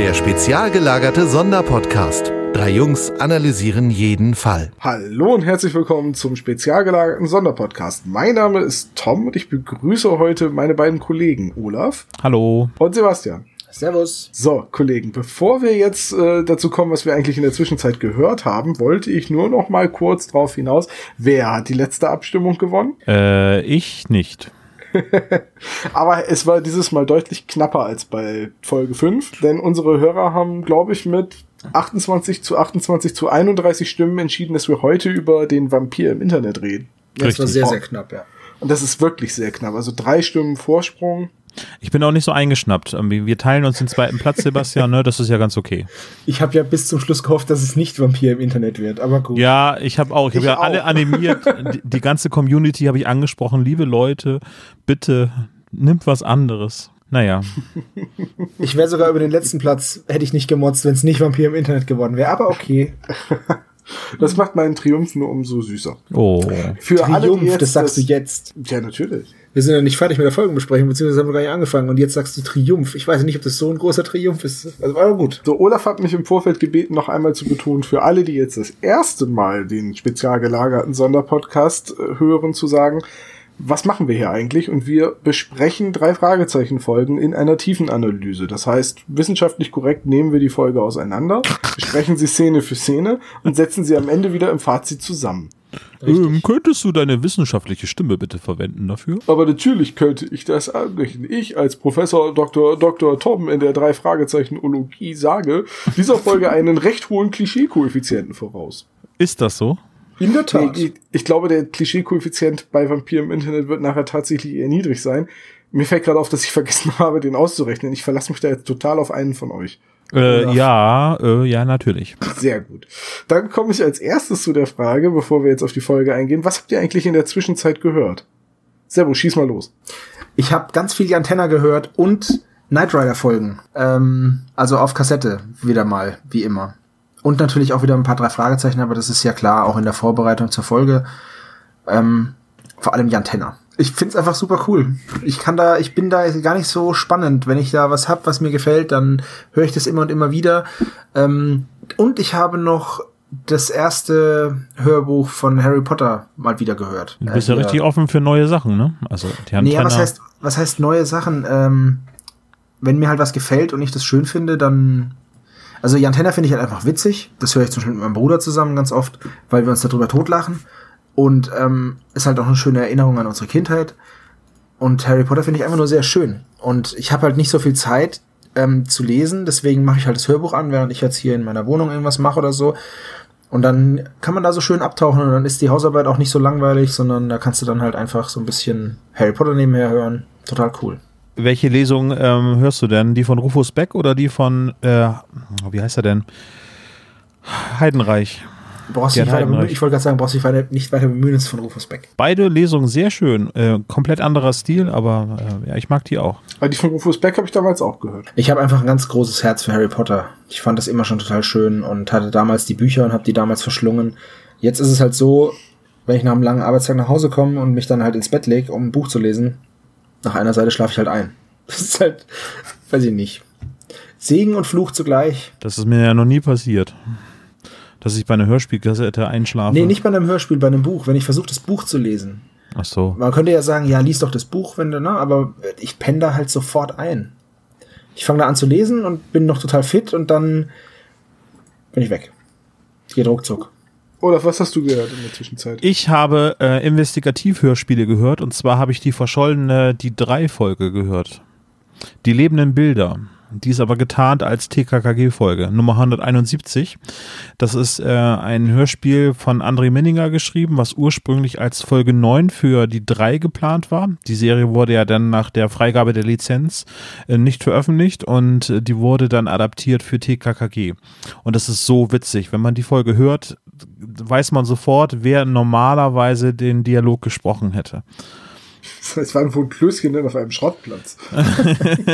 Der spezial gelagerte Sonderpodcast. 3 Jungs analysieren jeden Fall. Hallo und herzlich willkommen zum spezial gelagerten Sonderpodcast. Mein Name ist Tom und ich begrüße heute meine beiden Kollegen Olaf. Hallo. Und Sebastian. Servus. So, Kollegen, bevor wir jetzt dazu kommen, was wir eigentlich in der Zwischenzeit gehört haben, wollte ich nur noch mal kurz drauf hinaus, wer hat die letzte Abstimmung gewonnen? Ich nicht. Aber es war dieses Mal deutlich knapper als bei Folge 5, denn unsere Hörer haben, glaube ich, mit 28 zu 31 Stimmen entschieden, dass wir heute über den Vampir im Internet reden. Das war sehr, sehr knapp, ja. Und das ist wirklich sehr knapp. Also 3 Stimmen Vorsprung. Ich bin auch nicht so eingeschnappt. Wir teilen uns den zweiten Platz, Sebastian, ne? Das ist ja ganz okay. Ich habe ja bis zum Schluss gehofft, dass es nicht Vampir im Internet wird, aber gut. Ja, ich habe auch. Ich habe ja alle animiert. Die ganze Community habe ich angesprochen. Liebe Leute, bitte nimmt was anderes. Naja. Ich wäre sogar über den letzten Platz, hätte ich nicht gemotzt, wenn es nicht Vampir im Internet geworden wäre, aber okay. Das macht meinen Triumph nur umso süßer. Oh. Für Triumph, alle, die jetzt das sagst du jetzt. Ja, natürlich. Wir sind ja nicht fertig mit der Folgenbesprechung, beziehungsweise haben wir gar nicht angefangen und jetzt sagst du Triumph. Ich weiß nicht, ob das so ein großer Triumph ist. Also, aber gut. So, Olaf hat mich im Vorfeld gebeten, noch einmal zu betonen, für alle, die jetzt das erste Mal den spezial gelagerten Sonderpodcast hören, zu sagen, was machen wir hier eigentlich? Und wir besprechen 3 Fragezeichen-Folgen in einer Tiefenanalyse. Das heißt, wissenschaftlich korrekt nehmen wir die Folge auseinander, besprechen sie Szene für Szene und setzen sie am Ende wieder im Fazit zusammen. Könntest du deine wissenschaftliche Stimme bitte verwenden dafür? Aber natürlich könnte ich das anrichten. Ich als Professor Dr. Tom in der 3-Fragezeichen-Ologie sage dieser Folge einen recht hohen Klischee-Koeffizienten voraus. Ist das so? In der Tat. Ich glaube, der Klischee-Koeffizient bei Vampir im Internet wird nachher tatsächlich eher niedrig sein. Mir fällt gerade auf, dass ich vergessen habe, den auszurechnen. Ich verlasse mich da jetzt total auf einen von euch. Ja, natürlich. Sehr gut. Dann komme ich als erstes zu der Frage, bevor wir jetzt auf die Folge eingehen. Was habt ihr eigentlich in der Zwischenzeit gehört? Servo, schieß mal los. Ich habe ganz viel die Antenne gehört und Knight Rider Folgen. Also auf Kassette wieder mal, wie immer. Und natürlich auch wieder ein paar 3 Fragezeichen, aber das ist ja klar, auch in der Vorbereitung zur Folge. Vor allem Jan Tenner. Ich find's einfach super cool. Ich bin da gar nicht so spannend. Wenn ich da was hab, was mir gefällt, dann höre ich das immer und immer wieder. Und ich habe noch das erste Hörbuch von Harry Potter mal wieder gehört. Du bist ja richtig offen für neue Sachen, ne? Also Jan Tenner. Was heißt neue Sachen? Wenn mir halt was gefällt und ich das schön finde, dann... Also Jan Tenner finde ich halt einfach witzig. Das höre ich zum Beispiel mit meinem Bruder zusammen ganz oft, weil wir uns darüber totlachen. Und ist halt auch eine schöne Erinnerung an unsere Kindheit. Und Harry Potter finde ich einfach nur sehr schön. Und ich habe halt nicht so viel Zeit zu lesen, deswegen mache ich halt das Hörbuch an, während ich jetzt hier in meiner Wohnung irgendwas mache oder so. Und dann kann man da so schön abtauchen und dann ist die Hausarbeit auch nicht so langweilig, sondern da kannst du dann halt einfach so ein bisschen Harry Potter nebenher hören. Total cool. Welche Lesung hörst du denn? Die von Rufus Beck oder die von, wie heißt er denn? Heidenreich. Ich wollte gerade sagen, brauchst du dich nicht weiter bemühen, ist von Rufus Beck. Beide Lesungen sehr schön. Komplett anderer Stil, aber ja, ich mag die auch. Aber die von Rufus Beck habe ich damals auch gehört. Ich habe einfach ein ganz großes Herz für Harry Potter. Ich fand das immer schon total schön und hatte damals die Bücher und habe die damals verschlungen. Jetzt ist es halt so, wenn ich nach einem langen Arbeitstag nach Hause komme und mich dann halt ins Bett lege, um ein Buch zu lesen, nach einer Seite schlafe ich halt ein. Das ist halt, weiß ich nicht. Segen und Fluch zugleich. Das ist mir ja noch nie passiert. Dass ich bei einer Hörspielkassette einschlafe. Nee, nicht bei einem Hörspiel, bei einem Buch. Wenn ich versuche, das Buch zu lesen. Ach so. Man könnte ja sagen, ja, lies doch das Buch, wenn du, ne? Aber ich penne da halt sofort ein. Ich fange da an zu lesen und bin noch total fit und dann bin ich weg. Geht ruckzuck. Olaf, was hast du gehört in der Zwischenzeit? Ich habe Investigativ-Hörspiele gehört und zwar habe ich die verschollene Die 3-Folge gehört. Die lebenden Bilder. Die ist aber getarnt als TKKG-Folge, Nummer 171. Das ist ein Hörspiel von André Minninger geschrieben, was ursprünglich als Folge 9 für die 3 geplant war. Die Serie wurde ja dann nach der Freigabe der Lizenz nicht veröffentlicht und die wurde dann adaptiert für TKKG. Und das ist so witzig. Wenn man die Folge hört, weiß man sofort, wer normalerweise den Dialog gesprochen hätte. Es war wohl ein Klößchen auf einem Schrottplatz.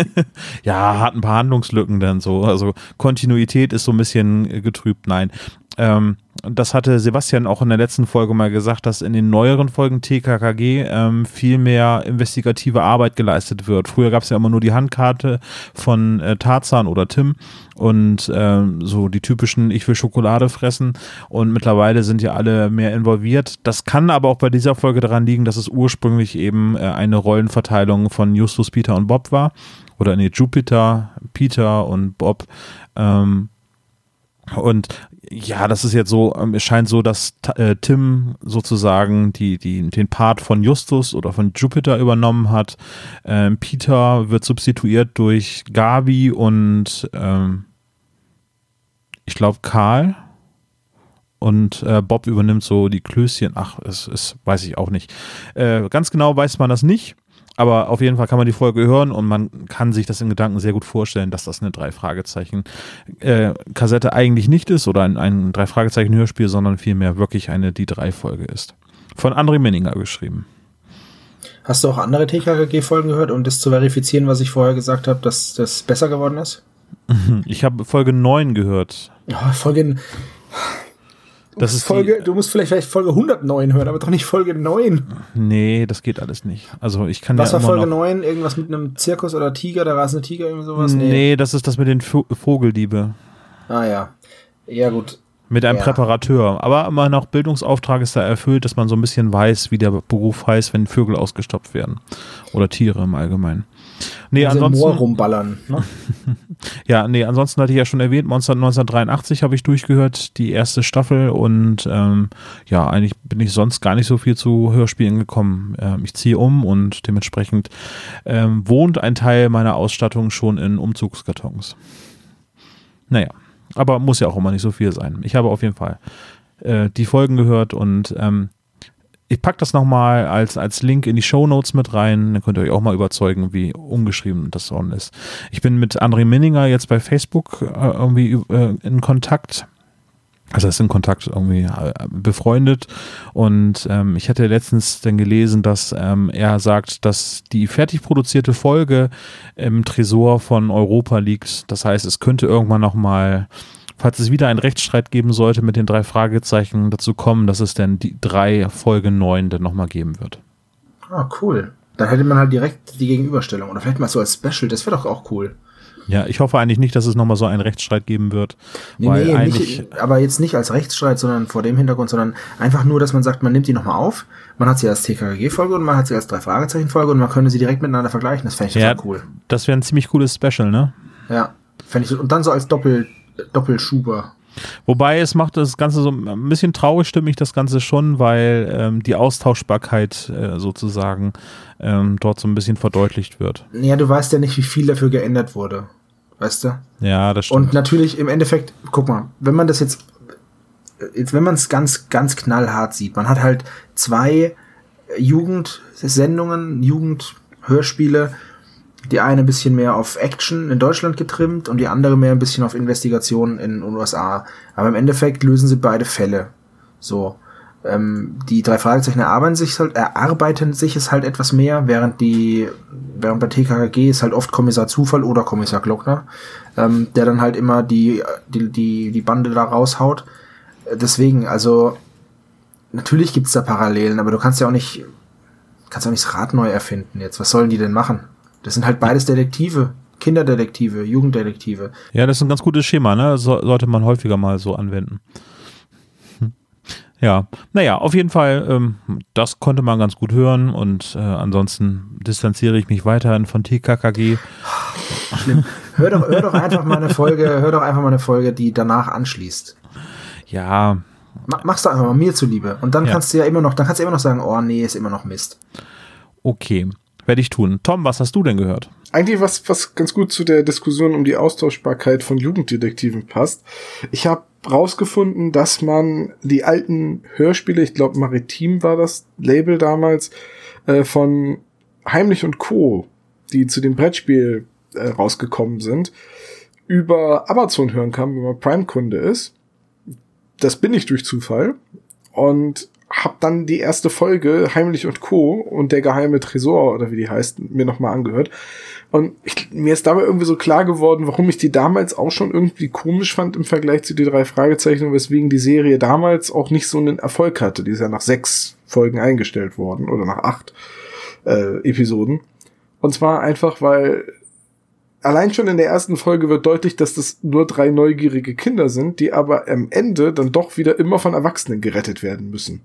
Ja, hat ein paar Handlungslücken dann so. Also Kontinuität ist so ein bisschen getrübt. Nein, Das hatte Sebastian auch in der letzten Folge mal gesagt, dass in den neueren Folgen TKKG viel mehr investigative Arbeit geleistet wird. Früher gab es ja immer nur die Handkarte von Tarzan oder Tim und so die typischen Ich will Schokolade fressen, und mittlerweile sind ja alle mehr involviert. Das kann aber auch bei dieser Folge daran liegen, dass es ursprünglich eben eine Rollenverteilung von Justus, Peter und Bob war. Oder nee, Jupiter, Peter und Bob. Und ja, das ist jetzt so, es scheint so, dass Tim sozusagen den Part von Justus oder von Jupiter übernommen hat. Peter wird substituiert durch Gabi und ich glaube Karl. Und Bob übernimmt so die Klößchen. Ach, es weiß ich auch nicht. Ganz genau weiß man das nicht. Aber auf jeden Fall kann man die Folge hören und man kann sich das in Gedanken sehr gut vorstellen, dass das eine 3-Fragezeichen-Kassette eigentlich nicht ist oder ein 3-Fragezeichen-Hörspiel, sondern vielmehr wirklich eine Die-3-Folge ist. Von André Menninger geschrieben. Hast du auch andere TKKG-Folgen gehört, um das zu verifizieren, was ich vorher gesagt habe, dass das besser geworden ist? Ich habe Folge 9 gehört. Ja, Folge... Das ist du musst vielleicht Folge 109 hören, aber doch nicht Folge 9. Nee, das geht alles nicht. Also ich kann Was war Folge 9? Irgendwas mit einem Zirkus oder Tiger, da rasende Tiger, irgendwie sowas? Nee, das ist das mit den Vogeldiebe. Ah ja. Ja gut. Mit einem Präparateur. Aber immer noch Bildungsauftrag ist da erfüllt, dass man so ein bisschen weiß, wie der Beruf heißt, wenn Vögel ausgestopft werden. Oder Tiere im Allgemeinen. Nee, ansonsten. Moor rumballern, ne? Ja, nee, ansonsten hatte ich ja schon erwähnt, Monster 1983 habe ich durchgehört, die erste Staffel, und ja, eigentlich bin ich sonst gar nicht so viel zu Hörspielen gekommen. Ich ziehe um und dementsprechend wohnt ein Teil meiner Ausstattung schon in Umzugskartons. Naja, aber muss ja auch immer nicht so viel sein. Ich habe auf jeden Fall die Folgen gehört und ich packe das nochmal als Link in die Shownotes mit rein, dann könnt ihr euch auch mal überzeugen, wie ungeschrieben das Song ist. Ich bin mit André Menninger jetzt bei Facebook irgendwie in Kontakt, also ist in Kontakt irgendwie befreundet, und ich hatte letztens dann gelesen, dass er sagt, dass die fertig produzierte Folge im Tresor von Europa liegt. Das heißt, es könnte irgendwann nochmal, falls es wieder einen Rechtsstreit geben sollte mit den 3 Fragezeichen, dazu kommen, dass es dann die 3 Folge 9 dann nochmal geben wird. Ah, cool. Dann hätte man halt direkt die Gegenüberstellung. Oder vielleicht mal so als Special, das wäre doch auch cool. Ja, ich hoffe eigentlich nicht, dass es nochmal so einen Rechtsstreit geben wird. Nee, nicht, aber jetzt nicht als Rechtsstreit, sondern vor dem Hintergrund, sondern einfach nur, dass man sagt, man nimmt die nochmal auf, man hat sie als TKKG-Folge und man hat sie als 3-Fragezeichen-Folge und man könnte sie direkt miteinander vergleichen. Das fände ich total cool. Das wäre ein ziemlich cooles Special, ne? Ja, fände ich so. Und dann so als Doppelschuber. Wobei es macht das Ganze so ein bisschen traurig, stimmt mich das Ganze schon, weil die Austauschbarkeit sozusagen dort so ein bisschen verdeutlicht wird. Ja, du weißt ja nicht, wie viel dafür geändert wurde. Weißt du? Ja, das stimmt. Und natürlich im Endeffekt, guck mal, wenn man das jetzt wenn man es ganz, ganz knallhart sieht, man hat halt 2 Jugendsendungen, Jugendhörspiele, die eine ein bisschen mehr auf Action in Deutschland getrimmt und die andere mehr ein bisschen auf Investigation in den USA. Aber im Endeffekt lösen sie beide Fälle. So. Die 3 Fragezeichen erarbeiten sich es halt etwas mehr, während bei TKKG ist halt oft Kommissar Zufall oder Kommissar Glockner, der dann halt immer die Bande da raushaut. Deswegen, also, natürlich gibt's da Parallelen, aber du kannst ja auch nicht das Rad neu erfinden jetzt. Was sollen die denn machen? Das sind halt beides Detektive, Kinderdetektive, Jugenddetektive. Ja, das ist ein ganz gutes Schema, ne? Sollte man häufiger mal so anwenden. Ja, naja, auf jeden Fall, das konnte man ganz gut hören, und ansonsten distanziere ich mich weiterhin von TKKG. Schlimm. Hör doch einfach mal eine Folge, die danach anschließt. Ja. Machst du einfach mal mir zuliebe. Und dann kannst du ja immer noch sagen, oh nee, ist immer noch Mist. Okay, werde ich tun. Tom, was hast du denn gehört? Eigentlich was ganz gut zu der Diskussion um die Austauschbarkeit von Jugenddetektiven passt. Ich habe rausgefunden, dass man die alten Hörspiele, ich glaube Maritim war das Label damals, von Heimlich und Co., die zu dem Brettspiel rausgekommen sind, über Amazon hören kann, wenn man Prime-Kunde ist. Das bin ich durch Zufall und hab dann die erste Folge Heimlich und Co. und der geheime Tresor, oder wie die heißt, mir nochmal angehört. Und mir ist dabei irgendwie so klar geworden, warum ich die damals auch schon irgendwie komisch fand im Vergleich zu die 3 Fragezeichen, weswegen die Serie damals auch nicht so einen Erfolg hatte. Die ist ja nach 6 Folgen eingestellt worden oder nach 8 Episoden. Und zwar einfach, weil allein schon in der ersten Folge wird deutlich, dass das nur 3 neugierige Kinder sind, die aber am Ende dann doch wieder immer von Erwachsenen gerettet werden müssen.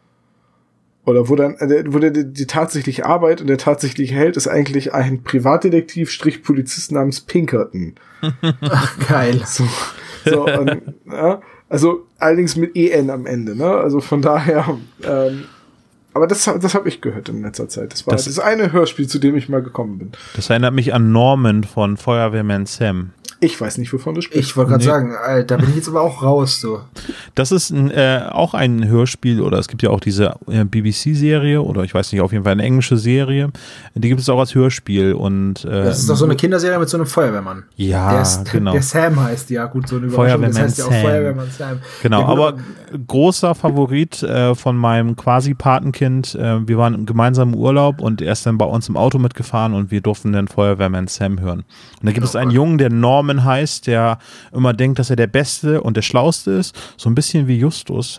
Oder wo die tatsächliche Arbeit und der tatsächliche Held ist eigentlich ein Privatdetektiv-Polizist namens Pinkerton. Geil. So und, ja, also allerdings mit EN am Ende, ne? Also von daher, aber das habe ich gehört in letzter Zeit. Das war das eine Hörspiel, zu dem ich mal gekommen bin. Das erinnert mich an Norman von Feuerwehrmann Sam. Ich weiß nicht, wovon du sprichst. Ich wollte gerade sagen, da bin ich jetzt aber auch raus. So. Das ist auch ein Hörspiel, oder es gibt ja auch diese BBC-Serie, oder ich weiß nicht, auf jeden Fall eine englische Serie. Die gibt es auch als Hörspiel. Und das ist doch so eine Kinderserie mit so einem Feuerwehrmann. Ja, genau. Der Sam heißt, ja gut, so eine Überraschung. Das heißt ja auch Feuerwehrmann Sam. Genau, ja, aber großer Favorit von meinem quasi Patenkind. Wir waren im gemeinsamen Urlaub und er ist dann bei uns im Auto mitgefahren und wir durften dann Feuerwehrmann Sam hören. Und da gibt es einen Jungen, der Norman heißt, der immer denkt, dass er der Beste und der Schlauste ist. So ein bisschen wie Justus.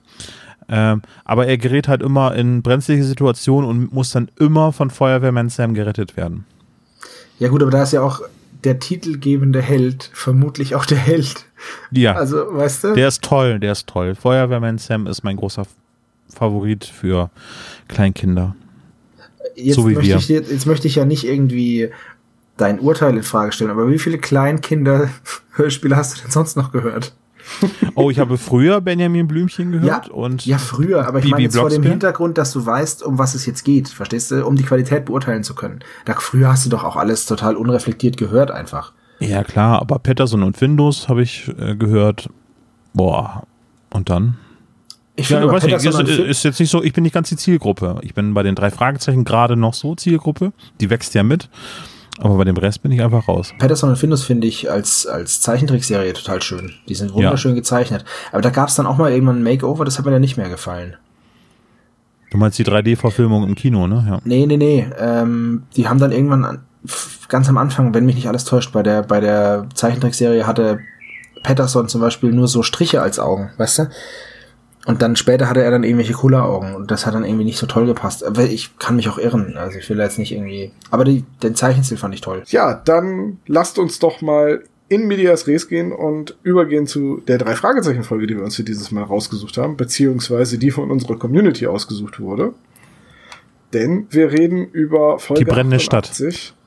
Aber er gerät halt immer in brenzlige Situationen und muss dann immer von Feuerwehrmann Sam gerettet werden. Ja gut, aber da ist ja auch der titelgebende Held vermutlich auch der Held. Ja. Also, weißt du? Der ist toll. Feuerwehrmann Sam ist mein großer Favorit für Kleinkinder. Jetzt so wie wir. Jetzt möchte ich ja nicht irgendwie dein Urteil in Frage stellen, aber wie viele Kleinkinder-Hörspiele hast du denn sonst noch gehört? Oh, ich habe früher Benjamin Blümchen gehört. Ja, früher, aber ich meine jetzt vor dem Hintergrund, dass du weißt, um was es jetzt geht, verstehst du, um die Qualität beurteilen zu können. Früher hast du doch auch alles total unreflektiert gehört einfach. Ja klar, aber Peterson und Findus habe ich gehört. Boah, und dann? Ich finde, ja, weiß nicht, ist jetzt nicht so, ich bin nicht ganz die Zielgruppe. Ich bin bei den 3 Fragezeichen gerade noch so Zielgruppe, die wächst ja mit. Aber bei dem Rest bin ich einfach raus. Patterson und Findus finde ich als Zeichentrickserie total schön. Die sind wunderschön gezeichnet. Aber da gab es dann auch mal irgendwann ein Makeover, das hat mir dann nicht mehr gefallen. Du meinst die 3D-Verfilmung im Kino, ne? Ja. Nee. Die haben dann irgendwann ganz am Anfang, wenn mich nicht alles täuscht, bei der Zeichentrickserie hatte Patterson zum Beispiel nur so Striche als Augen, weißt du? Und dann später hatte er dann irgendwelche Kulleraugen und das hat dann irgendwie nicht so toll gepasst. Aber ich kann mich auch irren, also ich will jetzt nicht irgendwie... Aber den Zeichenstil fand ich toll. Ja, dann lasst uns doch mal in medias res gehen und übergehen zu der 3 Fragezeichen-Folge, die wir uns für dieses Mal rausgesucht haben, beziehungsweise die von unserer Community ausgesucht wurde. Denn wir reden über Folge 88. Die brennende Stadt.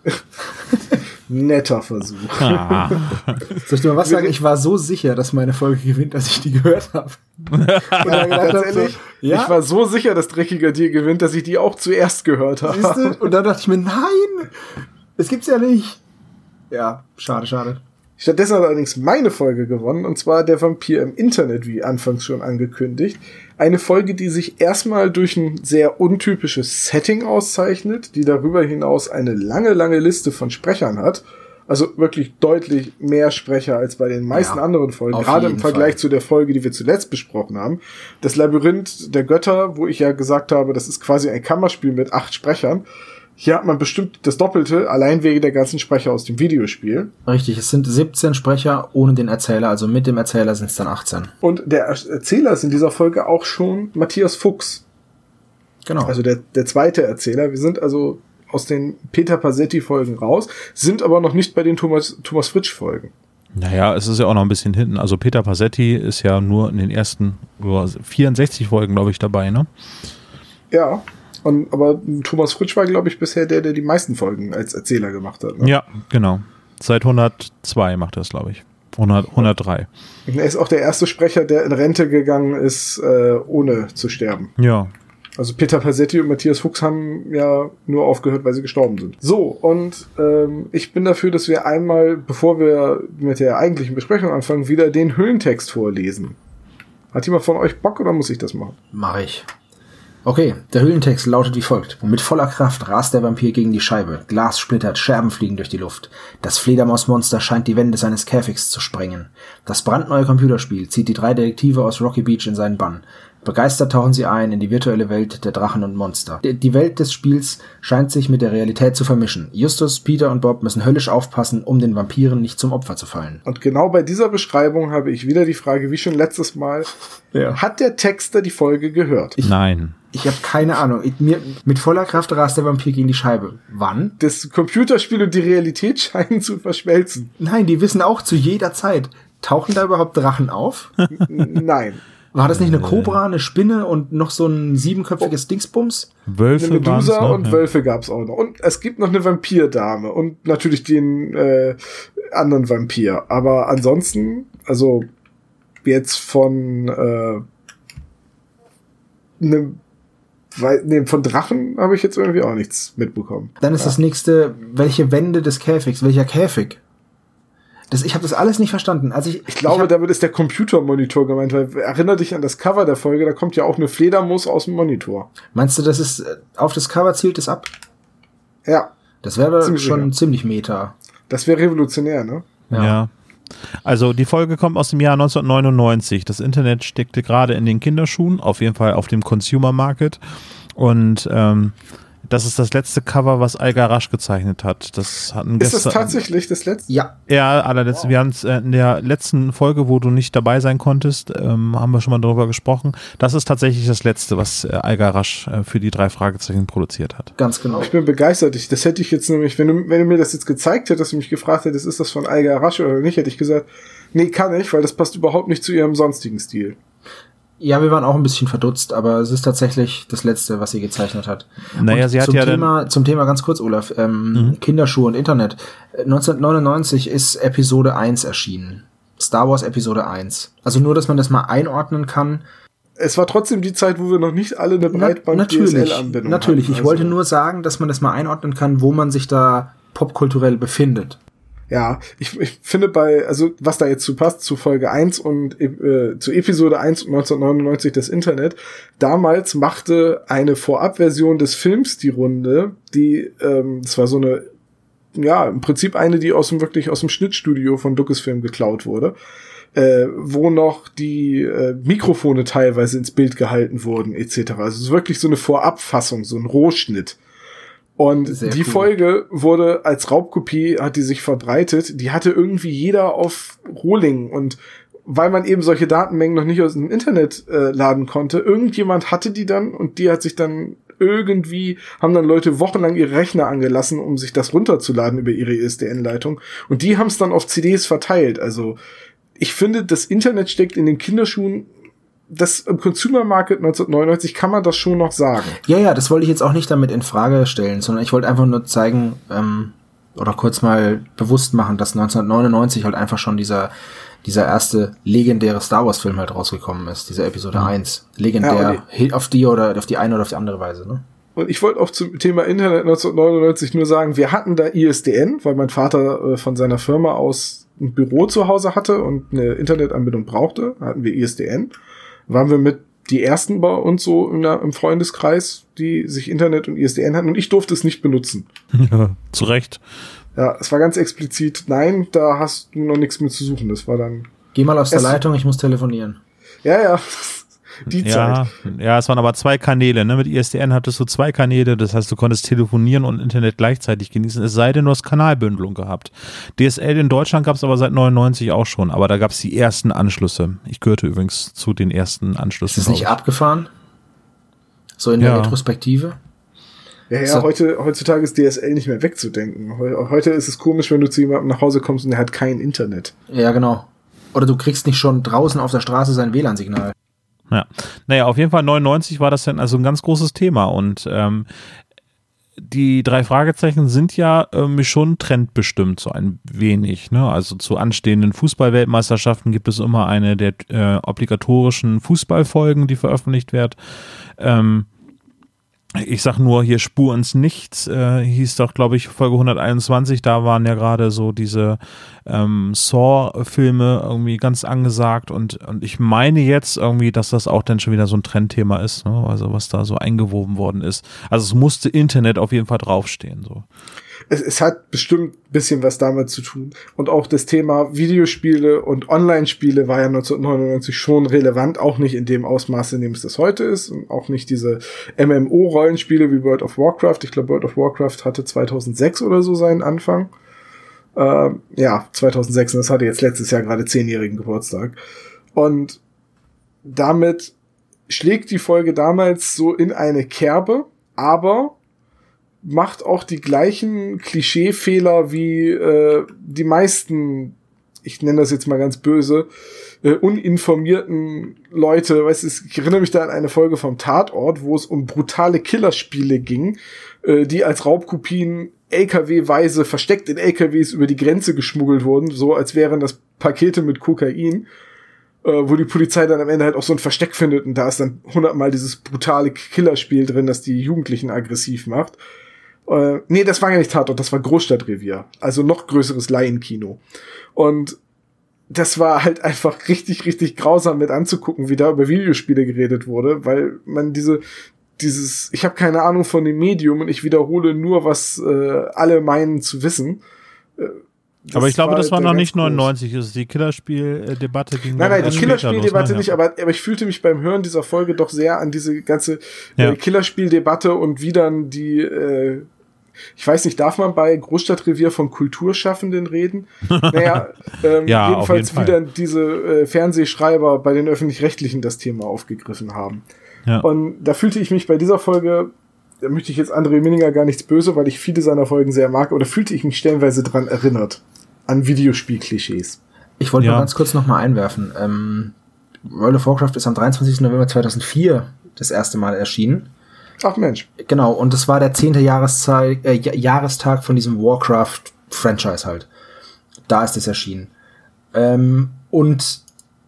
Netter Versuch. Ah. Soll ich dir mal was sagen? Ich war so sicher, dass meine Folge gewinnt, dass ich die gehört habe. Tatsächlich, ja? Ich war so sicher, dass Dreckiger Dir gewinnt, dass ich die auch zuerst gehört habe. Siehste? Und dann dachte ich mir, nein, das gibt's ja nicht. Ja, schade. Stattdessen hat allerdings meine Folge gewonnen, und zwar der Vampir im Internet, wie anfangs schon angekündigt. Eine Folge, die sich erstmal durch ein sehr untypisches Setting auszeichnet, die darüber hinaus eine lange Liste von Sprechern hat. Also wirklich deutlich mehr Sprecher als bei den meisten anderen Folgen, gerade im Vergleich zu der Folge, die wir zuletzt besprochen haben. Das Labyrinth der Götter, wo ich ja gesagt habe, das ist quasi ein Kammerspiel mit 8 Sprechern. Hier hat man bestimmt das Doppelte, allein wegen der ganzen Sprecher aus dem Videospiel. Richtig, es sind 17 Sprecher ohne den Erzähler, also mit dem Erzähler sind es dann 18. Und der Erzähler ist in dieser Folge auch schon Matthias Fuchs. Genau. Also der zweite Erzähler. Wir sind also aus den Peter Pasetti-Folgen raus, sind aber noch nicht bei den Thomas Fritsch-Folgen. Naja, es ist ja auch noch ein bisschen hinten. Also Peter Pasetti ist ja nur in den ersten 64 Folgen, glaube ich, dabei, ne? Ja. Aber Thomas Fritsch war, glaube ich, bisher der die meisten Folgen als Erzähler gemacht hat. Ne? Ja, genau. Seit 102 macht er es, glaube ich. 103. Und er ist auch der erste Sprecher, der in Rente gegangen ist, ohne zu sterben. Ja. Also Peter Pasetti und Matthias Fuchs haben ja nur aufgehört, weil sie gestorben sind. So, und ich bin dafür, dass wir einmal, bevor wir mit der eigentlichen Besprechung anfangen, wieder den Hüllentext vorlesen. Hat jemand von euch Bock oder muss ich das machen? Mach ich. Okay, der Hüllentext lautet wie folgt. Mit voller Kraft rast der Vampir gegen die Scheibe. Glas splittert, Scherben fliegen durch die Luft. Das Fledermausmonster scheint die Wände seines Käfigs zu sprengen. Das brandneue Computerspiel zieht die 3 Detektive aus Rocky Beach in seinen Bann. Begeistert tauchen sie ein in die virtuelle Welt der Drachen und Monster. Die Welt des Spiels scheint sich mit der Realität zu vermischen. Justus, Peter und Bob müssen höllisch aufpassen, um den Vampiren nicht zum Opfer zu fallen. Und genau bei dieser Beschreibung habe ich wieder die Frage, wie schon letztes Mal, hat der Texter die Folge gehört? Nein. Ich habe keine Ahnung. Mit voller Kraft rast der Vampir gegen die Scheibe. Wann? Das Computerspiel und die Realität scheinen zu verschmelzen. Nein, die wissen auch zu jeder Zeit. Tauchen da überhaupt Drachen auf? Nein. War das nicht eine Kobra, eine Spinne und noch so ein 7-köpfiges Dingsbums? Wölfe, eine Medusa noch, und Wölfe gab's auch noch. Und es gibt noch eine Vampirdame und natürlich den anderen Vampir. Aber ansonsten, also jetzt von von Drachen habe ich jetzt irgendwie auch nichts mitbekommen. Dann ist das nächste, welche Wände des Käfigs, welcher Käfig? Ich habe das alles nicht verstanden. Also ich glaube, damit ist der Computermonitor gemeint, weil erinnere dich an das Cover der Folge, da kommt ja auch eine Fledermaus aus dem Monitor. Meinst du, das ist auf das Cover zielt es ab? Ja. Das wäre schon ziemlich meta. Das wäre revolutionär, ne? Ja. Also die Folge kommt aus dem Jahr 1999. Das Internet steckte gerade in den Kinderschuhen, auf jeden Fall auf dem Consumer Market. Und das ist das letzte Cover, was Algar Rasch gezeichnet hat. Das hatten ist das tatsächlich das letzte? Ja. Ja, allerletzte. Wow. Wir haben es in der letzten Folge, wo du nicht dabei sein konntest, haben wir schon mal darüber gesprochen. Das ist tatsächlich das letzte, was Algar Rasch für die 3 Fragezeichen produziert hat. Ganz genau. Ich bin begeistert. Das hätte ich jetzt nämlich, wenn du mir das jetzt gezeigt hättest und mich gefragt hättest, ist das von Algar Rasch oder nicht, hätte ich gesagt, nee, kann ich, weil das passt überhaupt nicht zu ihrem sonstigen Stil. Ja, wir waren auch ein bisschen verdutzt, aber es ist tatsächlich das Letzte, was sie gezeichnet hat. Naja, sie hat ja zum Thema ganz kurz, Olaf, Kinderschuhe und Internet. 1999 ist Episode 1 erschienen. Star Wars Episode 1. Also nur, dass man das mal einordnen kann. Es war trotzdem die Zeit, wo wir noch nicht alle eine Breitband-DSL-Anbindung hatten. Natürlich, ich wollte nur sagen, dass man das mal einordnen kann, wo man sich da popkulturell befindet. Ja, ich finde was da jetzt zu passt, zu Folge 1 und zu Episode 1 und 1999 das Internet, damals machte eine Vorabversion des Films die Runde, die, das war so eine, ja, im Prinzip eine, die aus dem Schnittstudio von Lucasfilm geklaut wurde, wo noch die Mikrofone teilweise ins Bild gehalten wurden, etc. Also wirklich so eine Vorabfassung, so ein Rohschnitt. Und sehr die cool. Folge wurde als Raubkopie, hat die sich verbreitet, die hatte irgendwie jeder auf Rohling und weil man eben solche Datenmengen noch nicht aus dem Internet laden konnte, irgendjemand hatte die dann und die hat sich dann haben dann Leute wochenlang ihre Rechner angelassen, um sich das runterzuladen über ihre ISDN-Leitung und die haben es dann auf CDs verteilt. Also ich finde, das Internet steckt in den Kinderschuhen. Das im Consumer Market 1999 kann man das schon noch sagen. Ja, das wollte ich jetzt auch nicht damit in Frage stellen, sondern ich wollte einfach nur zeigen oder kurz mal bewusst machen, dass 1999 halt einfach schon dieser erste legendäre Star Wars Film halt rausgekommen ist, dieser Episode 1. Legendär, auf die eine oder auf die andere Weise, ne? Und ich wollte auch zum Thema Internet 1999 nur sagen, wir hatten da ISDN, weil mein Vater von seiner Firma aus ein Büro zu Hause hatte und eine Internetanbindung brauchte, da hatten wir ISDN. Waren wir mit die ersten bei uns so im Freundeskreis, die sich Internet und ISDN hatten und ich durfte es nicht benutzen. Ja, zu Recht. Ja, es war ganz explizit, nein, da hast du noch nichts mit zu suchen. Das war dann... Geh mal aus der Leitung, ich muss telefonieren. Ja, die Zeit. Ja, es waren aber 2 Kanäle, ne? Mit ISDN hattest du 2 Kanäle, das heißt, du konntest telefonieren und Internet gleichzeitig genießen, es sei denn, du hast Kanalbündelung gehabt. DSL in Deutschland gab es aber seit 99 auch schon, aber da gab es die ersten Anschlüsse. Ich gehörte übrigens zu den ersten Anschlüssen. Ist das nicht abgefahren? So in der Retrospektive? Ja, heutzutage ist DSL nicht mehr wegzudenken. Heute ist es komisch, wenn du zu jemandem nach Hause kommst und der hat kein Internet. Ja, genau. Oder du kriegst nicht schon draußen auf der Straße sein WLAN-Signal. Ja, naja, auf jeden Fall 99 war das dann also ein ganz großes Thema und die 3 Fragezeichen sind ja schon trendbestimmt so ein wenig, ne? Also zu anstehenden Fußball-Weltmeisterschaften gibt es immer eine der obligatorischen Fußballfolgen, die veröffentlicht wird. Ich sag nur hier Spur ins Nichts, hieß doch, glaube ich, Folge 121, da waren ja gerade so diese Saw-Filme irgendwie ganz angesagt und ich meine jetzt irgendwie, dass das auch dann schon wieder so ein Trendthema ist, ne? Also was da so eingewoben worden ist. Also es musste Internet auf jeden Fall draufstehen. So. es hat bestimmt ein bisschen was damit zu tun. Und auch das Thema Videospiele und Online-Spiele war ja 1999 schon relevant, auch nicht in dem Ausmaß, in dem es das heute ist. Und auch nicht diese MMO-Rollenspiele wie World of Warcraft. Ich glaube, World of Warcraft hatte 2006 oder so seinen Anfang. 2006. Und das hatte jetzt letztes Jahr gerade 10-jährigen Geburtstag. Und damit schlägt die Folge damals so in eine Kerbe, aber macht auch die gleichen Klischeefehler wie die meisten, ich nenne das jetzt mal ganz böse, uninformierten Leute. Weißt du, ich erinnere mich da an eine Folge vom Tatort, wo es um brutale Killerspiele ging, die als Raubkopien LKW-weise versteckt in LKWs über die Grenze geschmuggelt wurden, so als wären das Pakete mit Kokain, wo die Polizei dann am Ende halt auch so ein Versteck findet und da ist dann 100-mal dieses brutale Killerspiel drin, das die Jugendlichen aggressiv macht. Das war ja nicht Tatort, das war Großstadtrevier. Also noch größeres Laienkino. Und das war halt einfach richtig, richtig grausam mit anzugucken, wie da über Videospiele geredet wurde, weil man ich habe keine Ahnung von dem Medium und ich wiederhole nur, was alle meinen zu wissen. Aber ich glaube, das war noch nicht 99, das ist die Killerspiel-Debatte ging. Nein, die Killerspiel-Debatte nicht, aber ich fühlte mich beim Hören dieser Folge doch sehr an diese ganze Killerspiel-Debatte und wie dann ich weiß nicht, darf man bei Großstadtrevier von Kulturschaffenden reden? Jedenfalls wie dann diese Fernsehschreiber bei den Öffentlich-Rechtlichen das Thema aufgegriffen haben. Ja. Und da fühlte ich mich bei dieser Folge, da möchte ich jetzt André Minninger gar nichts böse, weil ich viele seiner Folgen sehr mag, aber da fühlte ich mich stellenweise dran erinnert, an Videospiel-Klischees. Ich wollte nur ganz kurz nochmal einwerfen. World of Warcraft ist am 23. November 2004 das erste Mal erschienen. Ach Mensch. Genau, und das war der 10. Jahrestag von diesem Warcraft-Franchise halt. Da ist es erschienen. Und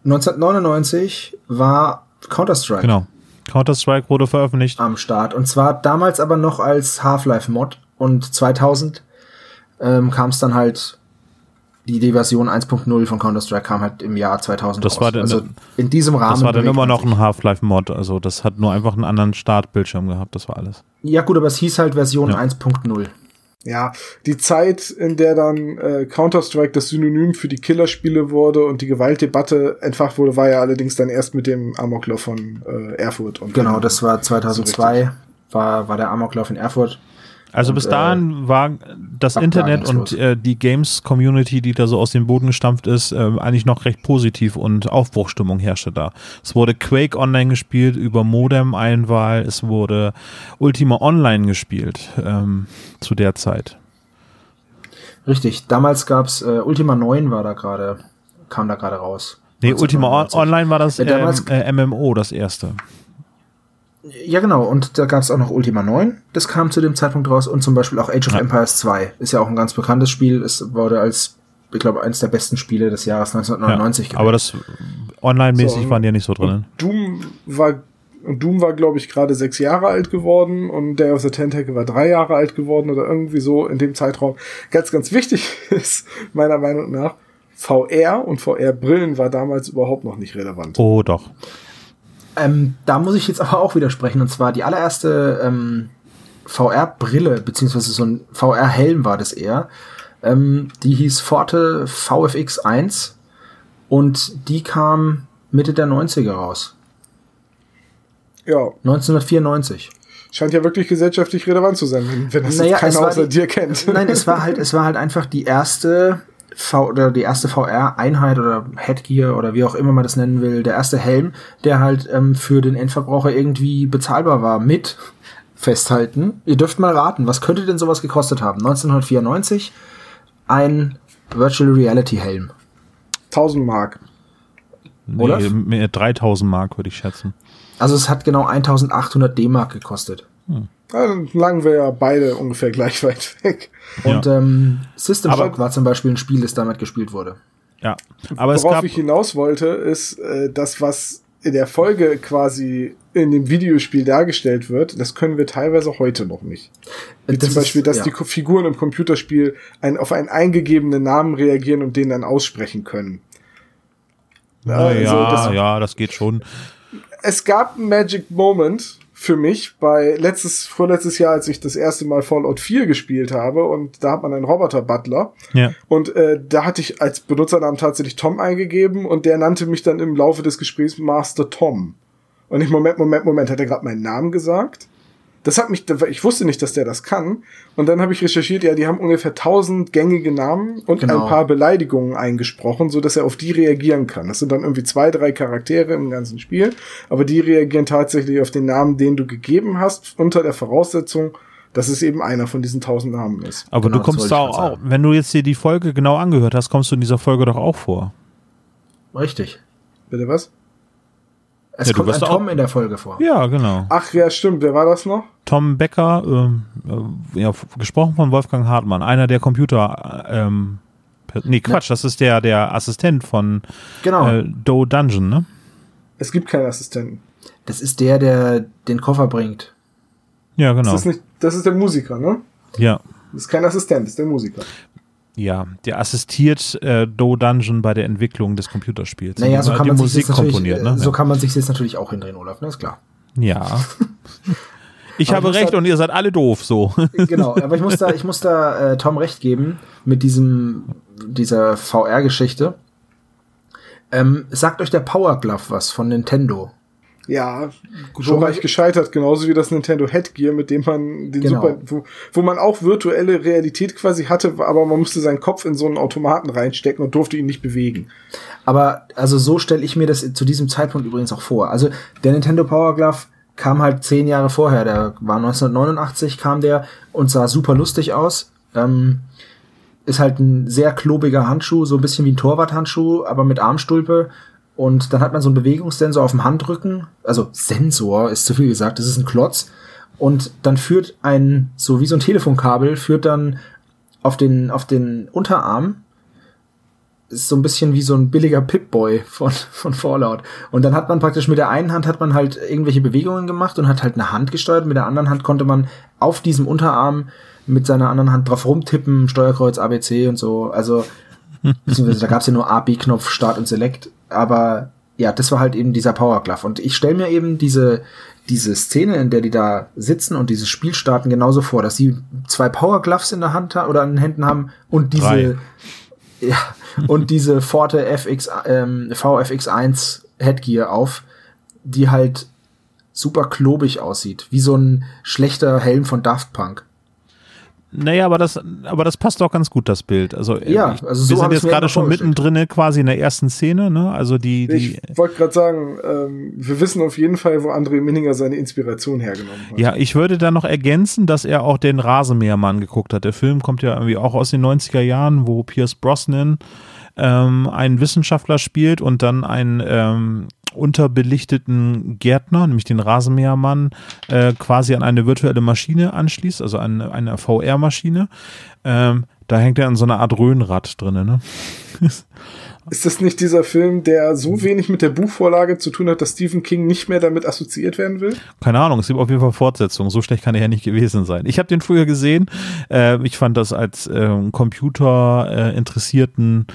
1999 war Counter-Strike. Genau. Counter-Strike wurde veröffentlicht. Am Start. Und zwar damals aber noch als Half-Life-Mod. Und 2000 kam es dann halt, die Version 1.0 von Counter-Strike kam halt im Jahr 2000 das raus. Also in diesem Rahmen. Das war dann immer noch ein Half-Life-Mod. Also das hat nur einfach einen anderen Startbildschirm gehabt. Das war alles. Ja gut, aber es hieß halt Version 1.0. Ja, die Zeit, in der dann Counter-Strike das Synonym für die Killerspiele wurde und die Gewaltdebatte entfacht wurde, war ja allerdings dann erst mit dem Amoklauf von Erfurt. Und genau, das war 2002, war der Amoklauf in Erfurt. Also bis dahin war das Internet und die Games-Community, die da so aus dem Boden gestampft ist, eigentlich noch recht positiv und Aufbruchstimmung herrschte da. Es wurde Quake online gespielt, über Modem-Einwahl, es wurde Ultima Online gespielt zu der Zeit. Richtig, damals gab's Ultima 9 kam da gerade raus. Nee, Ultima Online war das MMO, das erste. Ja, genau. Und da gab es auch noch Ultima 9. Das kam zu dem Zeitpunkt raus. Und zum Beispiel auch Age of Empires 2. Ist ja auch ein ganz bekanntes Spiel. Es wurde als, ich glaube, eines der besten Spiele des Jahres 1999 gewählt. Aber das online-mäßig waren ja nicht so drin. Doom war, glaube ich, gerade 6 Jahre alt geworden. Und Day of the Tentacle war 3 Jahre alt geworden. Oder irgendwie so in dem Zeitraum. Ganz, ganz wichtig ist, meiner Meinung nach, VR und VR-Brillen war damals überhaupt noch nicht relevant. Oh, doch. Da muss ich jetzt aber auch widersprechen. Und zwar die allererste VR-Brille, beziehungsweise so ein VR-Helm war das eher. Die hieß Forte VFX 1 und die kam Mitte der 90er raus. Ja. 1994. Scheint ja wirklich gesellschaftlich relevant zu sein, wenn das jetzt keiner außer dir kennt. Nein, es war halt einfach die erste VR-Einheit oder Headgear oder wie auch immer man das nennen will, der erste Helm, der halt für den Endverbraucher irgendwie bezahlbar war, mit festhalten. Ihr dürft mal raten, was könnte denn sowas gekostet haben? 1994 ein Virtual Reality Helm. 1000 Mark. Oder? Nee, 3000 Mark würde ich schätzen. Also es hat genau 1800 D-Mark gekostet. Dann lagen wir ja beide ungefähr gleich weit weg. Und System Shock war zum Beispiel ein Spiel, das damit gespielt wurde. Ja, aber worauf ich hinaus wollte, ist das, was in der Folge quasi in dem Videospiel dargestellt wird, das können wir teilweise heute noch nicht. Wie zum Beispiel, dass die Figuren im Computerspiel auf einen eingegebenen Namen reagieren und den dann aussprechen können. Ja, das geht schon. Es gab einen Magic Moment für mich bei vorletztes Jahr, als ich das erste Mal Fallout 4 gespielt habe, und da hat man einen Roboter-Butler. Ja. Und da hatte ich als Benutzernamen tatsächlich Tom eingegeben und der nannte mich dann im Laufe des Gesprächs Master Tom. Und ich, Moment, hat er gerade meinen Namen gesagt? Das hat mich, ich wusste nicht, dass der das kann. Und dann habe ich recherchiert, ja, die haben ungefähr 1000 gängige Namen und ein paar Beleidigungen eingesprochen, so dass er auf die reagieren kann. Das sind dann irgendwie 2, 3 Charaktere im ganzen Spiel, aber die reagieren tatsächlich auf den Namen, den du gegeben hast, unter der Voraussetzung, dass es eben einer von diesen 1000 Namen ist. Aber Genau, du kommst da auch, wenn du jetzt dir die Folge genau angehört hast, kommst du in dieser Folge doch auch vor. Richtig. Bitte was? Es kommt ein Tom in der Folge vor. Ja, genau. Ach ja, stimmt. Wer war das noch? Tom Becker, gesprochen von Wolfgang Hartmann, einer der Computer, das ist der Assistent von Doe Dungeon, ne? Es gibt keinen Assistenten. Das ist der den Koffer bringt. Ja, genau. Das ist der Musiker, ne? Ja. Das ist kein Assistent, das ist der Musiker. Ja, der assistiert Doe Dungeon bei der Entwicklung des Computerspiels. Naja, so kann die man Musik sich komponiert, ne? So kann man sich jetzt natürlich auch hindrehen, Olaf, ne? Ist klar. Ja. Ich habe recht und ihr seid alle doof, so. Genau, aber ich muss da Tom recht geben mit dieser VR-Geschichte. Sagt euch der Power Glove was von Nintendo? Ja, glorreich gescheitert, genauso wie das Nintendo Headgear, mit dem man wo man auch virtuelle Realität quasi hatte, aber man musste seinen Kopf in so einen Automaten reinstecken und durfte ihn nicht bewegen. Aber also so stelle ich mir das zu diesem Zeitpunkt übrigens auch vor. Also der Nintendo Power Glove kam halt 10 Jahre vorher, der war 1989, kam der und sah super lustig aus. Ist halt ein sehr klobiger Handschuh, so ein bisschen wie ein Torwarthandschuh, aber mit Armstulpe. Und dann hat man so einen Bewegungssensor auf dem Handrücken. Also Sensor ist zu viel gesagt, das ist ein Klotz. Und dann führt so wie so ein Telefonkabel, führt dann auf den Unterarm. Ist so ein bisschen wie so ein billiger Pip-Boy von Fallout. Und dann hat man praktisch mit der einen Hand hat man halt irgendwelche Bewegungen gemacht und hat halt eine Hand gesteuert. Mit der anderen Hand konnte man auf diesem Unterarm mit seiner anderen Hand drauf rumtippen, Steuerkreuz, ABC und so. Also, beziehungsweise da gab's ja nur A, B-Knopf, Start und Select. Aber ja, das war halt eben dieser Power Glove. Und ich stelle mir eben diese Szene, in der die da sitzen und dieses Spiel starten, genauso vor, dass sie 2 Power Gloves in der Hand oder in den Händen haben und diese Forte VFX1 Headgear auf, die halt super klobig aussieht, wie so ein schlechter Helm von Daft Punk. Naja, aber das passt doch ganz gut, das Bild. Also, ja, also so wir sind jetzt gerade schon mittendrin quasi in der ersten Szene, ne? Also ich wollte gerade sagen, wir wissen auf jeden Fall, wo André Minninger seine Inspiration hergenommen hat. Ja, ich würde da noch ergänzen, dass er auch den Rasenmähermann geguckt hat. Der Film kommt ja irgendwie auch aus den 90er Jahren, wo Pierce Brosnan einen Wissenschaftler spielt und dann einen unterbelichteten Gärtner, nämlich den Rasenmähermann, quasi an eine virtuelle Maschine anschließt, also an eine VR-Maschine. Da hängt er an so einer Art Röhnrad drin, ne? Ist das nicht dieser Film, der so wenig mit der Buchvorlage zu tun hat, dass Stephen King nicht mehr damit assoziiert werden will? Keine Ahnung, es gibt auf jeden Fall Fortsetzungen. So schlecht kann er ja nicht gewesen sein. Ich habe den früher gesehen. Ich fand das als Computer interessierten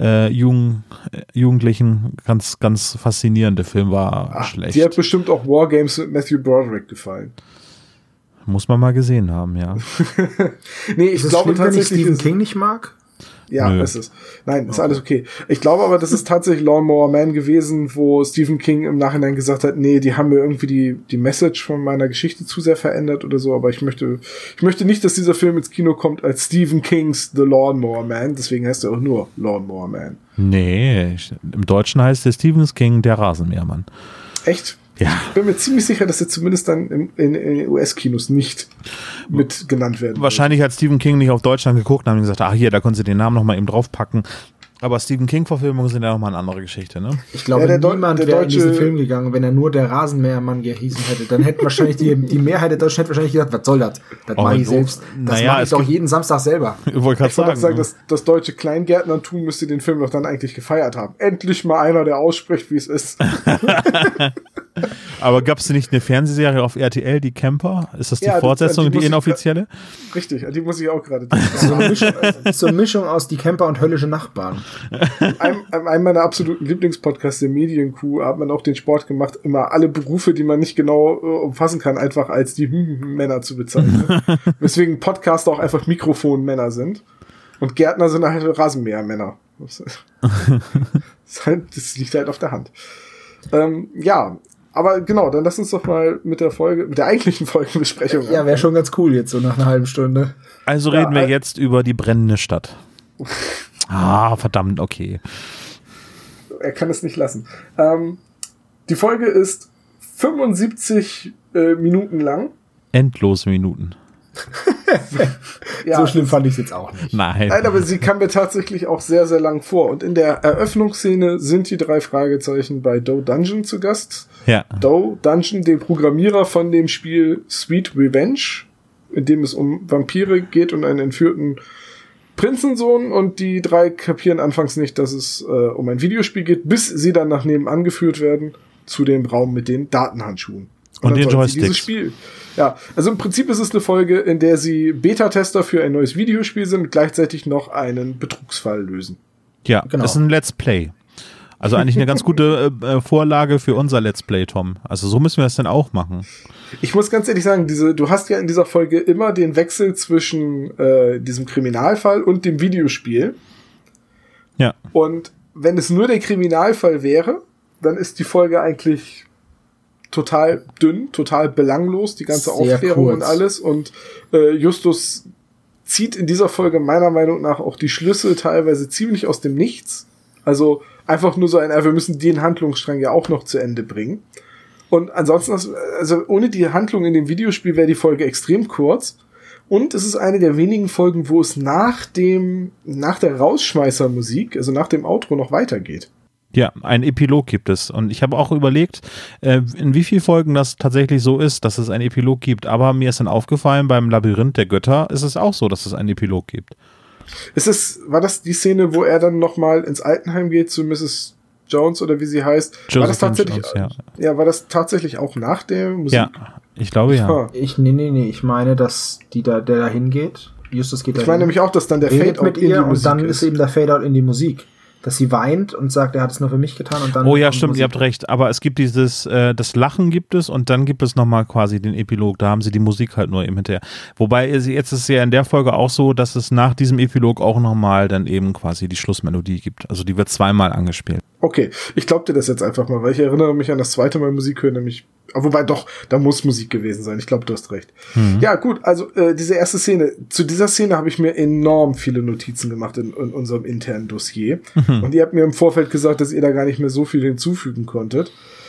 Jugendlichen ganz, ganz faszinierend. Der Film war schlecht. Die hat bestimmt auch Wargames mit Matthew Broderick gefallen. Muss man mal gesehen haben, ja. Nee, ich glaube schlimm, tatsächlich, wenn ich Stephen King nicht mag. Ja, ist es. Nein, ist alles okay. Ich glaube aber, das ist tatsächlich Lawnmower Man gewesen, wo Stephen King im Nachhinein gesagt hat, nee, die haben mir irgendwie die Message von meiner Geschichte zu sehr verändert oder so, aber ich möchte nicht, dass dieser Film ins Kino kommt als Stephen Kings The Lawnmower Man, deswegen heißt er auch nur Lawnmower Man. Nee, im Deutschen heißt der Stephen King der Rasenmähermann. Echt? Ja. Ich bin mir ziemlich sicher, dass er zumindest dann in US-Kinos nicht mit genannt werden Wahrscheinlich hat Stephen King nicht auf Deutschland geguckt und haben gesagt, hier, da können sie den Namen nochmal eben draufpacken. Aber Stephen King-Verfilmungen sind ja nochmal eine andere Geschichte, ne? Ich glaube, niemand wäre in diesen Film gegangen, wenn er nur der Rasenmähermann gehießen hätte. Dann hätte wahrscheinlich die Mehrheit der Deutschen hätte wahrscheinlich gesagt, was soll das? Das mache ich selbst. Das mache ich doch jeden Samstag selber. Ich wollte gerade sagen, das deutsche Kleingärtnertum müsste den Film doch dann eigentlich gefeiert haben. Endlich mal einer, der ausspricht, wie es ist. Aber gab es nicht eine Fernsehserie auf RTL, die Camper? Ist das die Fortsetzung, die inoffizielle? Richtig, an die muss ich auch gerade denken. So eine Mischung aus Die Camper und Höllische Nachbarn. Einem meiner absoluten Lieblingspodcasts, der Medienkuh, hat man auch den Sport gemacht, immer alle Berufe, die man nicht genau umfassen kann, einfach als die Männer zu bezeichnen. Weswegen Podcaster auch einfach Mikrofonmänner sind. Und Gärtner sind halt Rasenmähermänner. Das liegt halt auf der Hand. Ja, aber genau, dann lass uns doch mal mit der eigentlichen Folgenbesprechung. Ja, wäre schon ganz cool jetzt so nach einer halben Stunde. Also reden wir jetzt über die brennende Stadt. Verdammt, okay. Er kann es nicht lassen. Die Folge ist 75 Minuten lang. Endlose Minuten. Ja, so schlimm fand ich es jetzt auch nicht. Nein, aber sie kam mir tatsächlich auch sehr, sehr lang vor. Und in der Eröffnungsszene sind die 3 Fragezeichen bei Doe Dungeon zu Gast. Ja. Doe Dungeon, dem Programmierer von dem Spiel Sweet Revenge, in dem es um Vampire geht und einen entführten Prinzensohn. Und die 3 kapieren anfangs nicht, dass es um ein Videospiel geht, bis sie dann nach nebenan geführt werden zu dem Raum mit den Datenhandschuhen. Und den Joysticks. Dieses Spiel. Ja, also im Prinzip ist es eine Folge, in der sie Beta-Tester für ein neues Videospiel sind und gleichzeitig noch einen Betrugsfall lösen. Ja, genau. Das ist ein Let's Play. Also eigentlich eine ganz gute Vorlage für unser Let's Play, Tom. Also so müssen wir es dann auch machen. Ich muss ganz ehrlich sagen, du hast ja in dieser Folge immer den Wechsel zwischen diesem Kriminalfall und dem Videospiel. Ja. Und wenn es nur der Kriminalfall wäre, dann ist die Folge eigentlich total dünn, total belanglos, die ganze sehr Aufklärung kurz. Und alles. Und Justus zieht in dieser Folge meiner Meinung nach auch die Schlüsse teilweise ziemlich aus dem Nichts. Also einfach nur so wir müssen den Handlungsstrang ja auch noch zu Ende bringen. Und ansonsten, also ohne die Handlung in dem Videospiel wäre die Folge extrem kurz. Und es ist eine der wenigen Folgen, wo es nach der Rausschmeißermusik, also nach dem Outro, noch weitergeht. Ja, ein Epilog gibt es. Und ich habe auch überlegt, in wie vielen Folgen das tatsächlich so ist, dass es einen Epilog gibt. Aber mir ist dann aufgefallen, beim Labyrinth der Götter ist es auch so, dass es einen Epilog gibt. War das die Szene, wo er dann nochmal ins Altenheim geht zu Mrs. Jones oder wie sie heißt? War das tatsächlich, Jones, ja, war das tatsächlich auch nach der Musik? Ja, ich glaube ja. Nee, ich meine, dass der da hingeht. Justus geht da hin. Ich meine nämlich auch, dass dann der Fade-Out mit ihr in die Musik und dann ist eben der Fade-Out in die Musik. Dass sie weint und sagt, er hat es nur für mich getan und dann... Oh ja, stimmt, ihr habt recht. Aber es gibt das Lachen gibt es und dann gibt es nochmal quasi den Epilog. Da haben sie die Musik halt nur eben hinterher. Wobei jetzt ist es ja in der Folge auch so, dass es nach diesem Epilog auch nochmal dann eben quasi die Schlussmelodie gibt. Also die wird zweimal angespielt. Okay, ich glaub dir das jetzt einfach mal, weil ich erinnere mich an das zweite Mal Musik hören, nämlich... Wobei doch, da muss Musik gewesen sein. Ich glaube, du hast recht. Ja, gut, also diese erste Szene. Zu dieser Szene habe ich mir enorm viele Notizen gemacht in unserem internen Dossier. Und ihr habt mir im Vorfeld gesagt, dass ihr da gar nicht mehr so viel hinzufügen konntet.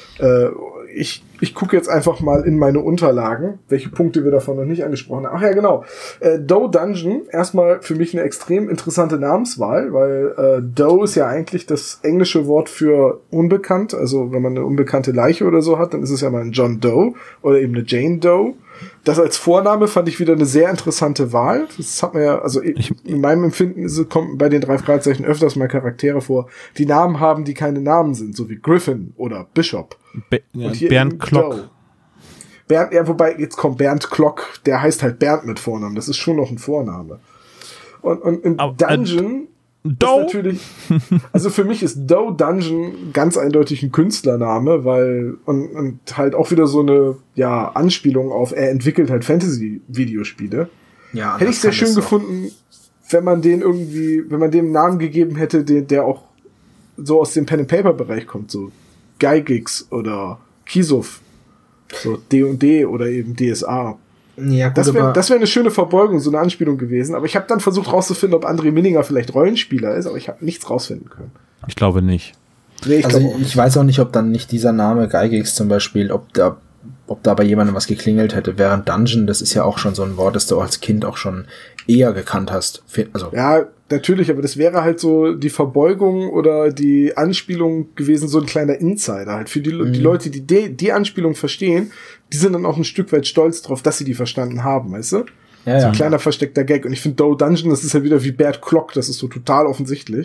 Ich gucke jetzt einfach mal in meine Unterlagen, welche Punkte wir davon noch nicht angesprochen haben. Ach ja, genau. Doe Dungeon, erstmal für mich eine extrem interessante Namenswahl, weil Doe ist ja eigentlich das englische Wort für unbekannt. Also wenn man eine unbekannte Leiche oder so hat, dann ist es ja mal ein John Doe oder eben eine Jane Doe. Das als Vorname fand ich wieder eine sehr interessante Wahl. Das hat man ja, also in meinem Empfinden kommt bei den 3 Fragezeichen öfters mal Charaktere vor, die Namen haben, die keine Namen sind, so wie Griffin oder Bishop. Bernd Klock. Bernd, ja, wobei, jetzt kommt Bernd Klock, der heißt halt Bernd mit Vornamen, das ist schon noch ein Vorname. Und in Dungeon ist natürlich, also für mich ist Doe Dungeon ganz eindeutig ein Künstlername, weil, und halt auch wieder so eine, ja, Anspielung auf, er entwickelt halt Fantasy-Videospiele. Ja, hätte ich sehr schön gefunden, wenn man dem einen Namen gegeben hätte, der auch so aus dem Pen-and-Paper-Bereich kommt, so Gygax oder Kisuf, so D&D oder eben DSA. Ja, gut, das wäre eine schöne Verbeugung, so eine Anspielung gewesen. Aber ich habe dann versucht rauszufinden, ob André Minninger vielleicht Rollenspieler ist, aber ich habe nichts rausfinden können. Ich glaube nicht. Nee, ich weiß auch nicht, ob dann nicht dieser Name Gygax zum Beispiel, ob da bei jemandem was geklingelt hätte. Während Dungeon, das ist ja auch schon so ein Wort, das du als Kind auch schon eher gekannt hast. Also ja, natürlich, aber das wäre halt so die Verbeugung oder die Anspielung gewesen, so ein kleiner Insider halt. Für die Leute, die Anspielung verstehen, die sind dann auch ein Stück weit stolz drauf, dass sie die verstanden haben, weißt du? Ja, so ein kleiner versteckter Gag. Und ich finde Doe Dungeon, das ist halt wieder wie Bert Klock, das ist so total offensichtlich.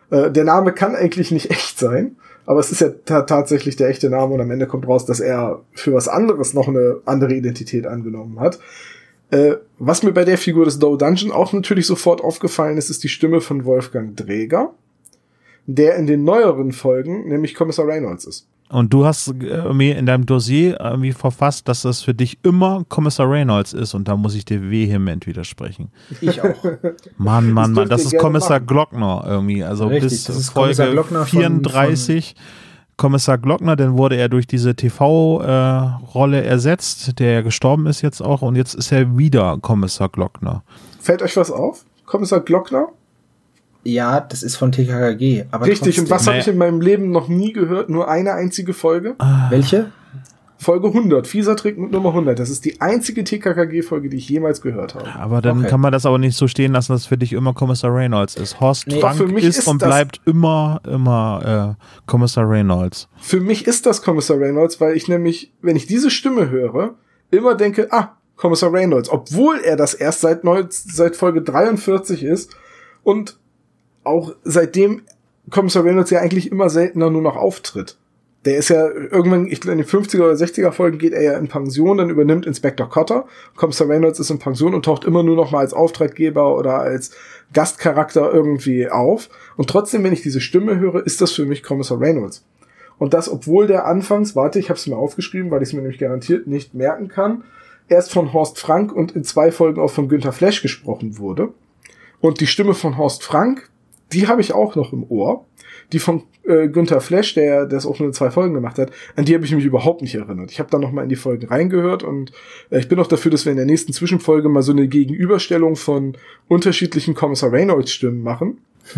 Der Name kann eigentlich nicht echt sein, aber es ist ja tatsächlich der echte Name und am Ende kommt raus, dass er für was anderes noch eine andere Identität angenommen hat. Was mir bei der Figur des Doe Dungeon auch natürlich sofort aufgefallen ist, ist die Stimme von Wolfgang Dreger, der in den neueren Folgen nämlich Kommissar Reynolds ist. Und du hast mir in deinem Dossier irgendwie verfasst, dass das für dich immer Kommissar Reynolds ist und da muss ich dir vehement widersprechen. Ich auch. Mann, das ist Kommissar Glockner irgendwie. Also richtig, bis das ist Folge 34 Kommissar Glockner, dann wurde er durch diese TV-Rolle ersetzt, der gestorben ist jetzt auch und jetzt ist er wieder Kommissar Glockner. Fällt euch was auf? Kommissar Glockner? Ja, das ist von TKKG. Aber richtig, trotzdem. und was habe ich in meinem Leben noch nie gehört? Nur eine einzige Folge. Welche? Folge 100, Fieser Trick mit Nummer 100. Das ist die einzige TKKG-Folge, die ich jemals gehört habe. Aber dann kann man das aber nicht so stehen lassen, dass für dich immer Kommissar Reynolds ist. Horst Frank ist und bleibt immer Kommissar Reynolds. Für mich ist das Kommissar Reynolds, weil ich nämlich, wenn ich diese Stimme höre, immer denke, Kommissar Reynolds. Obwohl er das erst seit Folge 43 ist und auch seitdem Kommissar Reynolds ja eigentlich immer seltener nur noch auftritt. Der ist ja irgendwann, ich glaube in den 50er oder 60er Folgen geht er ja in Pension, dann übernimmt Inspector Cotter. Kommissar Reynolds ist in Pension und taucht immer nur noch mal als Auftraggeber oder als Gastcharakter irgendwie auf. Und trotzdem, wenn ich diese Stimme höre, ist das für mich Kommissar Reynolds. Und das, obwohl der anfangs, ich habe es mir aufgeschrieben, weil ich es mir nämlich garantiert nicht merken kann, erst von Horst Frank und in 2 Folgen auch von Günther Flesch gesprochen wurde. Und die Stimme von Horst Frank, die habe ich auch noch im Ohr. Die von Günther Flesch, der das auch nur 2 Folgen gemacht hat, an die habe ich mich überhaupt nicht erinnert. Ich habe dann noch mal in die Folgen reingehört und ich bin auch dafür, dass wir in der nächsten Zwischenfolge mal so eine Gegenüberstellung von unterschiedlichen Kommissar Reynolds-Stimmen machen.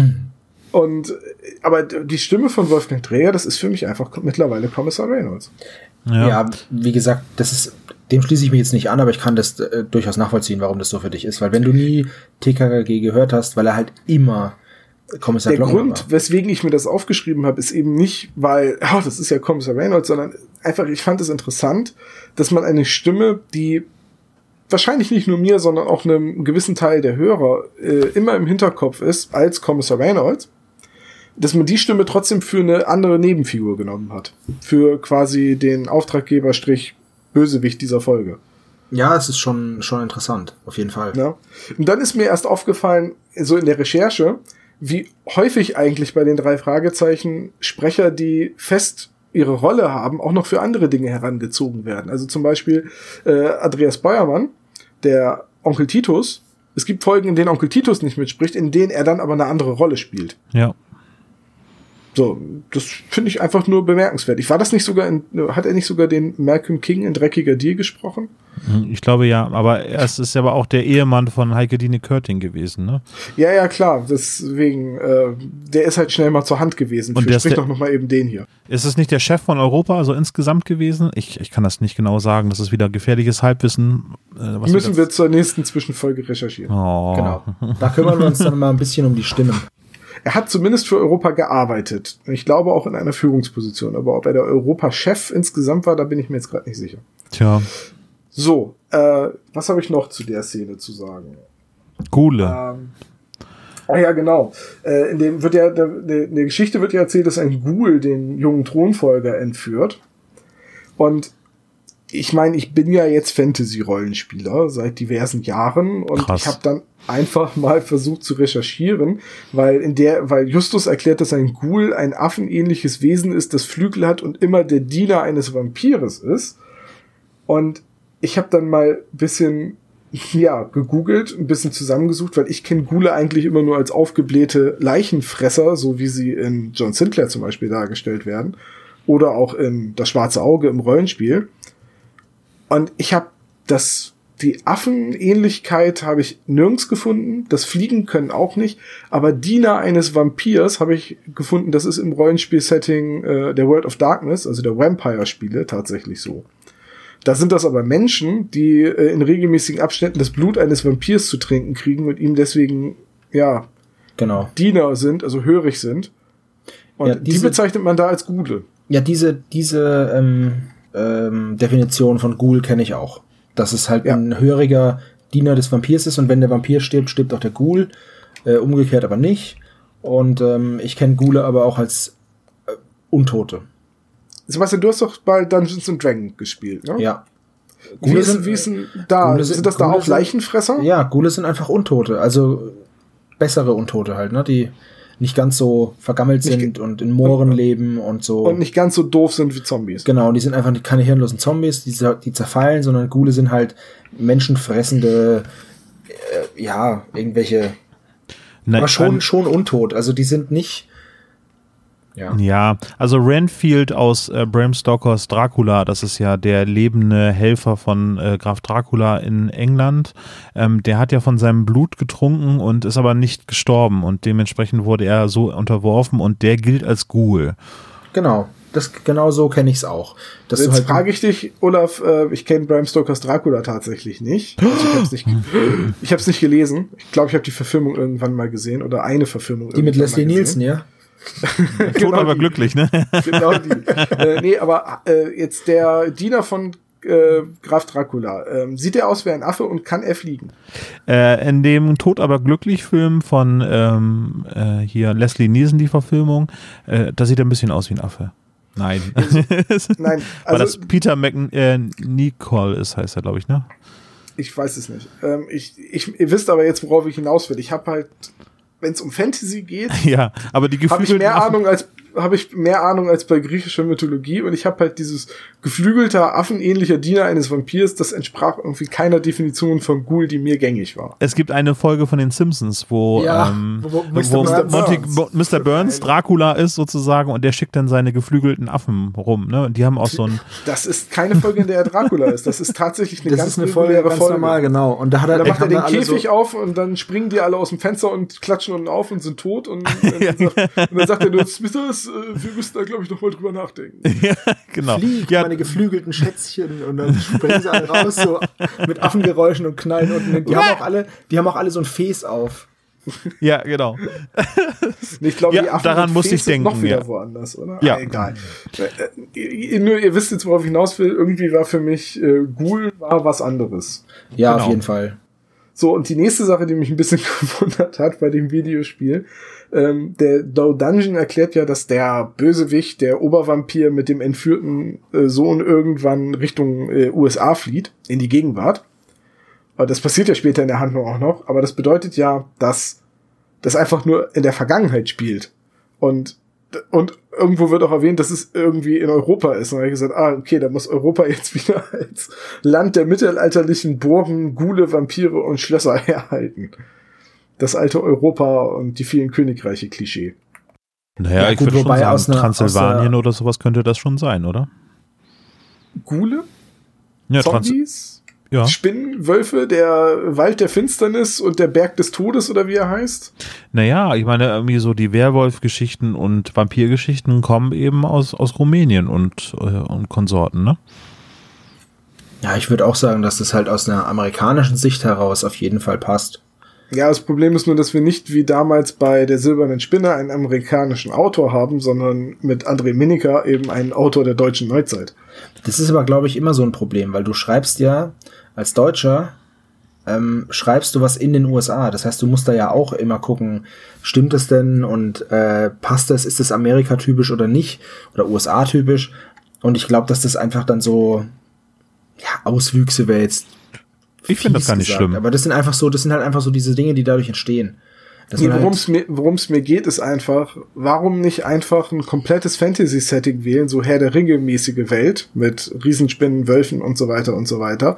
Aber die Stimme von Wolfgang Dreger, das ist für mich einfach mittlerweile Kommissar Reynolds. Ja, wie gesagt, dem schließe ich mich jetzt nicht an, aber ich kann das durchaus nachvollziehen, warum das so für dich ist. Weil wenn du nie TKKG gehört hast, weil er halt immer Kommissar der Glockner Grund, war. Weswegen ich mir das aufgeschrieben habe, ist eben nicht, weil, das ist ja Kommissar Reynolds, sondern einfach, ich fand es interessant, dass man eine Stimme, die wahrscheinlich nicht nur mir, sondern auch einem gewissen Teil der Hörer immer im Hinterkopf ist, als Kommissar Reynolds, dass man die Stimme trotzdem für eine andere Nebenfigur genommen hat. Für quasi den Auftraggeber-Bösewicht dieser Folge. Ja, es ist schon interessant, auf jeden Fall. Ja. Und dann ist mir erst aufgefallen, so in der Recherche, wie häufig eigentlich bei den 3 Fragezeichen Sprecher, die fest ihre Rolle haben, auch noch für andere Dinge herangezogen werden. Also zum Beispiel Andreas Beuermann, der Onkel Titus. Es gibt Folgen, in denen Onkel Titus nicht mitspricht, in denen er dann aber eine andere Rolle spielt. Ja. So, das finde ich einfach nur bemerkenswert. Hat er nicht sogar den Malcolm King in Dreckiger Deal gesprochen? Ich glaube ja, aber es ist aber auch der Ehemann von Heike-Dine Körting gewesen, ne? Ja, klar, deswegen, der ist halt schnell mal zur Hand gewesen. Und sprich doch noch mal eben den hier. Ist es nicht der Chef von Europa, also insgesamt gewesen? Ich kann das nicht genau sagen, das ist wieder gefährliches Halbwissen. Müssen wir zur nächsten Zwischenfolge recherchieren. Oh. Genau. Da kümmern wir uns dann mal ein bisschen um die Stimmen. Er hat zumindest für Europa gearbeitet. Ich glaube auch in einer Führungsposition. Aber ob er der Europa-Chef insgesamt war, da bin ich mir jetzt gerade nicht sicher. Tja. So, was habe ich noch zu der Szene zu sagen? Gule. Ja, genau. In dem wird ja, der Geschichte wird ja erzählt, dass ein Ghoul den jungen Thronfolger entführt. Und ich meine, ich bin ja jetzt Fantasy-Rollenspieler seit diversen Jahren und Krass. Ich habe dann einfach mal versucht zu recherchieren, weil Justus erklärt, dass ein Ghoul ein affenähnliches Wesen ist, das Flügel hat und immer der Diener eines Vampires ist. Und ich habe dann mal ein bisschen gegoogelt, ein bisschen zusammengesucht, weil ich kenne Ghule eigentlich immer nur als aufgeblähte Leichenfresser, so wie sie in John Sinclair zum Beispiel dargestellt werden. Oder auch in Das Schwarze Auge im Rollenspiel. Und ich habe die Affenähnlichkeit habe ich nirgends gefunden. Das Fliegen können auch nicht. Aber Diener eines Vampirs habe ich gefunden. Das ist im Rollenspiel-Setting der World of Darkness, also der Vampire-Spiele, tatsächlich so. Da sind das aber Menschen, die in regelmäßigen Abständen das Blut eines Vampirs zu trinken kriegen und ihm deswegen, genau, Diener sind, also hörig sind. Und die bezeichnet man da als Ghule. Ja, diese Definition von Ghoul kenne ich auch. Dass es halt ein höriger Diener des Vampirs ist und wenn der Vampir stirbt, stirbt auch der Ghoul. Umgekehrt aber nicht. Und ich kenne Ghule aber auch als Untote. Sebastian, du hast doch bei Dungeons & Dragons gespielt, ne? Ja. Wie ist denn da? Sind das da auch Leichenfresser? Ja, Ghule sind einfach Untote, also bessere Untote halt, ne? Die nicht ganz so vergammelt sind und in Mooren leben und so. Und nicht ganz so doof sind wie Zombies. Genau, die sind einfach keine hirnlosen Zombies, die zerfallen, sondern Ghule sind halt menschenfressende, irgendwelche, aber schon untot. Also die sind nicht. Ja, also Renfield aus Bram Stokers Dracula, das ist ja der lebende Helfer von Graf Dracula in England, der hat ja von seinem Blut getrunken und ist aber nicht gestorben und dementsprechend wurde er so unterworfen und der gilt als Ghoul. Genau, genau so kenne ich es auch. Jetzt frage ich dich, Olaf, ich kenne Bram Stokers Dracula tatsächlich nicht. Also ich habe es nicht gelesen. Ich glaube, ich habe die Verfilmung irgendwann mal gesehen oder eine Verfilmung. Die mit Leslie Nielsen, ja? Tot, aber glücklich, ne? Genau die. Nee, aber jetzt der Diener von Graf Dracula, sieht er aus wie ein Affe und kann er fliegen? In dem Tot, aber glücklich Film von hier Leslie Nielsen, die Verfilmung, da sieht er ein bisschen aus wie ein Affe. Nein. Nein. Weil das Peter McNicol ist, heißt er, glaube ich, ne? Ich weiß es nicht. Ihr wisst aber jetzt, worauf ich hinaus will. Ich habe halt, wenn es um Fantasy geht, ja, aber die habe ich mehr Ahnung als bei griechischer Mythologie und ich habe halt dieses geflügelter, affenähnlicher Diener eines Vampirs, das entsprach irgendwie keiner Definition von Ghoul, die mir gängig war. Es gibt eine Folge von den Simpsons, wo Mr. Burns Dracula ist sozusagen und der schickt dann seine geflügelten Affen rum, ne? Und die haben auch so ein... Das ist keine Folge, in der er Dracula ist. Das ist tatsächlich eine ganz Folge. Ganz normal, genau. Und da macht er den Käfig auf und dann springen die alle aus dem Fenster und klatschen unten auf und sind tot und dann sagt er nur, Smithers, wir müssen da, glaube ich, noch mal drüber nachdenken. Ja, genau. Flieg, meine geflügelten Schätzchen und dann springen sie alle raus, so mit Affengeräuschen und knallen unten. Die haben auch alle so ein Fes auf. Ja, genau. Ich glaube, die Affen daran musste ich denken. Noch wieder woanders, oder? Ja. Egal. Ihr wisst jetzt, worauf ich hinaus will. Irgendwie war für mich Ghoul war was anderes. Ja, genau. Auf jeden Fall. So, und die nächste Sache, die mich ein bisschen gewundert hat bei dem Videospiel, der Dungeon erklärt ja, dass der Bösewicht, der Obervampir mit dem entführten Sohn irgendwann Richtung USA flieht, in die Gegenwart. Aber das passiert ja später in der Handlung auch noch, aber das bedeutet ja, dass das einfach nur in der Vergangenheit spielt. Und irgendwo wird auch erwähnt, dass es irgendwie in Europa ist. Und da habe ich gesagt, okay, da muss Europa jetzt wieder als Land der mittelalterlichen Burgen, Ghule, Vampire und Schlösser herhalten. Das alte Europa und die vielen Königreiche Klischee. Naja, ja, ich würde schon sagen, Transsilvanien oder sowas könnte das schon sein, oder? Ghule? Ja, Zombies? Ja. Spinnen, Wölfe, der Wald der Finsternis und der Berg des Todes oder wie er heißt? Naja, ich meine, irgendwie so die Werwolf-Geschichten und Vampir-Geschichten kommen eben aus Rumänien und Konsorten, ne? Ja, ich würde auch sagen, dass das halt aus einer amerikanischen Sicht heraus auf jeden Fall passt. Ja, das Problem ist nur, dass wir nicht wie damals bei der Silbernen Spinne einen amerikanischen Autor haben, sondern mit André Minninger eben einen Autor der deutschen Neuzeit. Das ist aber, glaube ich, immer so ein Problem, weil du schreibst ja als Deutscher, schreibst du was in den USA. Das heißt, du musst da ja auch immer gucken, stimmt es denn und passt das, ist das Amerika-typisch oder nicht oder USA-typisch. Und ich glaube, dass das einfach dann so, ja, Auswüchse wäre jetzt. Ich finde das gar nicht schlimm. Aber das sind halt einfach so diese Dinge, die dadurch entstehen. Nee, worum es mir geht, ist einfach, warum nicht einfach ein komplettes Fantasy-Setting wählen, so Herr der Ringe-mäßige Welt mit Riesenspinnen, Wölfen und so weiter und so weiter.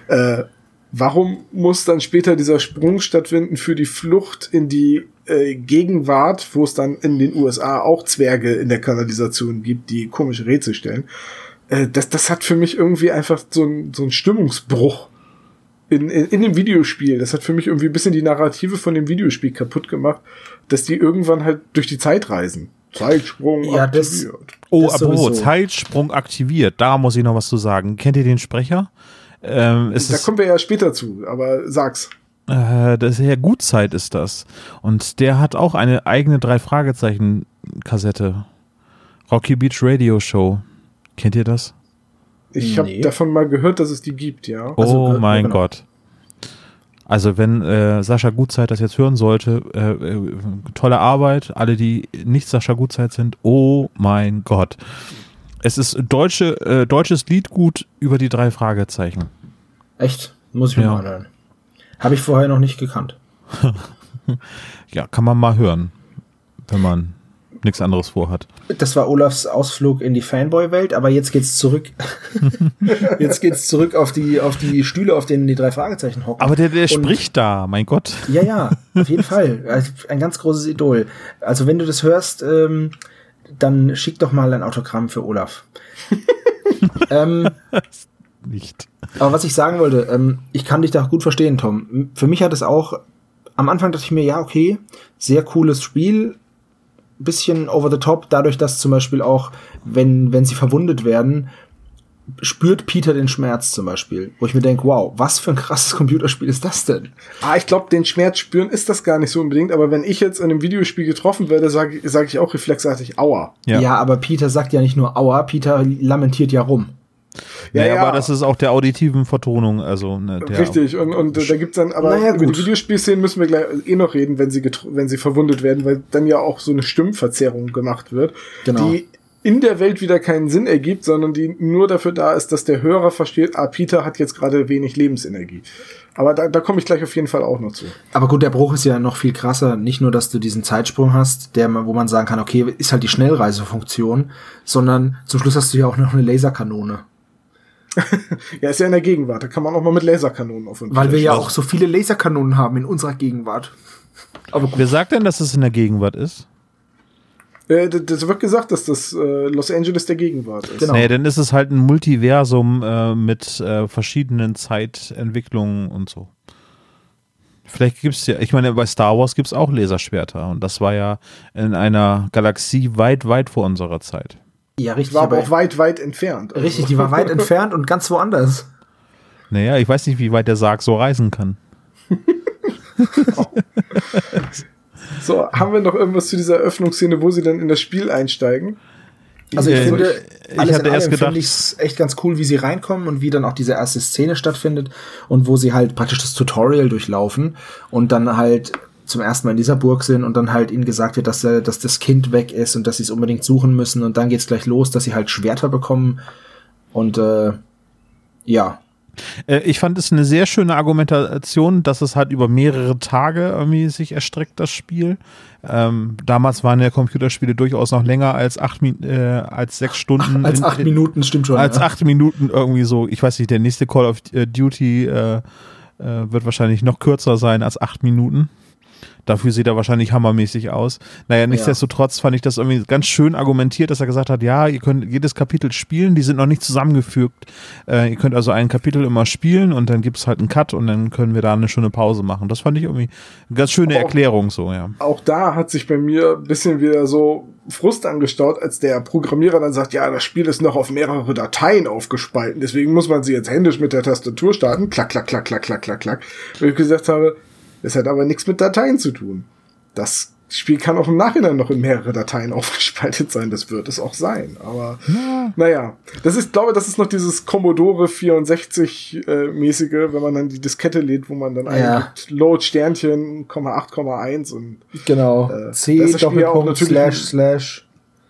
Warum muss dann später dieser Sprung stattfinden für die Flucht in die Gegenwart, wo es dann in den USA auch Zwerge in der Kanalisation gibt, die komische Rätsel stellen? Das hat für mich irgendwie einfach so ein Stimmungsbruch in dem Videospiel. Das hat für mich irgendwie ein bisschen die Narrative von dem Videospiel kaputt gemacht, dass die irgendwann halt durch die Zeit reisen. Zeitsprung aktiviert. Apropos Zeitsprung aktiviert. Da muss ich noch was zu sagen. Kennt ihr den Sprecher? Da kommen wir ja später zu, aber sag's. Das ist ja Gutzeit ist das. Und der hat auch eine eigene 3-Fragezeichen-Kassette. Rocky Beach Radio Show. Kennt ihr das? Ich habe davon mal gehört, dass es die gibt, ja. Oh mein Gott. Also wenn Sascha Gutzeit das jetzt hören sollte, tolle Arbeit. Alle, die nicht Sascha Gutzeit sind, oh mein Gott. Es ist deutsches Liedgut über die 3 Fragezeichen. Echt? Muss ich mir mal anhören. Habe ich vorher noch nicht gekannt. Ja, kann man mal hören, wenn man nichts anderes vorhat. Das war Olafs Ausflug in die Fanboy-Welt, aber jetzt geht's zurück. Jetzt geht's zurück auf die Stühle, auf denen die 3 Fragezeichen hocken. Aber der spricht da, mein Gott. Ja, auf jeden Fall. Ein ganz großes Idol. Also wenn du das hörst, dann schick doch mal ein Autogramm für Olaf. Nicht. Aber was ich sagen wollte, ich kann dich da gut verstehen, Tom. Für mich hat es auch, am Anfang dachte ich mir, ja, okay, sehr cooles Spiel, bisschen over the top, dadurch, dass zum Beispiel auch, wenn sie verwundet werden, spürt Peter den Schmerz zum Beispiel. Wo ich mir denke, wow, was für ein krasses Computerspiel ist das denn? Ich glaube, den Schmerz spüren ist das gar nicht so unbedingt, aber wenn ich jetzt in einem Videospiel getroffen werde, sag ich auch reflexartig Aua. Ja, aber Peter sagt ja nicht nur Aua, Peter lamentiert ja rum. Ja, aber das ist auch der auditiven Vertonung, also richtig, und da gibt's dann, aber über die Videospielszenen müssen wir gleich noch reden, wenn sie verwundet werden, weil dann ja auch so eine Stimmverzerrung gemacht wird, die in der Welt wieder keinen Sinn ergibt, sondern die nur dafür da ist, dass der Hörer versteht, Peter hat jetzt gerade wenig Lebensenergie. Aber da komme ich gleich auf jeden Fall auch noch zu. Aber gut, der Bruch ist ja noch viel krasser. Nicht nur, dass du diesen Zeitsprung hast, wo man sagen kann, okay, ist halt die Schnellreisefunktion, sondern zum Schluss hast du ja auch noch eine Laserkanone. Ja, ist ja in der Gegenwart. Da kann man auch mal mit Laserkanonen auf uns. Weil wir ja auch so viele Laserkanonen haben in unserer Gegenwart. Aber wer sagt denn, dass es in der Gegenwart ist? Das wird gesagt, dass das Los Angeles der Gegenwart ist. Genau. Nee, dann ist es halt ein Multiversum mit verschiedenen Zeitentwicklungen und so. Vielleicht gibt's ja, ich meine, bei Star Wars gibt's auch Laserschwerter und das war ja in einer Galaxie weit, weit vor unserer Zeit. Ja, richtig. Die war aber auch weit, weit entfernt. Also. Richtig, die war weit entfernt und ganz woanders. Naja, ich weiß nicht, wie weit der Sarg so reisen kann. So, haben wir noch irgendwas zu dieser Eröffnungsszene, wo sie dann in das Spiel einsteigen? Also ich finde, alles in allem finde ich es echt ganz cool, wie sie reinkommen und wie dann auch diese erste Szene stattfindet und wo sie halt praktisch das Tutorial durchlaufen und dann halt zum ersten Mal in dieser Burg sind und dann halt ihnen gesagt wird, dass das Kind weg ist und dass sie es unbedingt suchen müssen und dann geht's gleich los, dass sie halt Schwerter bekommen und ja. Ich fand es eine sehr schöne Argumentation, dass es halt über mehrere Tage irgendwie sich erstreckt, das Spiel. Damals waren ja Computerspiele durchaus noch länger als 6 Stunden. Als 8 Minuten, stimmt schon. Als 8 Minuten irgendwie so, ich weiß nicht, der nächste Call of Duty wird wahrscheinlich noch kürzer sein als 8 Minuten. Dafür sieht er wahrscheinlich hammermäßig aus. Naja, nichtsdestotrotz fand ich das irgendwie ganz schön argumentiert, dass er gesagt hat, ja, ihr könnt jedes Kapitel spielen, die sind noch nicht zusammengefügt. Ihr könnt also ein Kapitel immer spielen und dann gibt es halt einen Cut und dann können wir da eine schöne Pause machen. Das fand ich irgendwie eine ganz schöne Erklärung so, ja. Auch da hat sich bei mir ein bisschen wieder so Frust angestaut, als der Programmierer dann sagt, ja, das Spiel ist noch auf mehrere Dateien aufgespalten, deswegen muss man sie jetzt händisch mit der Tastatur starten. Klack, klack, klack, klack, klack, klack, klack. Weil ich gesagt habe, das hat aber nichts mit Dateien zu tun. Das Spiel kann auch im Nachhinein noch in mehrere Dateien aufgespaltet sein. Das wird es auch sein. Aber naja, das ist, glaube ich, das ist noch dieses Commodore 64-mäßige, wenn man dann die Diskette lädt, wo man dann eingibt, Load Sternchen, 8,1 und genau. C Doppelpunkt //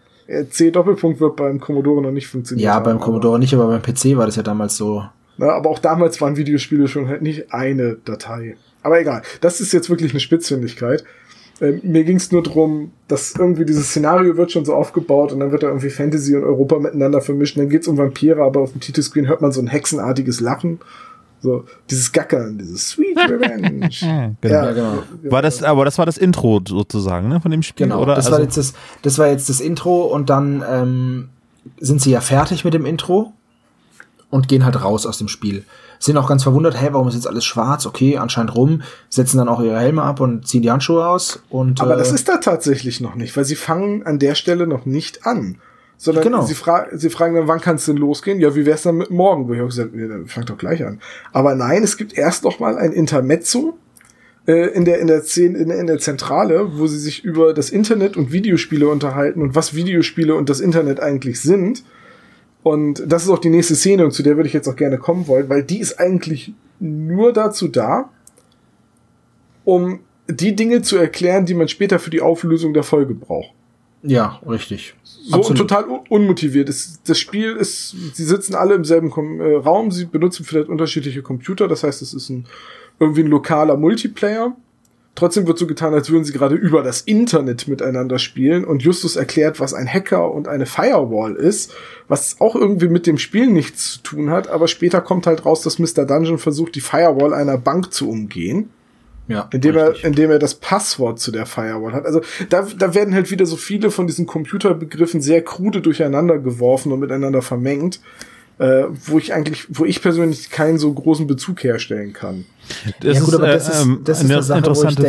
C Doppelpunkt wird beim Commodore noch nicht funktionieren. Ja, beim Commodore nicht, aber beim PC war das ja damals so. Na, aber auch damals waren Videospiele schon halt nicht eine Datei. Aber egal, das ist jetzt wirklich eine Spitzfindigkeit. Mir ging es nur drum, dass irgendwie dieses Szenario wird schon so aufgebaut und dann wird da irgendwie Fantasy und Europa miteinander vermischt. Und dann geht's um Vampire, aber auf dem Titelscreen hört man so ein hexenartiges Lachen. So, dieses Gackern, dieses Sweet Revenge. Genau. Ja, genau. Aber das war das Intro sozusagen, ne, von dem Spiel, genau, oder? Das war jetzt das Intro und dann sind sie ja fertig mit dem Intro und gehen halt raus aus dem Spiel. Sind auch ganz verwundert, warum ist jetzt alles schwarz? Okay, anscheinend rum, setzen dann auch ihre Helme ab und ziehen die Handschuhe aus. Aber das ist da tatsächlich noch nicht, weil sie fangen an der Stelle noch nicht an. Sondern sie fragen dann, wann kann es denn losgehen? Ja, wie wär's dann mit morgen? Wo ich auch gesagt, ja, dann fangt doch gleich an. Aber nein, es gibt erst noch mal ein Intermezzo in der Zentrale, wo sie sich über das Internet und Videospiele unterhalten und was Videospiele und das Internet eigentlich sind. Und das ist auch die nächste Szene, und zu der würde ich jetzt auch gerne kommen wollen, weil die ist eigentlich nur dazu da, um die Dinge zu erklären, die man später für die Auflösung der Folge braucht. Ja, richtig. So total unmotiviert. Das Spiel ist, sie sitzen alle im selben Raum, sie benutzen vielleicht unterschiedliche Computer, das heißt, es ist irgendwie ein lokaler Multiplayer. Trotzdem wird so getan, als würden sie gerade über das Internet miteinander spielen und Justus erklärt, was ein Hacker und eine Firewall ist, was auch irgendwie mit dem Spiel nichts zu tun hat, aber später kommt halt raus, dass Mr. Dungeon versucht, die Firewall einer Bank zu umgehen. Ja, indem er das Passwort zu der Firewall hat. Also da werden halt wieder so viele von diesen Computerbegriffen sehr krude durcheinander geworfen und miteinander vermengt, wo ich persönlich keinen so großen Bezug herstellen kann. Das ist eine Sache,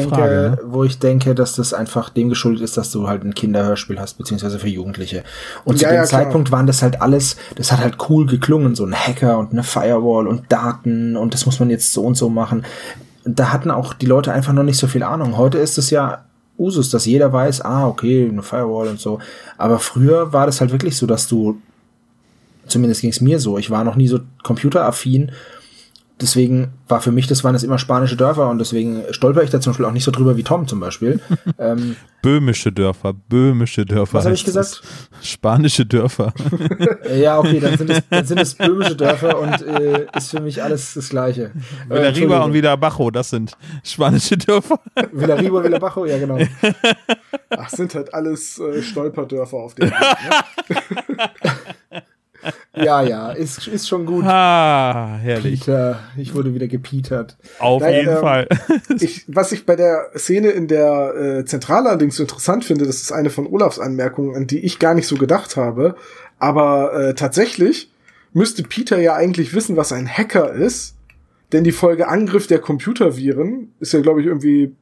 wo ich denke, dass das einfach dem geschuldet ist, dass du halt ein Kinderhörspiel hast, beziehungsweise für Jugendliche. Und zu dem Zeitpunkt waren das halt alles, das hat halt cool geklungen, so ein Hacker und eine Firewall und Daten und das muss man jetzt so und so machen. Da hatten auch die Leute einfach noch nicht so viel Ahnung. Heute ist es ja Usus, dass jeder weiß, okay, eine Firewall und so. Aber früher war das halt wirklich so, dass du, zumindest ging es mir so, ich war noch nie so computeraffin. Deswegen war für mich, waren das immer spanische Dörfer und deswegen stolper ich da zum Beispiel auch nicht so drüber wie Tom zum Beispiel. Böhmische Dörfer. Was habe ich gesagt? Spanische Dörfer. Ja, okay, dann sind es böhmische Dörfer und ist für mich alles das Gleiche. Villarriba und Villabajo, das sind spanische Dörfer. Villarriba und Villabajo, ja genau. Ach, sind halt alles Stolperdörfer auf dem Weg, ne? Ja, ist schon gut. Herrlich. Peter, ich wurde wieder gepietert. Auf jeden Fall. Was ich bei der Szene in der Zentrale allerdings so interessant finde, das ist eine von Olafs Anmerkungen, an die ich gar nicht so gedacht habe, aber tatsächlich müsste Peter ja eigentlich wissen, was ein Hacker ist, denn die Folge Angriff der Computerviren ist ja, glaube ich, irgendwie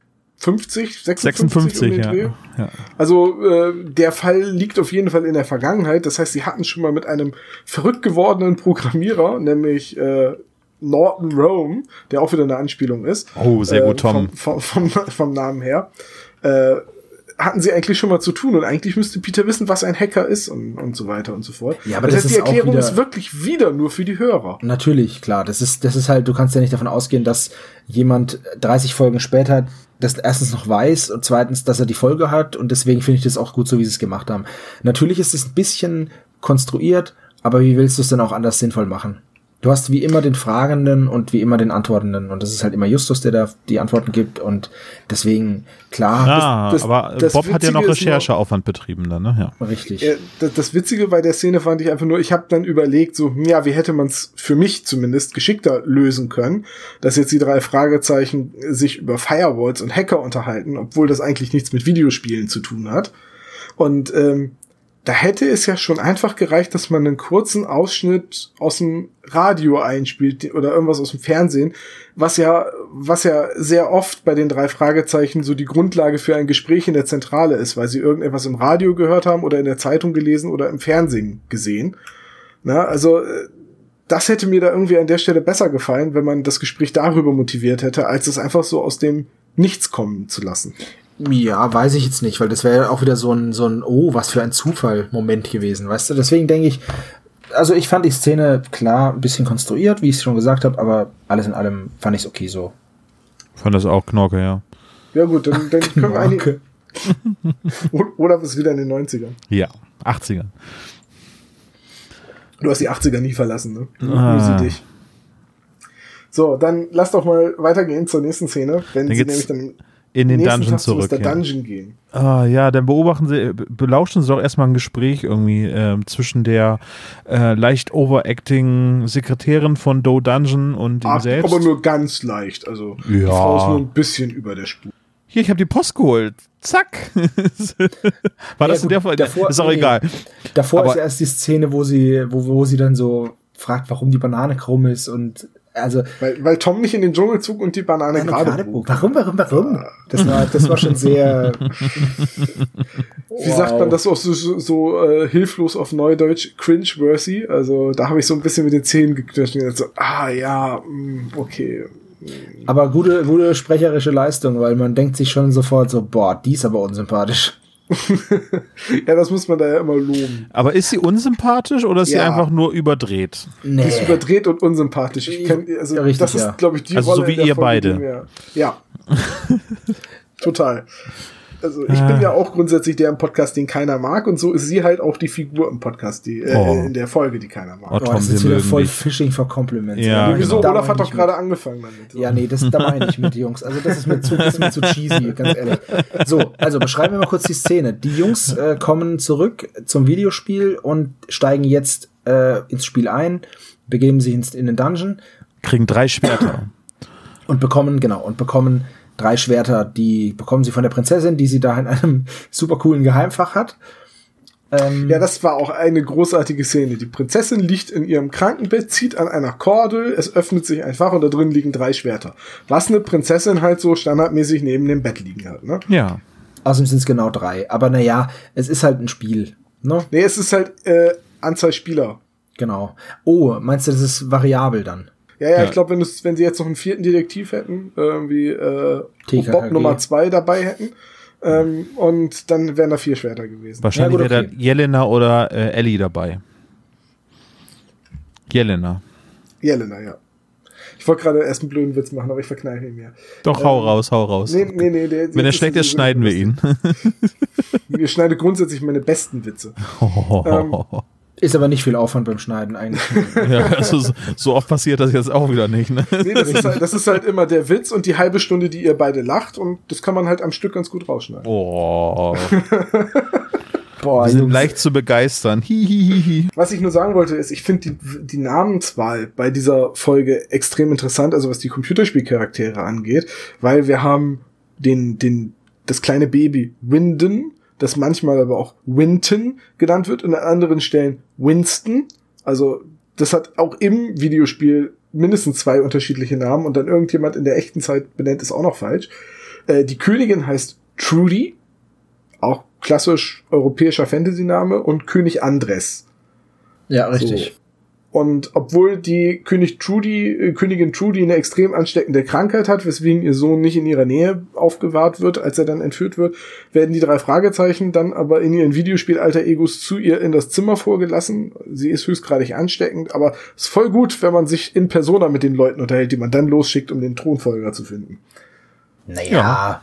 56 ja. Also der Fall liegt auf jeden Fall in der Vergangenheit. Das heißt, sie hatten schon mal mit einem verrückt gewordenen Programmierer, nämlich Norton Rome, der auch wieder eine Anspielung ist. Oh, sehr gut, Tom. Vom Namen her. Hatten sie eigentlich schon mal zu tun und eigentlich müsste Peter wissen, was ein Hacker ist und so weiter und so fort. Ja, aber das heißt, die Erklärung ist wirklich wieder nur für die Hörer. Natürlich, klar. Das ist halt, du kannst ja nicht davon ausgehen, dass jemand 30 Folgen später das erstens noch weiß und zweitens, dass er die Folge hat und deswegen finde ich das auch gut, so wie sie es gemacht haben. Natürlich ist es ein bisschen konstruiert, aber wie willst du es denn auch anders sinnvoll machen? Du hast wie immer den Fragenden und wie immer den Antwortenden und das ist halt immer Justus, der da die Antworten gibt und deswegen, klar. Aber Bob hat ja noch Rechercheaufwand betrieben dann, ne? Ja. Richtig. Das Witzige bei der Szene fand ich einfach nur, ich habe dann überlegt, so, wie hätte man es für mich zumindest geschickter lösen können, dass jetzt die 3 Fragezeichen sich über Firewalls und Hacker unterhalten, obwohl das eigentlich nichts mit Videospielen zu tun hat. Und da hätte es ja schon einfach gereicht, dass man einen kurzen Ausschnitt aus dem Radio einspielt oder irgendwas aus dem Fernsehen, was ja sehr oft bei den 3 Fragezeichen so die Grundlage für ein Gespräch in der Zentrale ist, weil sie irgendetwas im Radio gehört haben oder in der Zeitung gelesen oder im Fernsehen gesehen. Na, also das hätte mir da irgendwie an der Stelle besser gefallen, wenn man das Gespräch darüber motiviert hätte, als es einfach so aus dem Nichts kommen zu lassen. Ja, weiß ich jetzt nicht, weil das wäre ja auch wieder so ein oh, was für ein Zufall-Moment gewesen, weißt du? Deswegen denke ich, also ich fand die Szene klar ein bisschen konstruiert, wie ich es schon gesagt habe, aber alles in allem fand ich es okay so. Fand das auch Knorke, ja. Ja gut, dann können wir einige... Olaf ist wieder in den 90ern. Ja, 80ern. Du hast die 80er nie verlassen, ne? Nur sie dich. So, dann lass doch mal weitergehen zur nächsten Szene, wenn sie nämlich dann in den Dungeon zurück. Dungeon gehen. Dann belauschen sie doch erstmal ein Gespräch irgendwie zwischen der leicht overacting Sekretärin von Doe Dungeon und ihm selbst. Aber nur ganz leicht, also die Frau ist nur ein bisschen über der Spur. Hier, ich habe die Post geholt. Zack. War das in der Fall? Ist auch egal. Davor ist erst die Szene, wo sie dann so fragt, warum die Banane krumm ist und also weil Tom nicht in den Dschungel zog und die Banane gerade bog. Warum? Das war schon sehr Wie sagt man das auch so hilflos auf Neudeutsch, cringe-worthy? Also da habe ich so ein bisschen mit den Zähnen geknirscht und so, okay. Aber gute sprecherische Leistung, weil man denkt sich schon sofort so, boah, die ist aber unsympathisch. Ja, das muss man da ja immer loben. Aber ist sie unsympathisch oder ist sie einfach nur überdreht? Nee. Die ist überdreht und unsympathisch. Das ist, glaube ich, die also Rolle. So wie ihr beide. Total. Also ich bin ja auch grundsätzlich der im Podcast, den keiner mag, und so ist sie halt auch die Figur im Podcast, die in der Folge, die keiner mag. Tom, das ist wieder voll Fishing for Compliments. Ja, wieso? genau. Olaf hat doch gerade angefangen damit. So. Ja, nee, da meine ich mit, Jungs. Also das ist mir zu cheesy, ganz ehrlich. So, also beschreiben wir mal kurz die Szene. Die Jungs kommen zurück zum Videospiel und steigen jetzt ins Spiel ein, begeben sich in den Dungeon. Kriegen 3 Schwerter. Und bekommen 3 Schwerter, die bekommen sie von der Prinzessin, die sie da in einem super coolen Geheimfach hat. Ja, das war auch eine großartige Szene. Die Prinzessin liegt in ihrem Krankenbett, zieht an einer Kordel, es öffnet sich ein Fach und da drin liegen 3 Schwerter. Was eine Prinzessin halt so standardmäßig neben dem Bett liegen hat, ne? Ja. Außerdem sind es genau 3. Aber naja, es ist halt ein Spiel, ne? Nee, es ist halt Anzahl Spieler. Genau. Oh, meinst du, das ist variabel dann? Ja. Ich glaube, wenn sie jetzt noch einen 4. Detektiv hätten, irgendwie Bob Nummer 2 dabei hätten, und dann wären da 4 Schwerter gewesen. Wahrscheinlich ja, gut, wäre da Jelena oder Ellie dabei. Jelena, ja. Ich wollte gerade erst einen blöden Witz machen, aber ich verkneife ihn mir. Doch, hau raus. Nee. Wenn er schlecht ist, schneiden wir ihn. Ich schneide grundsätzlich meine besten Witze. Ist aber nicht viel Aufwand beim Schneiden eigentlich. Ja, also so oft passiert das jetzt auch wieder nicht, ne? Nee, das ist halt immer der Witz und die halbe Stunde, die ihr beide lacht, und das kann man halt am Stück ganz gut rausschneiden. Oh. Boah, Wir sind leicht zu begeistern. Hihihihi. Was ich nur sagen wollte, ist, ich finde die Namenswahl bei dieser Folge extrem interessant, also was die Computerspielcharaktere angeht, weil wir haben das kleine Baby Winden, das manchmal aber auch Winton genannt wird und an anderen Stellen Winston. Also das hat auch im Videospiel mindestens 2 unterschiedliche Namen und dann irgendjemand in der echten Zeit benennt es auch noch falsch. Die Königin heißt Trudy, auch klassisch europäischer Fantasy-Name, und König Andres. Ja, richtig. So. Und obwohl die Königin Trudy eine extrem ansteckende Krankheit hat, weswegen ihr Sohn nicht in ihrer Nähe aufbewahrt wird, als er dann entführt wird, werden die 3 Fragezeichen dann aber in ihren Videospiel-Alter-Egos zu ihr in das Zimmer vorgelassen. Sie ist höchstgradig ansteckend, aber es ist voll gut, wenn man sich in Persona mit den Leuten unterhält, die man dann losschickt, um den Thronfolger zu finden. Naja,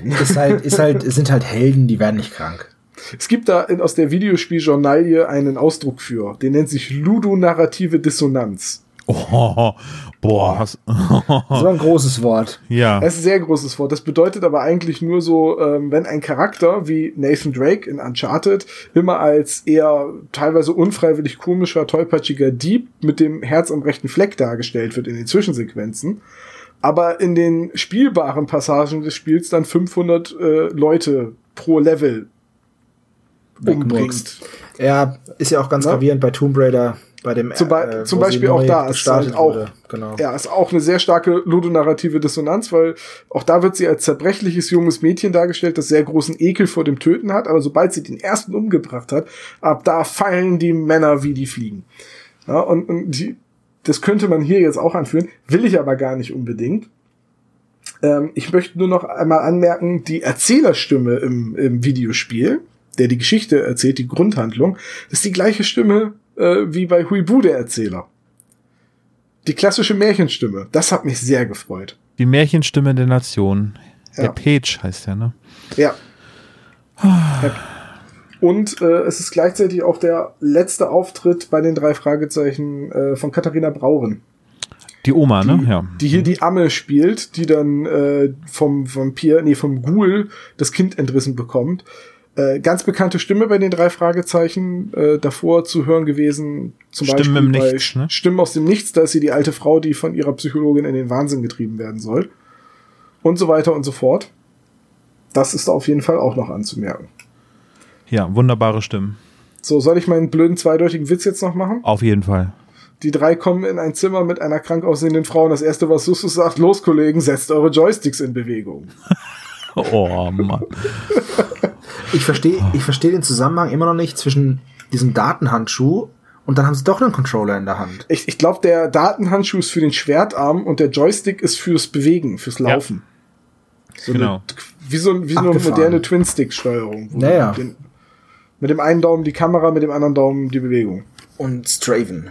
sind halt Helden, die werden nicht krank. Es gibt da aus der Videospieljournalie einen Ausdruck für, den nennt sich ludonarrative Dissonanz. Oh, boah. Das war ein großes Wort. Ja. Das ist ein sehr großes Wort. Das bedeutet aber eigentlich nur so, wenn ein Charakter wie Nathan Drake in Uncharted immer als eher teilweise unfreiwillig komischer, tollpatschiger Dieb mit dem Herz am rechten Fleck dargestellt wird in den Zwischensequenzen, aber in den spielbaren Passagen des Spiels dann 500 Leute pro Level umbringt. Ja, ist ja auch ganz gravierend bei Tomb Raider, bei dem zum Beispiel auch da ist halt auch, genau. Ja, ist auch eine sehr starke ludonarrative Dissonanz, weil auch da wird sie als zerbrechliches junges Mädchen dargestellt, das sehr großen Ekel vor dem Töten hat, aber sobald sie den ersten umgebracht hat, ab da fallen die Männer wie die Fliegen. Ja, und das könnte man hier jetzt auch anführen, will ich aber gar nicht unbedingt. Ich möchte nur noch einmal anmerken, die Erzählerstimme im Videospiel, der die Geschichte erzählt, die Grundhandlung, ist die gleiche Stimme wie bei Huibu, der Erzähler. Die klassische Märchenstimme. Das hat mich sehr gefreut. Die Märchenstimme der Nation. Ja. Der Page heißt der, ne? Ja. Und es ist gleichzeitig auch der letzte Auftritt bei den 3 Fragezeichen von Katharina Brauren. Die Oma, ne? Ja. Die hier die Amme spielt, die dann vom Ghoul das Kind entrissen bekommt. Ganz bekannte Stimme bei den 3 Fragezeichen, davor zu hören gewesen, zum Stimmen Beispiel im bei Nichts, ne? Stimmen aus dem Nichts, da ist sie die alte Frau, die von ihrer Psychologin in den Wahnsinn getrieben werden soll. Und so weiter und so fort. Das ist auf jeden Fall auch noch anzumerken. Ja, wunderbare Stimmen. So, soll ich meinen blöden zweideutigen Witz jetzt noch machen? Auf jeden Fall. Die 3 kommen in ein Zimmer mit einer krank aussehenden Frau und das erste, was Justus sagt: Los, Kollegen, setzt eure Joysticks in Bewegung. Oh, Mann. Ich verstehe den Zusammenhang immer noch nicht zwischen diesem Datenhandschuh und dann haben sie doch einen Controller in der Hand. Ich glaube, der Datenhandschuh ist für den Schwertarm und der Joystick ist fürs Bewegen, fürs Laufen. Ja. So genau. Wie so eine moderne Twin-Stick-Steuerung. Naja. Mit dem einen Daumen die Kamera, mit dem anderen Daumen die Bewegung. Und Straven.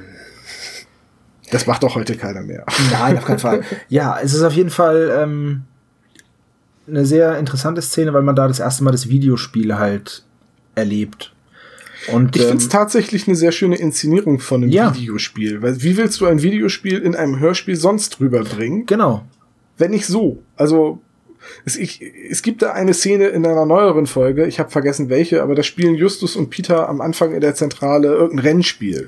Das macht doch heute keiner mehr. Nein, auf keinen Fall. Ja, es ist auf jeden Fall eine sehr interessante Szene, weil man da das erste Mal das Videospiel halt erlebt. Und ich finde es tatsächlich eine sehr schöne Inszenierung von einem Videospiel. Weil wie willst du ein Videospiel in einem Hörspiel sonst rüberbringen? Genau. Wenn nicht so. Also es gibt da eine Szene in einer neueren Folge, ich habe vergessen welche, aber da spielen Justus und Peter am Anfang in der Zentrale irgendein Rennspiel.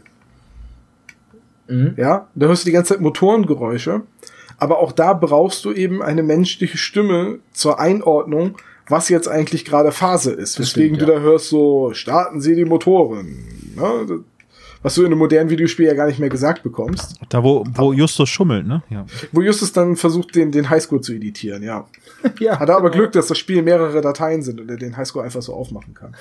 Ja, da hörst du die ganze Zeit Motorengeräusche, aber auch da brauchst du eben eine menschliche Stimme zur Einordnung, was jetzt eigentlich gerade Phase ist. Weswegen du da hörst so, starten Sie die Motoren. Ne? Was du in einem modernen Videospiel ja gar nicht mehr gesagt bekommst. Da, wo Justus schummelt, ne? Ja. Wo Justus dann versucht, den Highscore zu editieren, ja. Ja, hat er aber Glück, dass das Spiel mehrere Dateien sind und er den Highscore einfach so aufmachen kann.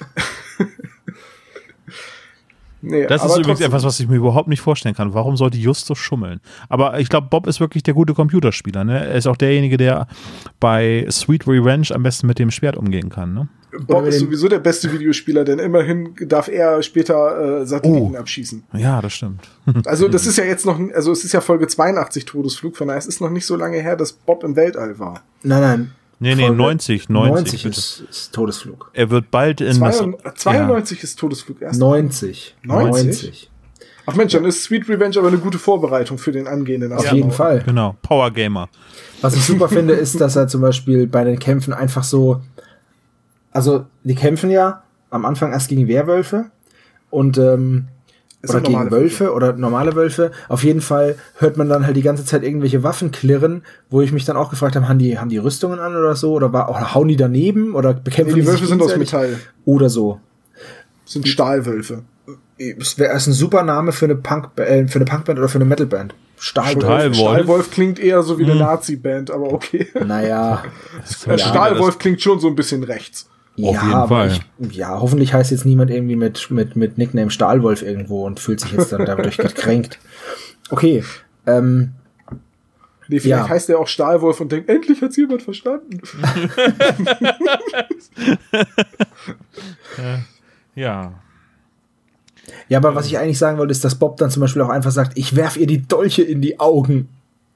Nee, das ist übrigens etwas, was ich mir überhaupt nicht vorstellen kann. Warum sollte Justus schummeln? Aber ich glaube, Bob ist wirklich der gute Computerspieler. Ne? Er ist auch derjenige, der bei Sweet Revenge am besten mit dem Schwert umgehen kann. Ne? Bob ist sowieso der beste Videospieler, denn immerhin darf er später Satelliten abschießen. Ja, das stimmt. Also das ist ja jetzt noch, also es ist ja Folge 82 Todesflug, von daher es ist noch nicht so lange her, dass Bob im Weltall war. Nein. Nee, 90 ist Todesflug. Er wird bald in 92 ist Todesflug erst. 90. Ach Mensch, dann ist Sweet Revenge aber eine gute Vorbereitung für den angehenden Auf jeden Fall. Genau, Power Gamer. Was ich super finde, ist, dass er zum Beispiel bei den Kämpfen einfach so, also die kämpfen ja am Anfang erst gegen Werwölfe und oder gegen Wölfe oder normale Wölfe. Auf jeden Fall hört man dann halt die ganze Zeit irgendwelche Waffen klirren, wo ich mich dann auch gefragt habe, haben die Rüstungen an oder so? Oder hauen die daneben? Oder bekämpfen die Wölfe sind aus Metall. Oder so. Das sind Stahlwölfe. Es wäre ein super Name für eine Punkband oder für eine Metalband. Stahlwolf klingt eher so wie eine Nazi-Band, aber okay. Naja. Stahlwolf klingt schon so ein bisschen rechts. Auf jeden Fall. Hoffentlich heißt jetzt niemand irgendwie mit Nickname Stahlwolf irgendwo und fühlt sich jetzt dann dadurch gekränkt. Okay. Nee, vielleicht heißt er auch Stahlwolf und denkt, endlich hat's jemand verstanden. Ja. Ja, aber was ich eigentlich sagen wollte, ist, dass Bob dann zum Beispiel auch einfach sagt, ich werf ihr die Dolche in die Augen.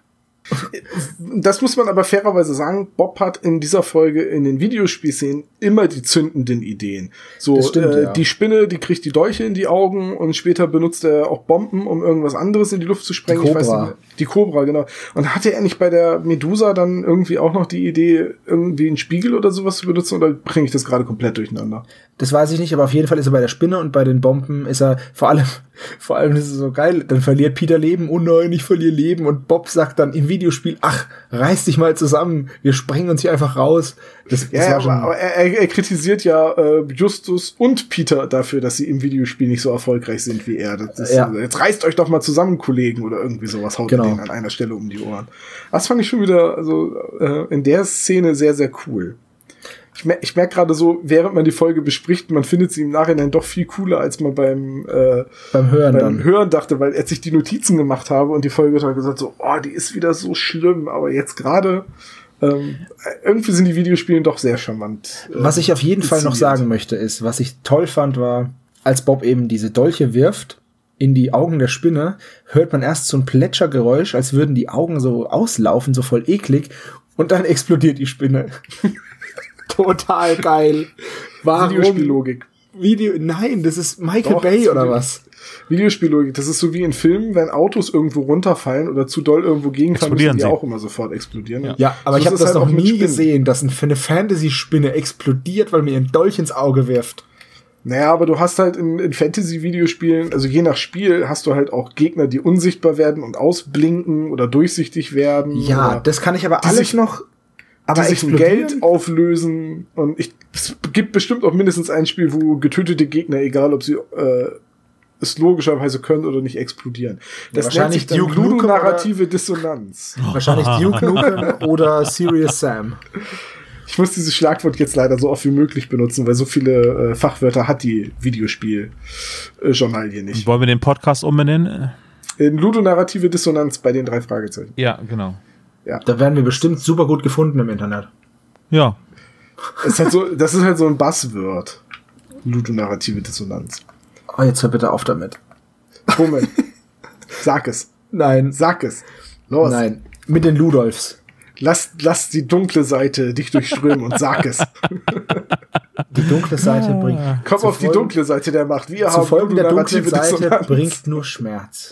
Das muss man aber fairerweise sagen, Bob hat in dieser Folge in den Videospielszenen immer die zündenden Ideen. So, stimmt, die Spinne, die kriegt die Dolche in die Augen und später benutzt er auch Bomben, um irgendwas anderes in die Luft zu sprengen. Die Cobra. Ich weiß nicht, die Cobra, genau. Und hatte er nicht bei der Medusa dann irgendwie auch noch die Idee, irgendwie einen Spiegel oder sowas zu benutzen, oder bringe ich das gerade komplett durcheinander? Das weiß ich nicht, aber auf jeden Fall ist er bei der Spinne und bei den Bomben ist er, vor allem ist es so geil, dann verliert Peter Leben, oh nein, ich verliere Leben, und Bob sagt dann im Videospiel, ach, reiß dich mal zusammen, wir sprengen uns hier einfach raus. Das war schon aber er kritisiert ja Justus und Peter dafür, dass sie im Videospiel nicht so erfolgreich sind wie er. Jetzt reißt euch doch mal zusammen, Kollegen, oder irgendwie sowas, haut er denen an einer Stelle um die Ohren. Das fand ich schon wieder, also in der Szene sehr, sehr cool. Ich merke gerade so, während man die Folge bespricht, man findet sie im Nachhinein doch viel cooler, als man beim Hören dachte, weil als ich die Notizen gemacht habe und die Folge hat gesagt so, oh, die ist wieder so schlimm, aber jetzt gerade irgendwie sind die Videospiele doch sehr charmant. Was ich auf jeden Fall noch sagen möchte, ist, was ich toll fand, war, als Bob eben diese Dolche wirft in die Augen der Spinne, hört man erst so ein Plätschergeräusch, als würden die Augen so auslaufen, so voll eklig, und dann explodiert die Spinne. Total geil. Warum? Videospiellogik. Nein, das ist Michael Bay oder was? Videospiellogik, das ist so wie in Filmen, wenn Autos irgendwo runterfallen oder zu doll irgendwo gegenfallen, müssen die auch immer sofort explodieren. Ja, aber so ich habe das noch nie gesehen, dass eine Fantasy-Spinne explodiert, weil mir ein Dolch ins Auge wirft. Naja, aber du hast halt in Fantasy-Videospielen, also je nach Spiel, hast du halt auch Gegner, die unsichtbar werden und ausblinken oder durchsichtig werden. Ja, das kann ich aber alles noch... Aber die sich in Geld auflösen, und es gibt bestimmt auch mindestens ein Spiel, wo getötete Gegner, egal ob sie es logischerweise können oder nicht, explodieren. Das nennt sich dann ludonarrative Dissonanz. Wahrscheinlich Duke Nukem oder Serious Sam. Ich muss dieses Schlagwort jetzt leider so oft wie möglich benutzen, weil so viele Fachwörter hat die Videospiel-Journalie nicht. Wollen wir den Podcast umbenennen? In ludonarrative Dissonanz bei den 3 Fragezeichen. Ja, genau. Ja. Da werden wir bestimmt super gut gefunden im Internet. Ja. Das ist halt so ein Buzzword. Ludonarrative Dissonanz. Oh, jetzt hör bitte auf damit. Moment. Sag es. Nein. Sag es. Los. Nein. Mit den Ludolfs. Lass die dunkle Seite dich durchströmen und sag es. Die dunkle Seite bringt... Komm auf die dunkle Seite der Macht. Wir Zu haben Folgen der dunklen narrative Seite Dissonanz. bringt nur Schmerz.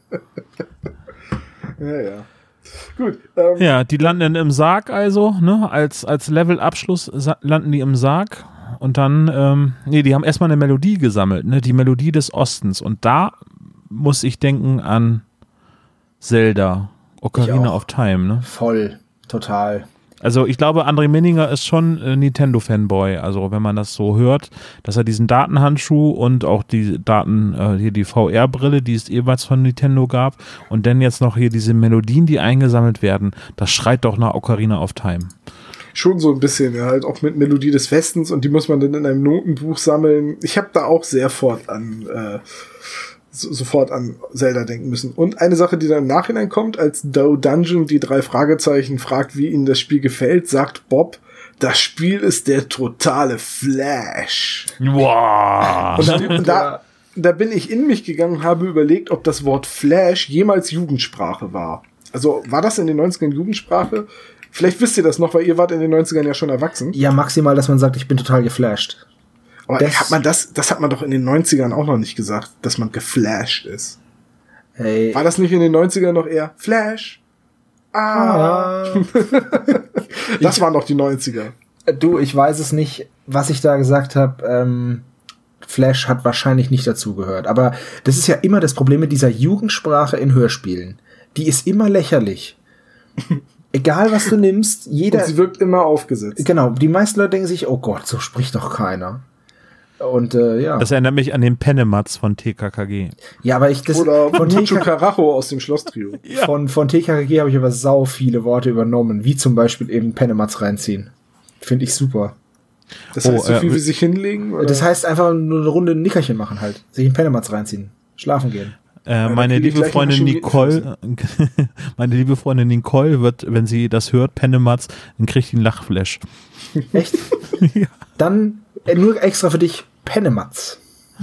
Ja. Gut. Ja, die landen im Sarg also, ne? Als Level-Abschluss landen die im Sarg. Und dann, die haben erstmal eine Melodie gesammelt, ne? Die Melodie des Ostens. Und da muss ich denken an Zelda, Ocarina of Time, ne? Voll, total. Also ich glaube, André Minninger ist schon Nintendo-Fanboy. Also wenn man das so hört, dass er diesen Datenhandschuh und auch die hier die VR-Brille, die es ebenfalls von Nintendo gab, und dann jetzt noch hier diese Melodien, die eingesammelt werden, das schreit doch nach Ocarina of Time. Schon so ein bisschen, ja, halt auch mit Melodie des Westens, und die muss man dann in einem Notenbuch sammeln. Ich habe da auch sofort an Zelda denken müssen. Und eine Sache, die dann im Nachhinein kommt, als Doe Dungeon die 3 Fragezeichen fragt, wie ihnen das Spiel gefällt, sagt Bob, das Spiel ist der totale Flash. Wow. Und da bin ich in mich gegangen und habe überlegt, ob das Wort Flash jemals Jugendsprache war. Also war das in den 90ern Jugendsprache? Vielleicht wisst ihr das noch, weil ihr wart in den 90ern ja schon erwachsen. Ja, maximal, dass man sagt, ich bin total geflasht. Aber das hat man doch in den 90ern auch noch nicht gesagt, dass man geflasht ist. Hey. War das nicht in den 90ern noch eher Flash? Das waren doch die 90er. Du, ich weiß es nicht, was ich da gesagt habe. Flash hat wahrscheinlich nicht dazugehört. Aber das ist ja immer das Problem mit dieser Jugendsprache in Hörspielen. Die ist immer lächerlich. Egal, was du nimmst, jeder... Und sie wirkt immer aufgesetzt. Genau, die meisten Leute denken sich, oh Gott, so spricht doch keiner. Und ja. Das erinnert mich an den Pennematz von TKKG. Ja, aber oder von Mucho Carajo aus dem Schloss-Trio. Ja. Von TKKG habe ich aber sau viele Worte übernommen, wie zum Beispiel eben Pennematz reinziehen. Finde ich super. Das heißt, so viel wie sich hinlegen? Oder? Das heißt einfach nur eine Runde Nickerchen machen halt. Sich einen Pennematz reinziehen. Schlafen gehen. Meine liebe Freundin Nicole wird, wenn sie das hört, Pennematz, dann kriegt die einen Lachflash. Echt? Ja. Dann nur extra für dich Pennematz.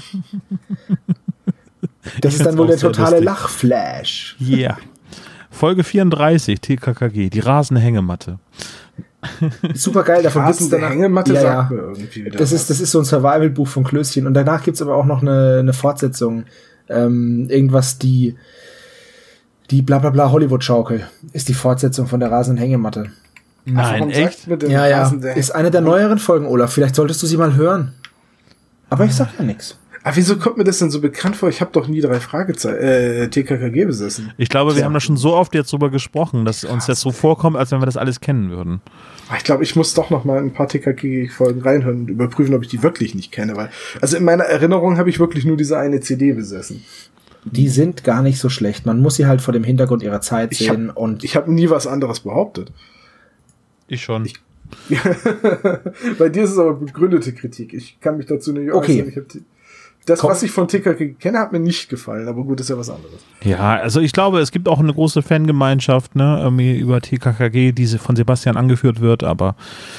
Das ist dann wohl der totale Lachflash. Ja. Yeah. Folge 34, TKKG, die rasende Hängematte. Super geil, davon gibt's danach. Hängematte sagt mir irgendwie wieder. Das ist so ein Survival-Buch von Klößchen. Und danach gibt's aber auch noch eine Fortsetzung. Irgendwas, die blablabla Hollywood-Schaukel ist die Fortsetzung von der rasenden Hängematte. Nein, echt? Ja. Ist eine der neueren Folgen, Olaf. Vielleicht solltest du sie mal hören. Aber ich sag ja nix. Aber wieso kommt mir das denn so bekannt vor? Ich habe doch nie 3 Fragezeichen TKKG besessen. Ich glaube, wir haben da schon so oft jetzt drüber gesprochen, dass uns das so vorkommt, als wenn wir das alles kennen würden. Ich glaube, ich muss doch noch mal ein paar TKKG-Folgen reinhören und überprüfen, ob ich die wirklich nicht kenne. Weil, also in meiner Erinnerung habe ich wirklich nur diese eine CD besessen. Die sind gar nicht so schlecht. Man muss sie halt vor dem Hintergrund ihrer Zeit sehen. Ich habe nie was anderes behauptet. Ich schon. Bei dir ist es aber begründete Kritik. Ich kann mich dazu nicht äußern. Was ich von TKKG kenne, hat mir nicht gefallen, aber gut, ist ja was anderes. Ja, also ich glaube, es gibt auch eine große Fangemeinschaft, ne, irgendwie über TKKG, die von Sebastian angeführt wird, aber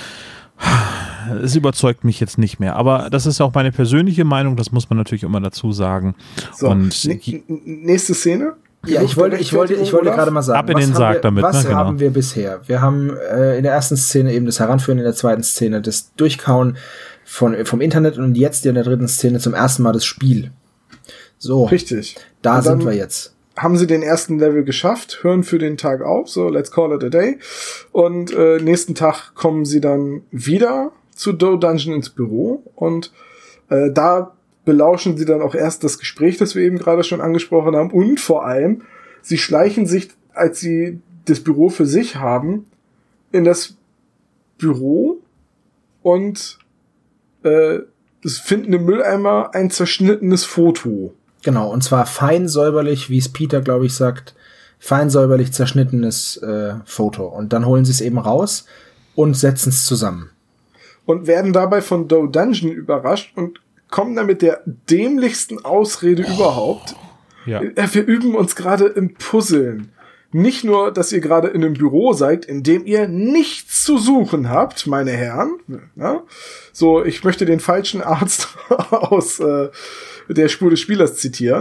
es überzeugt mich jetzt nicht mehr. Aber das ist auch meine persönliche Meinung, das muss man natürlich immer dazu sagen. So, und nächste Szene? Ja, ich wollte gerade mal sagen, ab in den Sarg damit. Was haben wir bisher? Wir haben in der ersten Szene eben das Heranführen, in der zweiten Szene das Durchkauen vom Internet und jetzt in der dritten Szene zum ersten Mal das Spiel. So. Richtig. Da sind wir jetzt. Haben sie den ersten Level geschafft, hören für den Tag auf, so let's call it a day. Und nächsten Tag kommen sie dann wieder zu Doe Dungeon ins Büro und da belauschen sie dann auch erst das Gespräch, das wir eben gerade schon angesprochen haben, und vor allem, sie schleichen sich, als sie das Büro für sich haben, in das Büro und es finden im Mülleimer ein zerschnittenes Foto. Genau, und zwar fein säuberlich, wie es Peter, glaube ich, sagt, fein säuberlich zerschnittenes Foto. Und dann holen sie es eben raus und setzen es zusammen. Und werden dabei von Doe Dungeon überrascht und kommen dann mit der dämlichsten Ausrede überhaupt. Ja. Wir üben uns gerade im Puzzeln. Nicht nur, dass ihr gerade in einem Büro seid, in dem ihr nichts zu suchen habt, meine Herren. Ja? So, ich möchte den falschen Arzt aus der Spur des Spielers zitieren.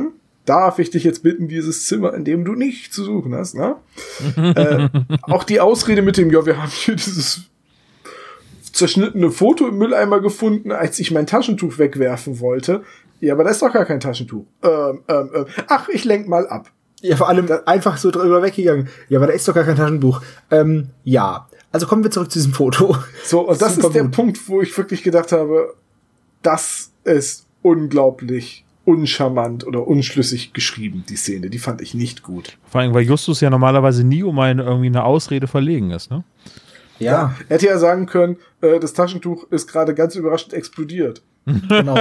darf ich dich jetzt bitten, dieses Zimmer, in dem du nichts zu suchen hast, ne? Auch die Ausrede mit dem, ja, wir haben hier dieses zerschnittene Foto im Mülleimer gefunden, als ich mein Taschentuch wegwerfen wollte. Ja, aber da ist doch gar kein Taschentuch. Ach, ich lenk mal ab. Ja, vor allem einfach so drüber weggegangen. Ja, aber da ist doch gar kein Taschenbuch. Ja. Also kommen wir zurück zu diesem Foto. So, und das ist der Punkt, wo ich wirklich gedacht habe, das ist unglaublich uncharmant oder unschlüssig geschrieben, die Szene. Die fand ich nicht gut. Vor allem, weil Justus ja normalerweise nie um irgendwie eine Ausrede verlegen ist, ne? Ja. Er hätte ja sagen können, das Taschentuch ist gerade ganz überraschend explodiert. Genau.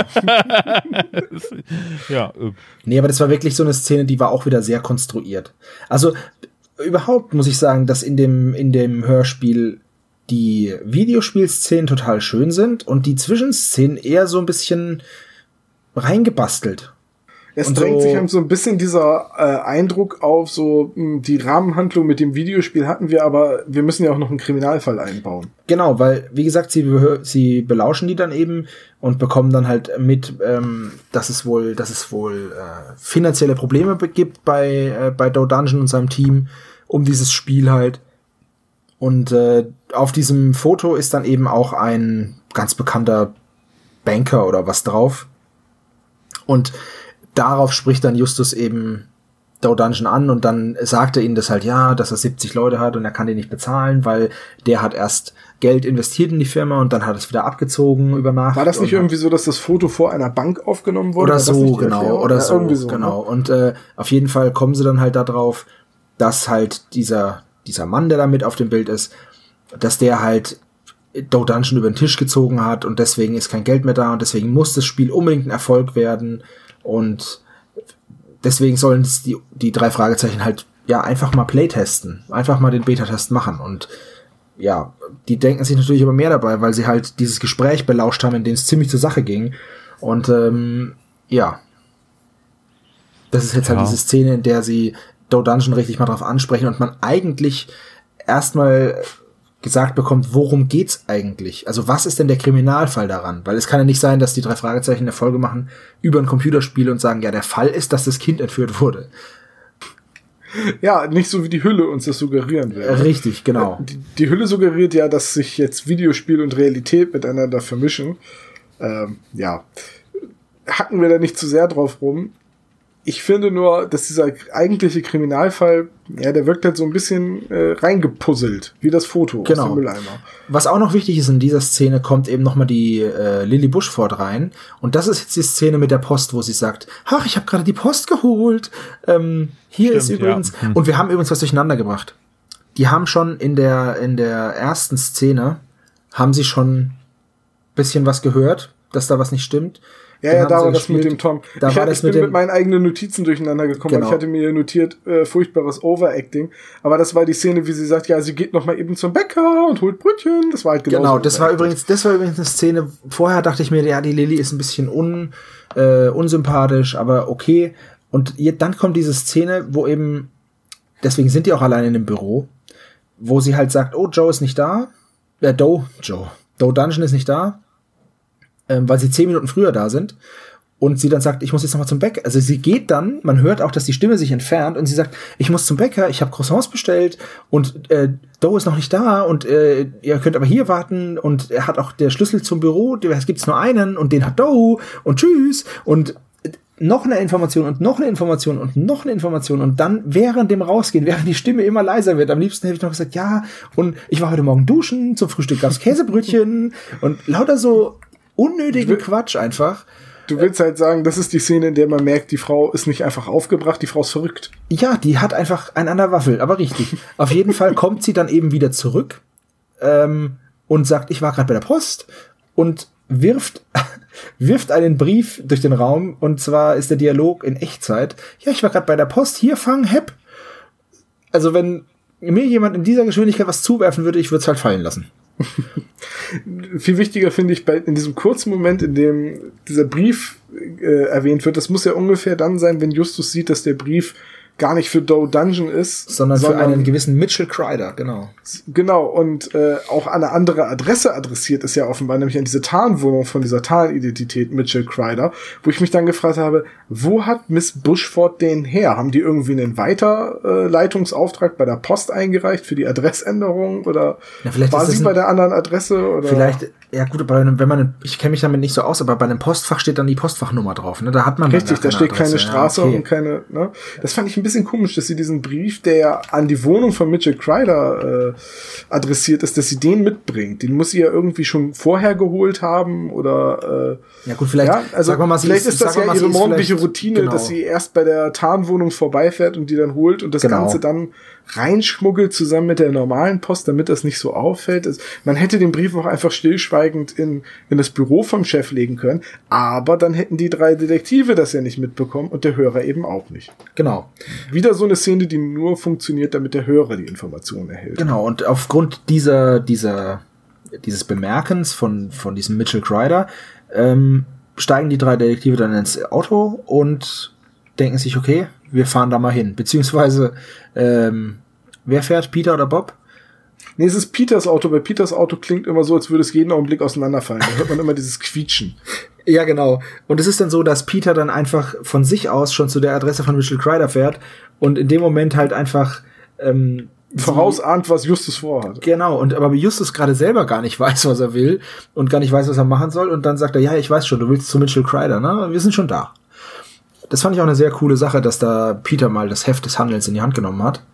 Ja. Nee, aber das war wirklich so eine Szene, die war auch wieder sehr konstruiert. Also überhaupt muss ich sagen, dass in dem Hörspiel die Videospielszenen total schön sind und die Zwischenszenen eher so ein bisschen reingebastelt. Es und drängt so, sich einem so ein bisschen dieser Eindruck auf, so die Rahmenhandlung mit dem Videospiel hatten wir, aber wir müssen ja auch noch einen Kriminalfall einbauen. Genau, weil, wie gesagt, sie belauschen die dann eben und bekommen dann halt mit, dass es wohl finanzielle Probleme gibt bei Doe Dungeon und seinem Team um dieses Spiel halt. Und auf diesem Foto ist dann eben auch ein ganz bekannter Banker oder was drauf. Und darauf spricht dann Justus eben Doe Dungeon an und dann sagt er ihnen das halt, ja, dass er 70 Leute hat und er kann die nicht bezahlen, weil der hat erst Geld investiert in die Firma und dann hat es wieder abgezogen über Nacht. War das nicht irgendwie so, dass das Foto vor einer Bank aufgenommen wurde? Oder so, genau. Oder ja, so, irgendwie so, genau. Ne? Und auf jeden Fall kommen sie dann halt da drauf, dass halt dieser Mann, der da mit auf dem Bild ist, dass der halt Doe Dungeon über den Tisch gezogen hat und deswegen ist kein Geld mehr da und deswegen muss das Spiel unbedingt ein Erfolg werden und deswegen sollen es die 3 Fragezeichen halt ja einfach mal Playtesten, einfach mal den Beta-Test machen und ja, die denken sich natürlich aber mehr dabei, weil sie halt dieses Gespräch belauscht haben, in dem es ziemlich zur Sache ging und ja, das ist jetzt halt diese Szene, in der sie Doe Dungeon richtig mal drauf ansprechen und man eigentlich erstmal gesagt bekommt, worum geht's eigentlich? Also was ist denn der Kriminalfall daran? Weil es kann ja nicht sein, dass die 3 Fragezeichen eine Folge machen über ein Computerspiel und sagen, ja, der Fall ist, dass das Kind entführt wurde. Ja, nicht so wie die Hülle uns das suggerieren will. Richtig, genau. Die Hülle suggeriert ja, dass sich jetzt Videospiel und Realität miteinander vermischen. Ja, hacken wir da nicht zu sehr drauf rum. Ich finde nur, dass dieser eigentliche Kriminalfall, ja, der wirkt halt so ein bisschen reingepuzzelt, wie das Foto aus dem Mülleimer. Was auch noch wichtig ist, in dieser Szene kommt eben nochmal die Lily Bushford rein. Und das ist jetzt die Szene mit der Post, wo sie sagt, ach, ich habe gerade die Post geholt. Hier ist übrigens... Ja. Und wir haben übrigens was durcheinander gebracht. Die haben schon in der ersten Szene, haben sie schon ein bisschen was gehört, dass da was nicht stimmt. Ja, da war das mit dem Tom. Ich bin mit meinen eigenen Notizen durcheinander gekommen. Genau. Ich hatte mir notiert, furchtbares Overacting. Aber das war die Szene, wie sie sagt, ja, sie geht noch mal eben zum Bäcker und holt Brötchen. Das war halt genau. Das war übrigens eine Szene. Vorher dachte ich mir, ja, die Lilly ist ein bisschen unsympathisch, aber okay. Und dann kommt diese Szene, wo eben, deswegen sind die auch alleine in dem Büro, wo sie halt sagt, oh, Joe ist nicht da. Doe Dungeon ist nicht da. Weil sie 10 Minuten früher da sind und sie dann sagt, ich muss jetzt noch mal zum Bäcker. Also sie geht dann, man hört auch, dass die Stimme sich entfernt und sie sagt, ich muss zum Bäcker, ich habe Croissants bestellt und Doe ist noch nicht da und ihr könnt aber hier warten und er hat auch der Schlüssel zum Büro, es gibt's nur einen und den hat Doe und tschüss und noch eine Information und noch eine Information und noch eine Information und dann während dem Rausgehen, während die Stimme immer leiser wird, am liebsten hätte ich noch gesagt, ja, und ich war heute Morgen duschen, zum Frühstück gab's Käsebrötchen und lauter so unnötigen Quatsch einfach. Du willst halt sagen, das ist die Szene, in der man merkt, die Frau ist nicht einfach aufgebracht, die Frau ist verrückt. Ja, die hat einfach einen an der Waffel, aber richtig. Auf jeden Fall kommt sie dann eben wieder zurück und sagt, ich war gerade bei der Post und wirft einen Brief durch den Raum und zwar ist der Dialog in Echtzeit. Ja, ich war gerade bei der Post, hier, fang, hepp. Also wenn mir jemand in dieser Geschwindigkeit was zuwerfen würde, ich würde es halt fallen lassen. Viel wichtiger finde ich in diesem kurzen Moment, in dem dieser Brief erwähnt wird, das muss ja ungefähr dann sein, wenn Justus sieht, dass der Brief gar nicht für Doe Dungeon ist. Sondern für einen gewissen Mitchell Kreider, genau. Genau, und auch an eine andere Adresse adressiert ist ja offenbar, nämlich an diese Tarnwohnung von dieser Tarnidentität Mitchell Kreider, wo ich mich dann gefragt habe, wo hat Miss Bushford den her? Haben die irgendwie einen Weiterleitungsauftrag bei der Post eingereicht für die Adressänderung oder war sie bei der anderen Adresse? Oder? Vielleicht, ja gut, aber ich kenne mich damit nicht so aus, aber bei einem Postfach steht dann die Postfachnummer drauf, ne? Da hat man richtig, da steht Adresse, keine Straße und keine, ne? Das fand ich ein bisschen komisch, dass sie diesen Brief, der ja an die Wohnung von Mitchell Kreider adressiert ist, dass sie den mitbringt. Den muss sie ja irgendwie schon vorher geholt haben oder ja gut, vielleicht, ja, also sag mal, vielleicht ist das ja ihre morgendliche Routine, genau, dass sie erst bei der Tarnwohnung vorbeifährt und die dann holt und das Ganze dann reinschmuggelt zusammen mit der normalen Post, damit das nicht so auffällt. Man hätte den Brief auch einfach stillschweigend in das Büro vom Chef legen können, aber dann hätten die 3 Detektive das ja nicht mitbekommen und der Hörer eben auch nicht. Genau. Wieder so eine Szene, die nur funktioniert, damit der Hörer die Information erhält. Genau, und aufgrund dieses Bemerkens von diesem Mitchell Kreider steigen die 3 Detektive dann ins Auto und denken sich, okay, wir fahren da mal hin. Beziehungsweise, wer fährt, Peter oder Bob? Nee, es ist Peters Auto, weil Peters Auto klingt immer so, als würde es jeden Augenblick auseinanderfallen. Da hört man immer dieses Quietschen. Ja, genau. Und es ist dann so, dass Peter dann einfach von sich aus schon zu der Adresse von Mitchell Kreider fährt und in dem Moment halt einfach vorausahnt, was Justus vorhat. Genau, aber Justus gerade selber gar nicht weiß, was er will und gar nicht weiß, was er machen soll und dann sagt er, ja, ich weiß schon, du willst zu Mitchell Kreider, ne? Wir sind schon da. Das fand ich auch eine sehr coole Sache, dass da Peter mal das Heft des Handelns in die Hand genommen hat.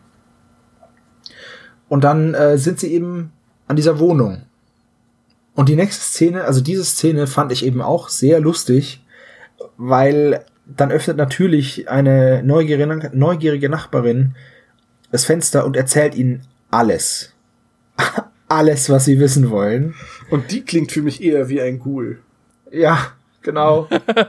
Und dann sind sie eben an dieser Wohnung. Und die nächste Szene, also diese Szene fand ich eben auch sehr lustig, weil dann öffnet natürlich eine neugierige Nachbarin das Fenster und erzählt ihnen alles. Alles, was sie wissen wollen. Und die klingt für mich eher wie ein Ghoul. Ja, genau.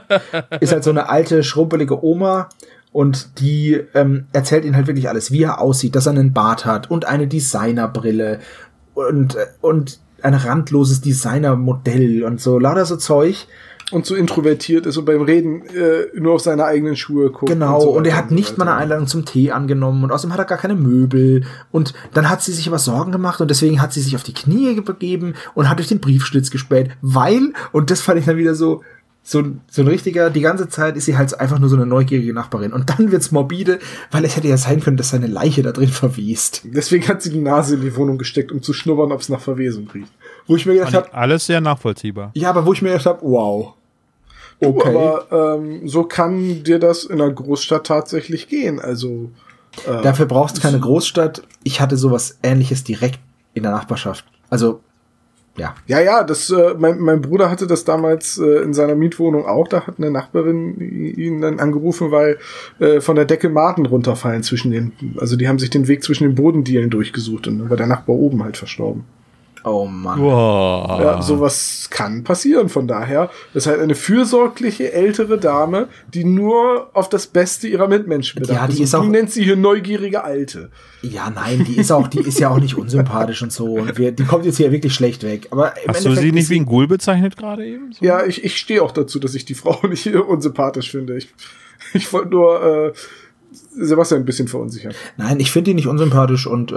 Ist halt so eine alte, schrumpelige Oma und die erzählt ihnen halt wirklich alles, wie er aussieht, dass er einen Bart hat und eine Designerbrille und ein randloses Designermodell und so, lauter so Zeug. Und so introvertiert ist und beim Reden nur auf seine eigenen Schuhe guckt. Genau, und er hat nicht mal eine Einladung zum Tee angenommen und außerdem hat er gar keine Möbel. Und dann hat sie sich aber Sorgen gemacht und deswegen hat sie sich auf die Knie begeben und hat durch den Briefschlitz gespäht, weil, und das fand ich dann wieder so ein richtiger, die ganze Zeit ist sie halt einfach nur so eine neugierige Nachbarin. Und dann wird's morbide, weil es hätte ja sein können, dass seine Leiche da drin verwest. Deswegen hat sie die Nase in die Wohnung gesteckt, um zu schnuppern, ob es nach Verwesung riecht. Wo ich mir gedacht habe, alles sehr nachvollziehbar. Ja, aber wo ich mir gedacht habe, wow. Okay. Aber so kann dir das in einer Großstadt tatsächlich gehen. Also dafür brauchst du keine Großstadt. Ich hatte sowas Ähnliches direkt in der Nachbarschaft. Also ja. Ja, das mein Bruder hatte das damals in seiner Mietwohnung auch. Da hat eine Nachbarin ihn dann angerufen, weil von der Decke Maden runterfallen also die haben sich den Weg zwischen den Bodendielen durchgesucht und dann war der Nachbar oben halt verstorben. Oh Mann. Wow. Ja, sowas kann passieren. Von daher ist halt eine fürsorgliche ältere Dame, die nur auf das Beste ihrer Mitmenschen bedacht ist. Ja, die ist auch. Die nennt sie hier neugierige Alte. Ja, nein, die ist ja auch nicht unsympathisch und so. Und die kommt jetzt hier wirklich schlecht weg. Aber hast du sie nicht wie ein Ghoul bezeichnet gerade eben? So? Ja, ich stehe auch dazu, dass ich die Frau nicht unsympathisch finde. Ich wollte nur Sebastian ein bisschen verunsichern. Nein, ich finde die nicht unsympathisch und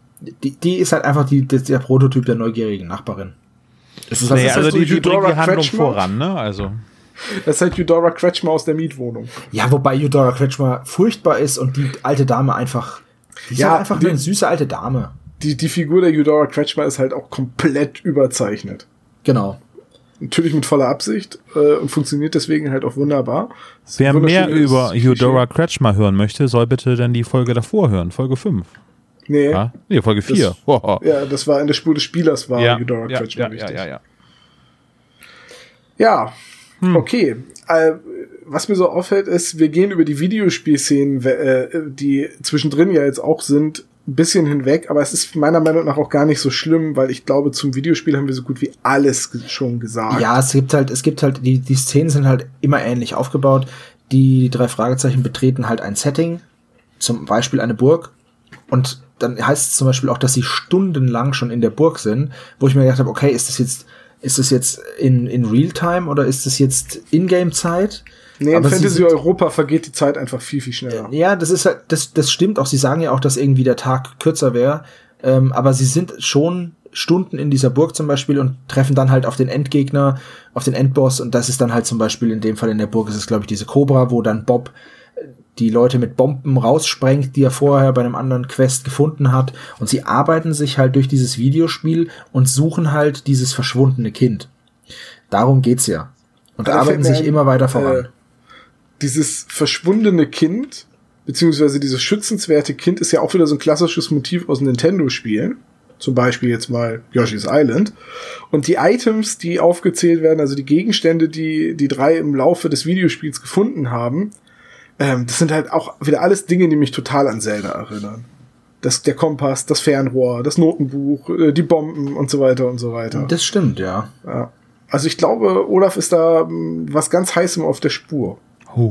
die ist halt einfach der Prototyp der neugierigen Nachbarin. Das ist also die bringt die Handlung voran, ne? Also. Das ist halt Eudora Kretschmer aus der Mietwohnung. Ja, wobei Eudora Kretschmer furchtbar ist und die alte Dame einfach. Die ist halt einfach eine süße alte Dame. Die Figur der Eudora Kretschmer ist halt auch komplett überzeichnet. Genau. Natürlich mit voller Absicht und funktioniert deswegen halt auch wunderbar. Wer mehr über Eudora Kretschmer hören möchte, soll bitte dann die Folge davor hören, Folge 5. Nee. Ja? Nee, Folge 4. Ja, das war in der Spur des Spielers, war Eudora Kretschmer wichtig. Ja, okay. Was mir so auffällt, ist, wir gehen über die Videospielszenen, die zwischendrin ja jetzt auch sind, ein bisschen hinweg, aber es ist meiner Meinung nach auch gar nicht so schlimm, weil ich glaube, zum Videospiel haben wir so gut wie alles schon gesagt. Ja, es gibt halt, die Szenen sind halt immer ähnlich aufgebaut. Die 3 Fragezeichen betreten halt ein Setting, zum Beispiel eine Burg, und dann heißt es zum Beispiel auch, dass sie stundenlang schon in der Burg sind, wo ich mir gedacht habe, okay, ist das jetzt in Realtime oder ist das jetzt Ingame-Zeit? Nee, in Fantasy Europa vergeht die Zeit einfach viel, viel schneller. Ja, das ist halt, das stimmt auch. Sie sagen ja auch, dass irgendwie der Tag kürzer wäre. Aber sie sind schon Stunden in dieser Burg zum Beispiel und treffen dann halt auf den Endgegner, auf den Endboss. Und das ist dann halt zum Beispiel in dem Fall in der Burg ist es, glaube ich, diese Cobra, wo dann Bob die Leute mit Bomben raussprengt, die er vorher bei einem anderen Quest gefunden hat. Und sie arbeiten sich halt durch dieses Videospiel und suchen halt dieses verschwundene Kind. Darum geht's ja. Und arbeiten sich immer weiter voran. Dieses verschwundene Kind, beziehungsweise dieses schützenswerte Kind, ist ja auch wieder so ein klassisches Motiv aus Nintendo-Spielen. Zum Beispiel jetzt mal Yoshi's Island. Und die Items, die aufgezählt werden, also die Gegenstände, die die drei im Laufe des Videospiels gefunden haben, das sind halt auch wieder alles Dinge, die mich total an Zelda erinnern. Der Kompass, das Fernrohr, das Notenbuch, die Bomben und so weiter und so weiter. Das stimmt, ja. Also ich glaube, Olaf ist da was ganz Heißem auf der Spur.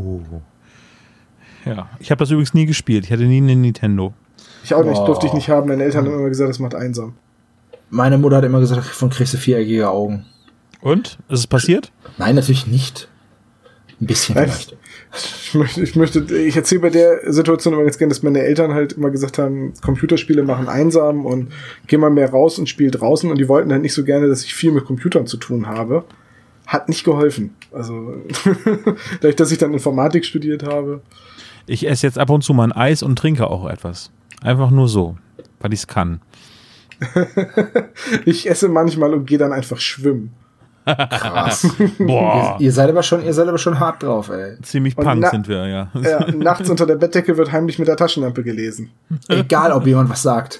Ja, ich habe das übrigens nie gespielt. Ich hatte nie eine Nintendo. Ich auch nicht, durfte ich nicht haben. Meine Eltern haben immer gesagt, das macht einsam. Meine Mutter hat immer gesagt, davon kriegst du viereckige Augen. Und? Ist es passiert? Nein, natürlich nicht. Ein bisschen vielleicht. Ich erzähle bei der Situation immer ganz gerne, dass meine Eltern halt immer gesagt haben, Computerspiele machen einsam und geh mal mehr raus und spiel draußen, und die wollten halt nicht so gerne, dass ich viel mit Computern zu tun habe. Hat nicht geholfen. Also, dadurch, dass ich dann Informatik studiert habe. Ich esse jetzt ab und zu mal ein Eis und trinke auch etwas. Einfach nur so, weil ich es kann. Ich esse manchmal und gehe dann einfach schwimmen. Krass. Boah. Ihr seid aber schon hart drauf, ey. Ziemlich Punk sind wir, ja. Ja. Nachts unter der Bettdecke wird heimlich mit der Taschenlampe gelesen. Egal, ob jemand was sagt.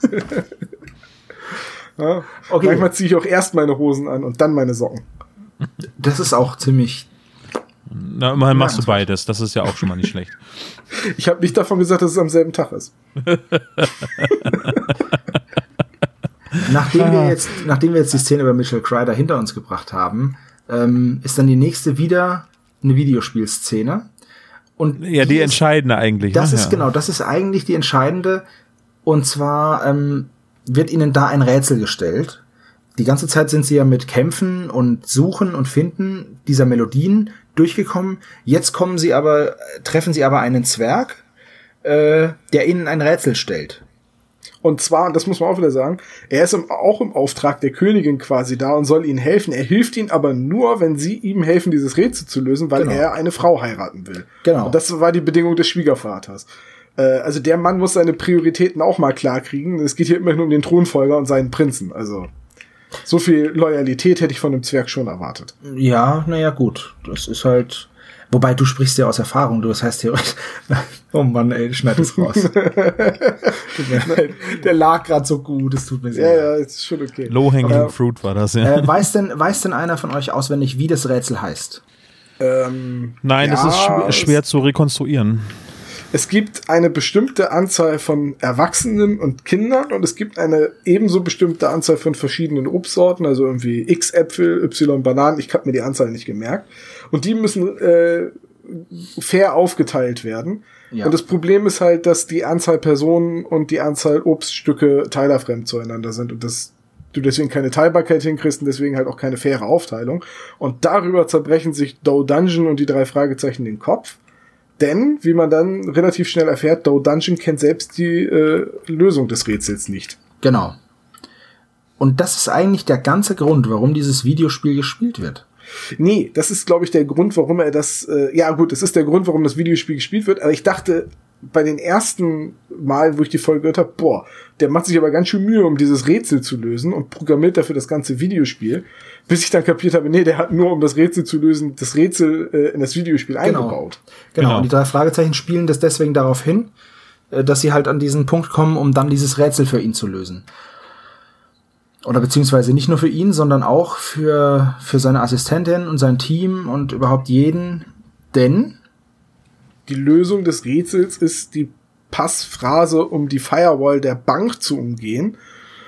Ja. Okay. Manchmal ziehe ich auch erst meine Hosen an und dann meine Socken. Das ist auch ziemlich... Na, immerhin machst du beides. Das ist ja auch schon mal nicht schlecht. Ich habe nicht davon gesagt, dass es am selben Tag ist. Nachdem wir jetzt die Szene bei Mitchell Kreider hinter uns gebracht haben, ist dann die nächste wieder eine Videospielszene. Und ja, die entscheidende eigentlich. Das ist genau, das ist eigentlich die entscheidende. Und zwar wird ihnen da ein Rätsel gestellt. Die ganze Zeit sind sie ja mit Kämpfen und Suchen und Finden dieser Melodien durchgekommen. Jetzt treffen sie aber einen Zwerg, der ihnen ein Rätsel stellt. Und zwar, das muss man auch wieder sagen, er ist auch im Auftrag der Königin quasi da und soll ihnen helfen. Er hilft ihnen aber nur, wenn sie ihm helfen, dieses Rätsel zu lösen, weil er eine Frau heiraten will. Genau. Und das war die Bedingung des Schwiegervaters. Also der Mann muss seine Prioritäten auch mal klar kriegen. Es geht hier immerhin um den Thronfolger und seinen Prinzen. Also so viel Loyalität hätte ich von einem Zwerg schon erwartet. Ja, naja, gut. Das ist halt... Wobei, du sprichst ja aus Erfahrung, das heißt theoretisch... Oh Mann, ey, schneid es raus. Der lag gerade so gut, es tut mir sehr leid. Ja, ist schon okay. Low-hanging fruit war das, ja. Weiß denn einer von euch auswendig, wie das Rätsel heißt? Nein, es ist schwer zu rekonstruieren. Es gibt eine bestimmte Anzahl von Erwachsenen und Kindern und es gibt eine ebenso bestimmte Anzahl von verschiedenen Obstsorten, also irgendwie X Äpfel, Y Bananen, ich habe mir die Anzahl nicht gemerkt. Und die müssen fair aufgeteilt werden. Ja. Und das Problem ist halt, dass die Anzahl Personen und die Anzahl Obststücke teilerfremd zueinander sind und dass du deswegen keine Teilbarkeit hinkriegst und deswegen halt auch keine faire Aufteilung. Und darüber zerbrechen sich Dough Dungeon und die 3 Fragezeichen den Kopf. Denn, wie man dann relativ schnell erfährt, Dough Dungeon kennt selbst die Lösung des Rätsels nicht. Genau. Und das ist eigentlich der ganze Grund, warum dieses Videospiel gespielt wird. Nee, das ist, glaube ich, der Grund, warum er das... es ist der Grund, warum das Videospiel gespielt wird. Aber ich dachte, bei den ersten Mal, wo ich die Folge gehört habe, der macht sich aber ganz schön Mühe, um dieses Rätsel zu lösen und programmiert dafür das ganze Videospiel. Bis ich dann kapiert habe, nee, der hat nur, um das Rätsel zu lösen, das Rätsel in das Videospiel eingebaut. Genau, und die 3 Fragezeichen spielen das deswegen darauf hin, dass sie halt an diesen Punkt kommen, um dann dieses Rätsel für ihn zu lösen. Oder beziehungsweise nicht nur für ihn, sondern auch für seine Assistentin und sein Team und überhaupt jeden. Denn die Lösung des Rätsels ist die Passphrase, um die Firewall der Bank zu umgehen,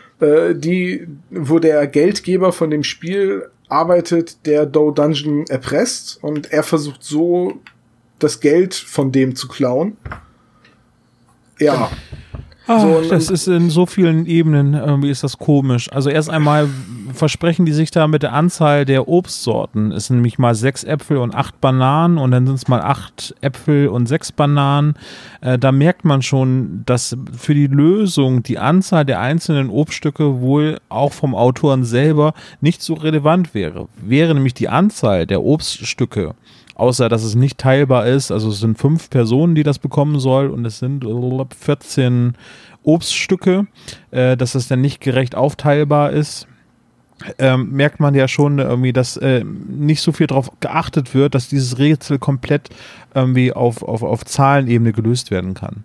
wo der Geldgeber von dem Spiel arbeitet, der Dough Dungeon erpresst und er versucht so das Geld von dem zu klauen. Ja. Das ist in so vielen Ebenen, irgendwie ist das komisch. Also erst einmal versprechen die sich da mit der Anzahl der Obstsorten. Es sind nämlich mal 6 Äpfel und 8 Bananen und dann sind es mal 8 Äpfel und 6 Bananen. Da merkt man schon, dass für die Lösung die Anzahl der einzelnen Obststücke wohl auch vom Autoren selber nicht so relevant wäre. Wäre nämlich die Anzahl der Obststücke, außer dass es nicht teilbar ist, also es sind 5 Personen, die das bekommen soll und es sind 14 Obststücke, dass es dann nicht gerecht aufteilbar ist, merkt man ja schon irgendwie, dass nicht so viel darauf geachtet wird, dass dieses Rätsel komplett irgendwie auf Zahlenebene gelöst werden kann.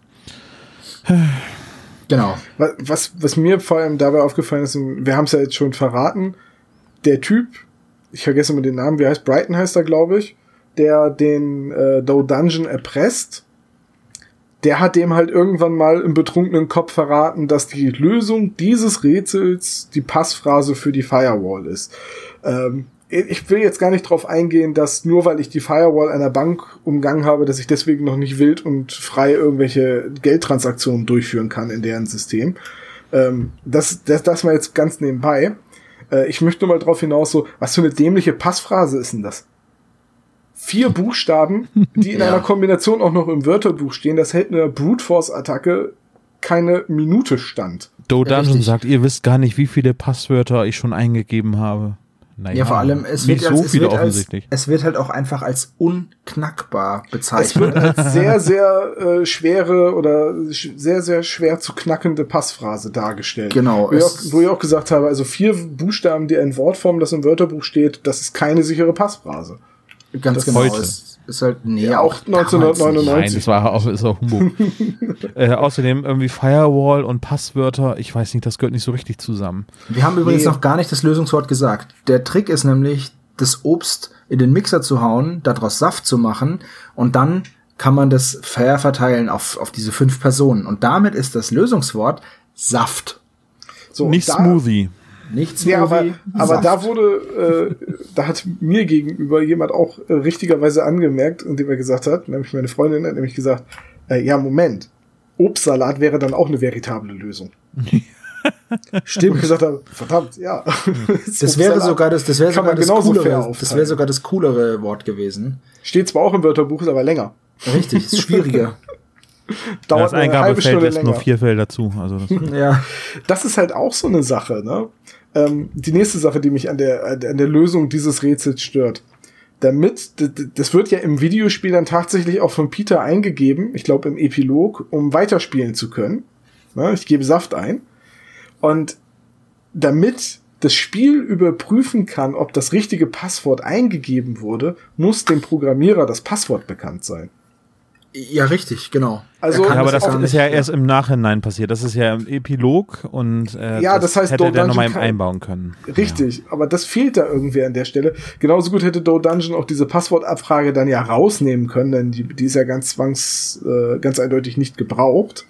Genau. Was mir vor allem dabei aufgefallen ist, wir haben es ja jetzt schon verraten, der Typ, ich vergesse immer den Namen, wie heißt, Brighton heißt er, glaube ich, der den Doe Dungeon erpresst, der hat dem halt irgendwann mal im betrunkenen Kopf verraten, dass die Lösung dieses Rätsels die Passphrase für die Firewall ist. Ich will jetzt gar nicht drauf eingehen, dass nur weil ich die Firewall einer Bank umgangen habe, dass ich deswegen noch nicht wild und frei irgendwelche Geldtransaktionen durchführen kann in deren System. Das mal jetzt ganz nebenbei. Ich möchte nur mal drauf hinaus, so, was für eine dämliche Passphrase ist denn das? 4 Buchstaben, die in einer Kombination auch noch im Wörterbuch stehen, das hält eine Brute Force Attacke keine Minute stand. Doe Dungeon sagt, ihr wisst gar nicht, wie viele Passwörter ich schon eingegeben habe. Naja, ja, vor allem, es wird halt auch einfach als unknackbar bezeichnet. Es wird als sehr, sehr schwere oder sehr, sehr schwer zu knackende Passphrase dargestellt. Genau. Wo ich auch gesagt habe, also 4 Buchstaben, die in Wortform, das im Wörterbuch steht, das ist keine sichere Passphrase. Ganz genau. Heute. Ist halt, ja, auch 1999. Nein, das war auch, ist auch Humbug. Außerdem irgendwie Firewall und Passwörter, ich weiß nicht, das gehört nicht so richtig zusammen. Wir haben übrigens noch gar nicht das Lösungswort gesagt. Der Trick ist nämlich, das Obst in den Mixer zu hauen, daraus Saft zu machen und dann kann man das fair verteilen auf diese 5 Personen. Und damit ist das Lösungswort Saft. So, nicht Smoothie. Nichts. Ja, aber da wurde, da hat mir gegenüber jemand auch richtigerweise angemerkt, indem er gesagt hat, nämlich meine Freundin hat nämlich gesagt, ja, Moment, Obstsalat wäre dann auch eine veritable Lösung. Stimmt. Und ich gesagt habe, verdammt, ja. Das wäre sogar das coolere Wort gewesen. Steht zwar auch im Wörterbuch, ist aber länger. Richtig, ist schwieriger. Dauert das Eingabefeld lässt nur 4 Felder zu. Also ja. Das ist halt auch so eine Sache, ne? Die nächste Sache, die mich an der Lösung dieses Rätsels stört. Das wird ja im Videospiel dann tatsächlich auch von Peter eingegeben, ich glaube im Epilog, um weiterspielen zu können. Ne? Ich gebe Saft ein. Und damit das Spiel überprüfen kann, ob das richtige Passwort eingegeben wurde, muss dem Programmierer das Passwort bekannt sein. Ja, richtig, genau. Also, ja, aber das ist ja erst im Nachhinein passiert. Das ist ja im Epilog und das heißt, hätte der nochmal einbauen können. Richtig, ja. Aber das fehlt da irgendwie an der Stelle. Genauso gut hätte Doe Dungeon auch diese Passwortabfrage dann ja rausnehmen können, denn die ist ja ganz eindeutig nicht gebraucht.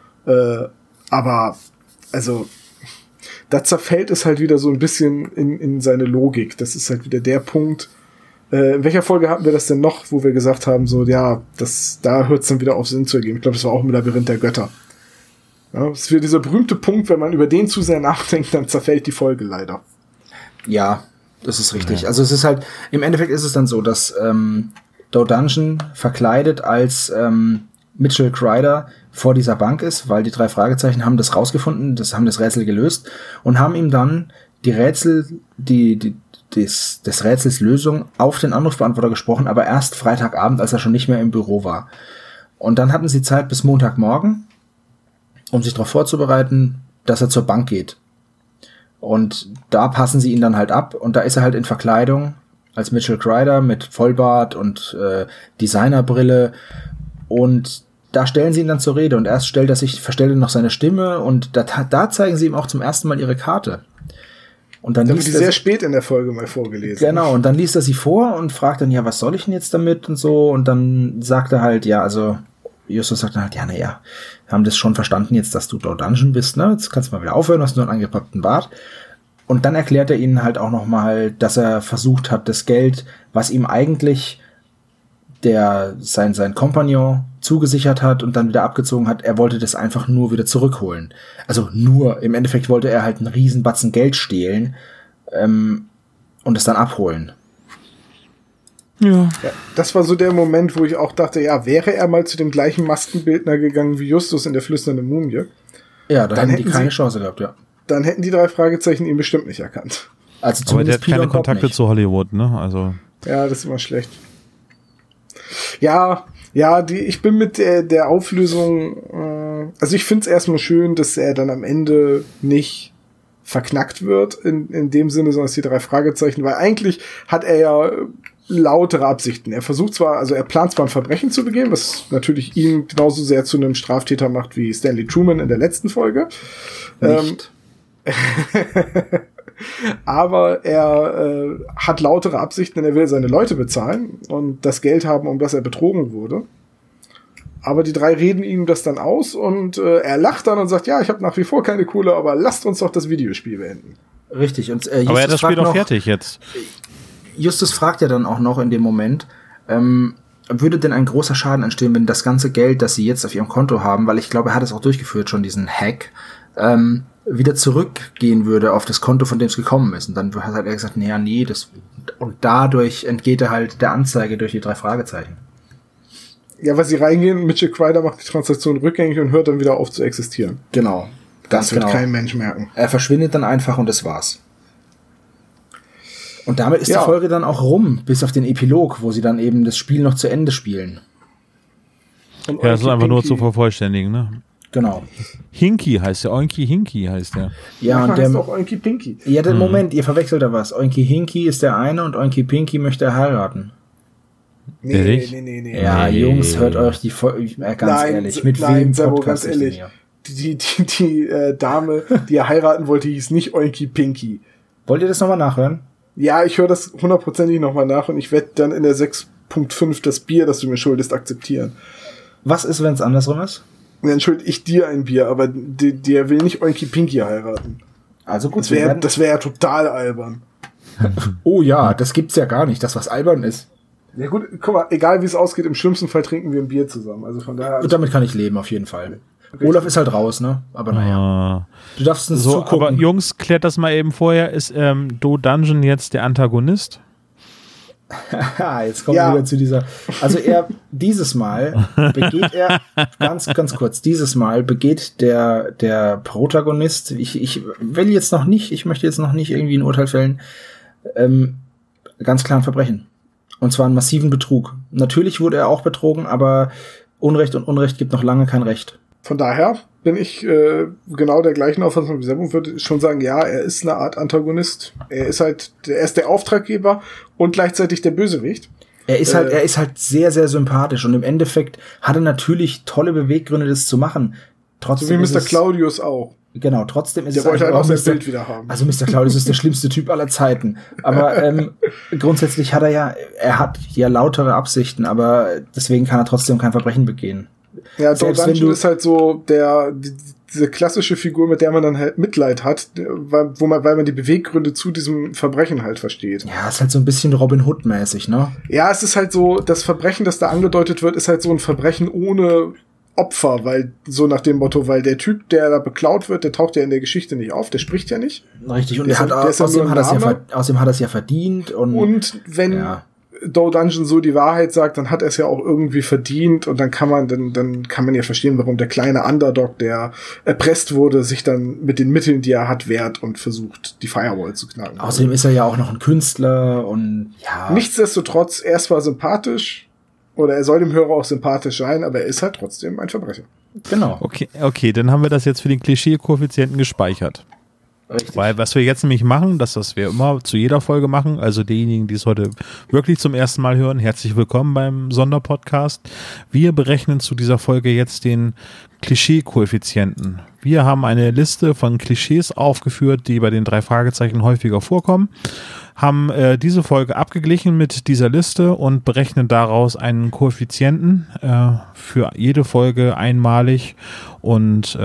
Aber, also, da zerfällt es halt wieder so ein bisschen in seine Logik. Das ist halt wieder der Punkt. In welcher Folge hatten wir das denn noch, wo wir gesagt haben, so, ja, da hört es dann wieder auf Sinn zu ergeben. Ich glaube, das war auch im Labyrinth der Götter. Ja, das ist wieder dieser berühmte Punkt, wenn man über den zu sehr nachdenkt, dann zerfällt die Folge leider. Ja, das ist richtig. Ja. Also es ist halt, im Endeffekt ist es dann so, dass Doe Dungeon verkleidet als Mitchell Kreider vor dieser Bank ist, weil die 3 Fragezeichen haben das rausgefunden, haben das Rätsel gelöst und haben ihm dann die Rätsel, des Rätsels Lösung auf den Anrufbeantworter gesprochen, aber erst Freitagabend, als er schon nicht mehr im Büro war. Und dann hatten sie Zeit bis Montagmorgen, um sich darauf vorzubereiten, dass er zur Bank geht. Und da passen sie ihn dann halt ab und da ist er halt in Verkleidung als Mitchell Kreider mit Vollbart und Designerbrille und da stellen sie ihn dann zur Rede und erst verstellt er noch seine Stimme und da zeigen sie ihm auch zum ersten Mal ihre Karte. Und dann liest er sehr spät in der Folge mal vorgelesen. Genau, und dann liest er sie vor und fragt dann, ja, was soll ich denn jetzt damit und so. Und dann sagt er halt, ja, also Justus sagt dann halt, ja, naja, wir haben das schon verstanden jetzt, dass du Doe Dungeon bist, ne? Jetzt kannst du mal wieder aufhören, hast nur einen angepackten Bart. Und dann erklärt er ihnen halt auch nochmal, dass er versucht hat, das Geld, was ihm eigentlich der sein Kompagnon zugesichert hat und dann wieder abgezogen hat, er wollte das einfach nur wieder zurückholen. Also im Endeffekt wollte er halt einen riesen Batzen Geld stehlen und es dann abholen. Ja. Ja, das war so der Moment, wo ich auch dachte, ja, wäre er mal zu dem gleichen Maskenbildner gegangen wie Justus in der flüsternden Mumie. Ja, dann hätten die keine Chance gehabt, ja. Dann hätten die 3 Fragezeichen ihn bestimmt nicht erkannt. Also Aber der hat Peter keine Cobb Kontakte nicht. zu Hollywood, ne? Also. Ja, das ist immer schlecht. Ja, ich bin mit der Auflösung, also ich finde es erstmal schön, dass er dann am Ende nicht verknackt wird, in dem Sinne, sondern dass die 3 Fragezeichen, weil eigentlich hat er ja lautere Absichten. Er plant zwar ein Verbrechen zu begehen, was natürlich ihn genauso sehr zu einem Straftäter macht wie Stanley Truman in der letzten Folge. Nicht. Aber er hat lautere Absichten, denn er will seine Leute bezahlen und das Geld haben, um das er betrogen wurde. Aber die 3 reden ihm das dann aus und er lacht dann und sagt, ja, ich habe nach wie vor keine Kohle, aber lasst uns doch das Videospiel beenden. Richtig. Und, aber er hat das Spiel doch fertig jetzt. Justus fragt ja dann auch noch in dem Moment, würde denn ein großer Schaden entstehen, wenn das ganze Geld, das sie jetzt auf ihrem Konto haben, weil ich glaube, er hat es auch durchgeführt, schon diesen Hack, wieder zurückgehen würde auf das Konto, von dem es gekommen ist. Und dann hat er gesagt, nee, und dadurch entgeht er halt der Anzeige durch die 3 Fragezeichen. Ja, weil sie reingehen, Mitchell Kreider macht die Transaktion rückgängig und hört dann wieder auf zu existieren. Genau. Das wird kein Mensch merken. Er verschwindet dann einfach und das war's. Und damit ist die Folge dann auch rum, bis auf den Epilog, wo sie dann eben das Spiel noch zu Ende spielen. Und ja, das ist einfach nur zu vervollständigen, ne? Genau. Hinky heißt der, Oinky Hinky heißt der. Ja, und der heißt auch Oinky Pinky. Ja, den Moment, ihr verwechselt da was. Oinky Hinky ist der eine und Oinky Pinky möchte er heiraten. Nee. Ja, Jungs, hört euch die Folge, ganz ehrlich, mit wem Podcast ganz ehrlich. Die Dame, die er heiraten wollte, hieß nicht Oinky Pinky. Wollt ihr das nochmal nachhören? Ja, ich höre das 100%ig nochmal nach und ich werde dann in der 6.5 das Bier, das du mir schuldest, akzeptieren. Was ist, wenn es andersrum ist? Dann schulde ich dir ein Bier, aber der will nicht Oinky Pinky heiraten. Also gut, das wäre ja total albern. Oh ja, das gibt's ja gar nicht, das was albern ist. Ja gut, guck mal, egal wie es ausgeht, im schlimmsten Fall trinken wir ein Bier zusammen. Also von daher. Und damit kann ich leben, auf jeden Fall. Richtig. Olaf ist halt raus, ne? Aber naja. Du darfst uns so, zugucken. Aber Jungs, klärt das mal eben vorher. Ist Do Dungeon jetzt der Antagonist? Jetzt kommen wir wieder zu dieser. Also dieses Mal begeht er, ganz kurz, dieses Mal begeht der Protagonist, ich möchte jetzt noch nicht irgendwie ein Urteil fällen, ganz klar ein Verbrechen. Und zwar einen massiven Betrug. Natürlich wurde er auch betrogen, aber Unrecht und Unrecht gibt noch lange kein Recht. Von daher bin ich genau der gleichen Auffassung wie Sepp und würde schon sagen, ja, er ist eine Art Antagonist. Er ist der Auftraggeber und gleichzeitig der Bösewicht. Er ist halt sehr, sehr sympathisch und im Endeffekt hat er natürlich tolle Beweggründe, das zu machen. Trotzdem so wie Mr. Claudius auch. Genau, trotzdem ist der wollte halt auch sein Bild wieder haben. Also Mr. Claudius ist der schlimmste Typ aller Zeiten. Aber grundsätzlich hat er hat ja lautere Absichten, aber deswegen kann er trotzdem kein Verbrechen begehen. Ja, Do Dungeon ist halt so diese klassische Figur, mit der man dann halt Mitleid hat, weil man die Beweggründe zu diesem Verbrechen halt versteht. Ja, ist halt so ein bisschen Robin Hood-mäßig, ne? Ja, es ist halt so, das Verbrechen, das da angedeutet wird, ist halt so ein Verbrechen ohne Opfer, weil so nach dem Motto, weil der Typ, der da beklaut wird, der taucht ja in der Geschichte nicht auf, der spricht ja nicht. Richtig, und außerdem hat er es ja verdient. Und wenn Do Dungeon so die Wahrheit sagt, dann hat er es ja auch irgendwie verdient und dann kann man ja verstehen, warum der kleine Underdog, der erpresst wurde, sich dann mit den Mitteln, die er hat, wehrt und versucht, die Firewall zu knacken. Außerdem ist er ja auch noch ein Künstler und ja. Nichtsdestotrotz, er ist zwar sympathisch, oder er soll dem Hörer auch sympathisch sein, aber er ist halt trotzdem ein Verbrecher. Genau. Okay, dann haben wir das jetzt für den Klischee-Koeffizienten gespeichert. Richtig. Weil was wir jetzt nämlich machen, das wir immer zu jeder Folge machen, also diejenigen, die es heute wirklich zum ersten Mal hören, herzlich willkommen beim Sonderpodcast. Wir berechnen zu dieser Folge jetzt den Klischee-Koeffizienten. Wir haben eine Liste von Klischees aufgeführt, die bei den 3 Fragezeichen häufiger vorkommen, haben diese Folge abgeglichen mit dieser Liste und berechnen daraus einen Koeffizienten für jede Folge einmalig und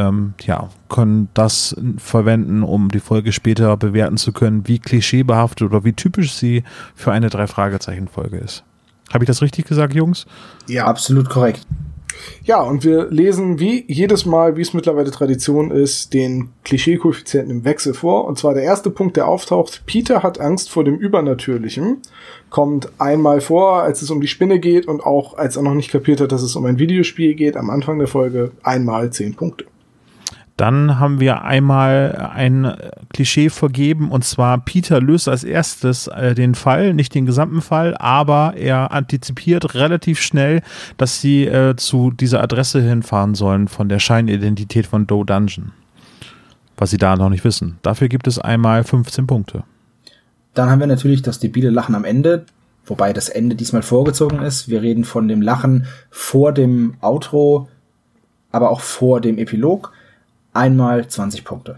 können das verwenden, um die Folge später bewerten zu können, wie klischeebehaftet oder wie typisch sie für eine 3-Fragezeichen-Folge ist. Habe ich das richtig gesagt, Jungs? Ja, absolut korrekt. Ja, und wir lesen wie jedes Mal, wie es mittlerweile Tradition ist, den Klischee-Koeffizienten im Wechsel vor. Und zwar der erste Punkt, der auftaucht: Peter hat Angst vor dem Übernatürlichen. Kommt einmal vor, als es um die Spinne geht und auch als er noch nicht kapiert hat, dass es um ein Videospiel geht, am Anfang der Folge einmal 10 Punkte. Dann haben wir einmal ein Klischee vergeben, und zwar Peter löst als erstes den Fall, nicht den gesamten Fall, aber er antizipiert relativ schnell, dass sie zu dieser Adresse hinfahren sollen von der Scheinidentität von Doe Dungeon, was sie da noch nicht wissen. Dafür gibt es einmal 15 Punkte. Dann haben wir natürlich das debile Lachen am Ende, wobei das Ende diesmal vorgezogen ist. Wir reden von dem Lachen vor dem Outro, aber auch vor dem Epilog. Einmal 20 Punkte.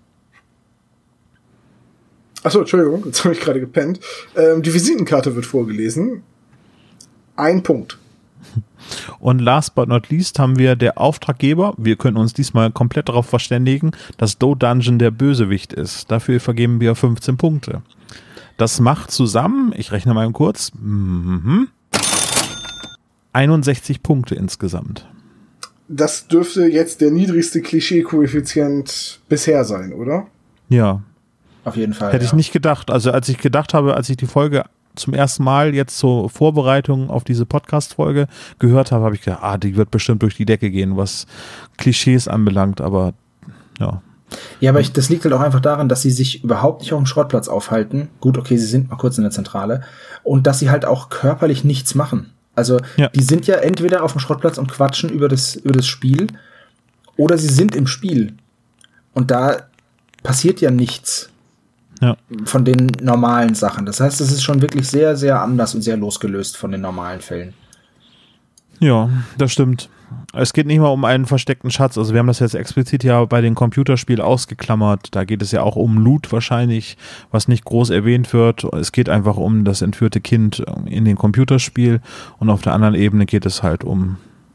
Achso, Entschuldigung, jetzt habe ich gerade gepennt. Die Visitenkarte wird vorgelesen. 1 Punkt. Und last but not least haben wir der Auftraggeber. Wir können uns diesmal komplett darauf verständigen, dass Doe Dungeon der Bösewicht ist. Dafür vergeben wir 15 Punkte. Das macht zusammen, ich rechne mal kurz, 61 Punkte insgesamt. Das dürfte jetzt der niedrigste Klischee-Koeffizient bisher sein, oder? Ja. Auf jeden Fall. Hätte ich nicht gedacht. Also als ich die Folge zum ersten Mal jetzt zur Vorbereitung auf diese Podcast-Folge gehört habe, habe ich gedacht, die wird bestimmt durch die Decke gehen, was Klischees anbelangt, aber ja. Ja, aber das liegt halt auch einfach daran, dass sie sich überhaupt nicht auf dem Schrottplatz aufhalten. Gut, okay, sie sind mal kurz in der Zentrale. Und dass sie halt auch körperlich nichts machen. Also, Die sind ja entweder auf dem Schrottplatz und quatschen über das Spiel, oder sie sind im Spiel. Und da passiert ja nichts von den normalen Sachen. Das heißt, es ist schon wirklich sehr, sehr anders und sehr losgelöst von den normalen Fällen. Ja, das stimmt. Es geht nicht mal um einen versteckten Schatz. Also wir haben das jetzt explizit ja bei den Computerspielen ausgeklammert. Da geht es ja auch um Loot wahrscheinlich, was nicht groß erwähnt wird. Es geht einfach um das entführte Kind in dem Computerspiel. Und auf der anderen Ebene geht es halt um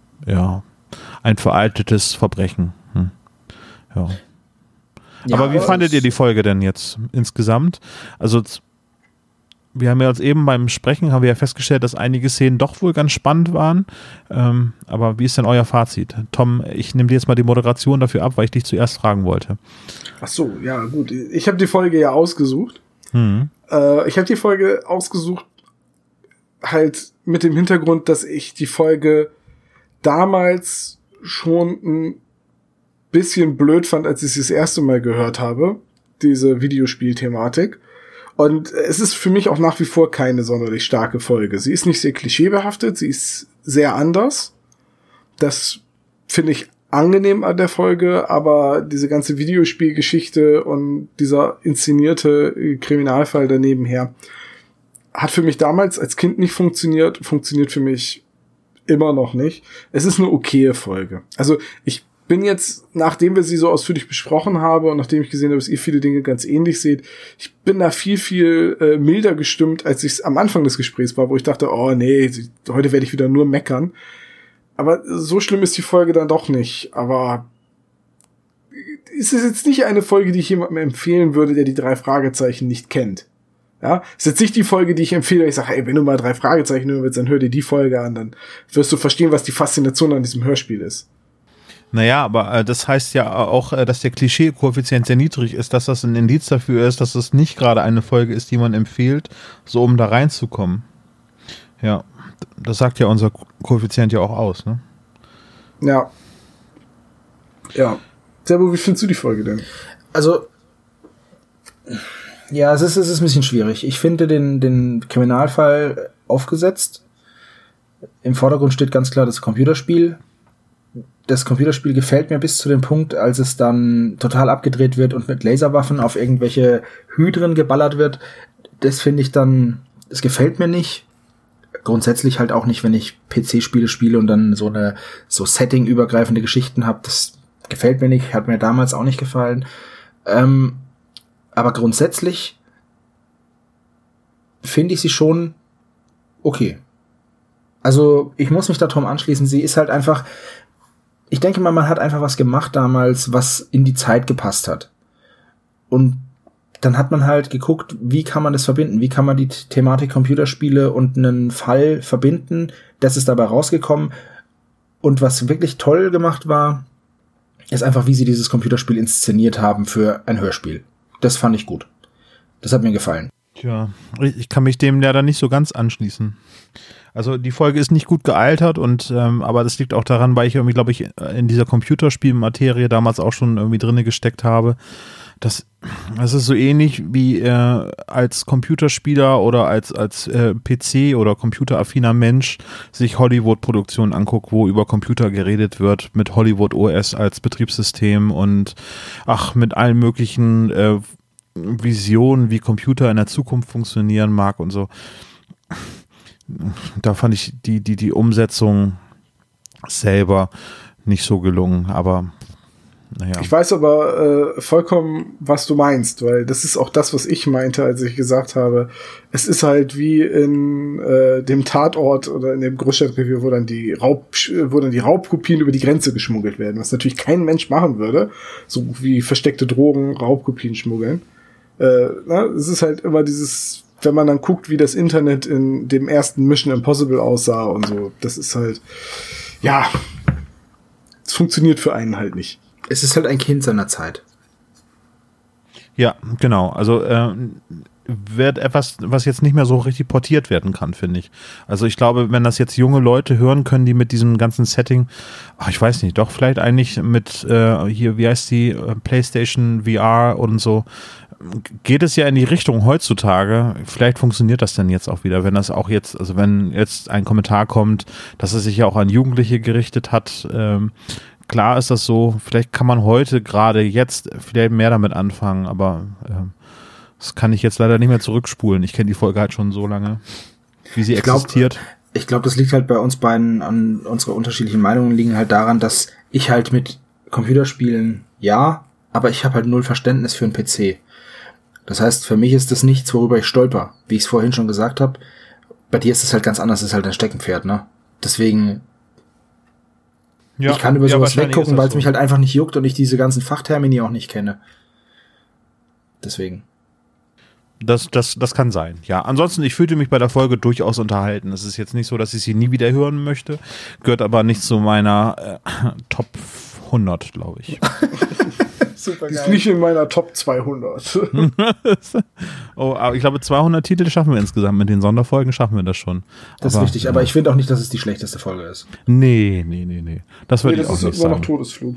ein veraltetes Verbrechen. Ja. Aber wie fandet ihr die Folge denn jetzt insgesamt? Also wir haben ja jetzt eben beim Sprechen haben wir ja festgestellt, dass einige Szenen doch wohl ganz spannend waren. Aber wie ist denn euer Fazit? Tom, ich nehme dir jetzt mal die Moderation dafür ab, weil ich dich zuerst fragen wollte. Ach so, ja gut. Ich habe die Folge ja ausgesucht. Ich habe die Folge ausgesucht halt mit dem Hintergrund, dass ich die Folge damals schon ein bisschen blöd fand, als ich sie das erste Mal gehört habe. Diese Videospielthematik. Und es ist für mich auch nach wie vor keine sonderlich starke Folge. Sie ist nicht sehr klischeebehaftet, sie ist sehr anders. Das finde ich angenehm an der Folge, aber diese ganze Videospielgeschichte und dieser inszenierte Kriminalfall daneben her hat für mich damals als Kind nicht funktioniert für mich immer noch nicht. Es ist eine okaye Folge. Also ich bin jetzt, nachdem wir sie so ausführlich besprochen haben und nachdem ich gesehen habe, dass ihr viele Dinge ganz ähnlich seht, ich bin da viel milder gestimmt, als ich es am Anfang des Gesprächs war, wo ich dachte, oh nee, heute werde ich wieder nur meckern. Aber so schlimm ist die Folge dann doch nicht. Aber es ist jetzt nicht eine Folge, die ich jemandem empfehlen würde, der die 3 Fragezeichen nicht kennt. Ja, es ist jetzt nicht die Folge, die ich empfehle, ich sage, wenn du mal 3 Fragezeichen hören willst, dann hör dir die Folge an, dann wirst du verstehen, was die Faszination an diesem Hörspiel ist. Naja, aber das heißt ja auch, dass der Klischee-Koeffizient sehr niedrig ist, dass das ein Indiz dafür ist, dass es nicht gerade eine Folge ist, die man empfiehlt, so um da reinzukommen. Ja, das sagt ja unser Koeffizient ja auch aus, ne? Ja. Ja. Servo, wie findest du die Folge denn? Also, ja, es ist ein bisschen schwierig. Ich finde den Kriminalfall aufgesetzt. Im Vordergrund steht ganz klar das Computerspiel. Das Computerspiel gefällt mir bis zu dem Punkt, als es dann total abgedreht wird und mit Laserwaffen auf irgendwelche Hydren geballert wird. Das finde ich dann, es gefällt mir nicht. Grundsätzlich halt auch nicht, wenn ich PC-Spiele spiele und dann so Setting-übergreifende Geschichten habe. Das gefällt mir nicht, hat mir damals auch nicht gefallen. Aber grundsätzlich finde ich sie schon okay. Also ich muss mich da Tom anschließen. Sie ist halt einfach, ich denke mal, man hat einfach was gemacht damals, was in die Zeit gepasst hat. Und dann hat man halt geguckt, wie kann man das verbinden? Wie kann man die Thematik Computerspiele und einen Fall verbinden? Das ist dabei rausgekommen. Und was wirklich toll gemacht war, ist einfach, wie sie dieses Computerspiel inszeniert haben für ein Hörspiel. Das fand ich gut. Das hat mir gefallen. Tja, ich kann mich dem leider nicht so ganz anschließen. Also die Folge ist nicht gut gealtert aber das liegt auch daran, weil ich irgendwie, glaube ich, in dieser Computerspielmaterie damals auch schon irgendwie drinne gesteckt habe. Das ist so ähnlich wie als Computerspieler oder als PC oder computeraffiner Mensch sich Hollywood-Produktionen anguckt, wo über Computer geredet wird, mit Hollywood OS als Betriebssystem und mit allen möglichen Visionen, wie Computer in der Zukunft funktionieren mag und so. Da fand ich die Umsetzung selber nicht so gelungen, aber naja. Ich weiß aber vollkommen, was du meinst, weil das ist auch das, was ich meinte, als ich gesagt habe, es ist halt wie in dem Tatort oder in dem Großstadtrevier, wo dann die Raubkopien über die Grenze geschmuggelt werden, was natürlich kein Mensch machen würde, so wie versteckte Drogen, Raubkopien schmuggeln. Es ist halt immer dieses, wenn man dann guckt, wie das Internet in dem ersten Mission Impossible aussah und so, das ist halt, ja, es funktioniert für einen halt nicht. Es ist halt ein Kind seiner Zeit. Ja, genau. Also wird etwas, was jetzt nicht mehr so richtig portiert werden kann, finde ich. Also ich glaube, wenn das jetzt junge Leute hören können, die mit diesem ganzen Setting, ich weiß nicht, doch vielleicht eigentlich mit hier, wie heißt die, PlayStation VR und so, geht es ja in die Richtung heutzutage. Vielleicht funktioniert das dann jetzt auch wieder, wenn das auch jetzt, also wenn jetzt ein Kommentar kommt, dass es sich ja auch an Jugendliche gerichtet hat. Klar ist das so, vielleicht kann man heute gerade jetzt vielleicht mehr damit anfangen, aber das kann ich jetzt leider nicht mehr zurückspulen. Ich kenne die Folge halt schon so lange, wie sie existiert. Ich glaube, das liegt halt bei uns beiden an unsere unterschiedlichen Meinungen, liegen halt daran, dass ich halt mit Computerspielen aber ich habe halt null Verständnis für einen PC. Das heißt, für mich ist das nichts, worüber ich stolper. Wie ich es vorhin schon gesagt habe, bei dir ist es halt ganz anders, das ist halt ein Steckenpferd, ne? Deswegen, ich kann über sowas weggucken, weil es mich halt einfach nicht juckt und ich diese ganzen Fachtermini auch nicht kenne. Deswegen. Das kann sein, ja. Ansonsten, ich fühlte mich bei der Folge durchaus unterhalten. Es ist jetzt nicht so, dass ich sie nie wieder hören möchte, gehört aber nicht zu meiner Top 100, glaube ich. Super geil. Ist nicht in meiner Top 200. Aber ich glaube, 200 Titel schaffen wir insgesamt. Mit den Sonderfolgen schaffen wir das schon. Das ist richtig, aber ich finde auch nicht, dass es die schlechteste Folge ist. Nee. Das würde ich auch nicht sagen. Das ist immer noch Todesflug.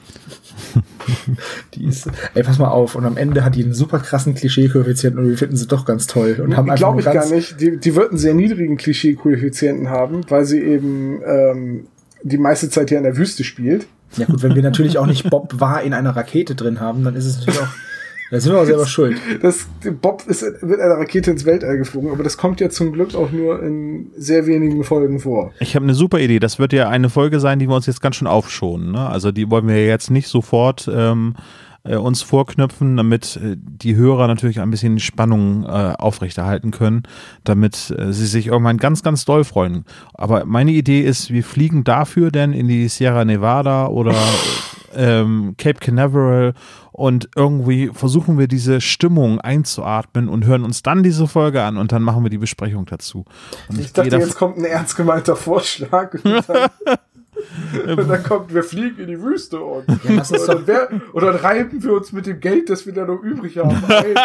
Pass mal auf. Und am Ende hat die einen super krassen Klischee-Koeffizienten und wir finden sie doch ganz toll. Und haben glaube ich gar nicht. Die wird einen sehr niedrigen Klischee-Koeffizienten haben, weil sie eben die meiste Zeit hier in der Wüste spielt. Ja gut, wenn wir natürlich auch nicht Bob war in einer Rakete drin haben, dann ist es natürlich auch, da sind wir auch selber schuld. Bob wird einer Rakete ins Weltall geflogen, aber das kommt ja zum Glück auch nur in sehr wenigen Folgen vor. Ich habe eine super Idee, das wird ja eine Folge sein, die wir uns jetzt ganz schön aufschonen, ne? Also die wollen wir jetzt nicht sofort uns vorknöpfen, damit die Hörer natürlich ein bisschen Spannung aufrechterhalten können, damit sie sich irgendwann ganz, ganz doll freuen. Aber meine Idee ist, wir fliegen dafür denn in die Sierra Nevada oder Cape Canaveral und irgendwie versuchen wir diese Stimmung einzuatmen und hören uns dann diese Folge an und dann machen wir die Besprechung dazu. Und ich dachte, jetzt kommt ein ernst gemeinter Vorschlag und dann kommt, wir fliegen in die Wüste und dann reiben wir uns mit dem Geld, das wir da noch übrig haben.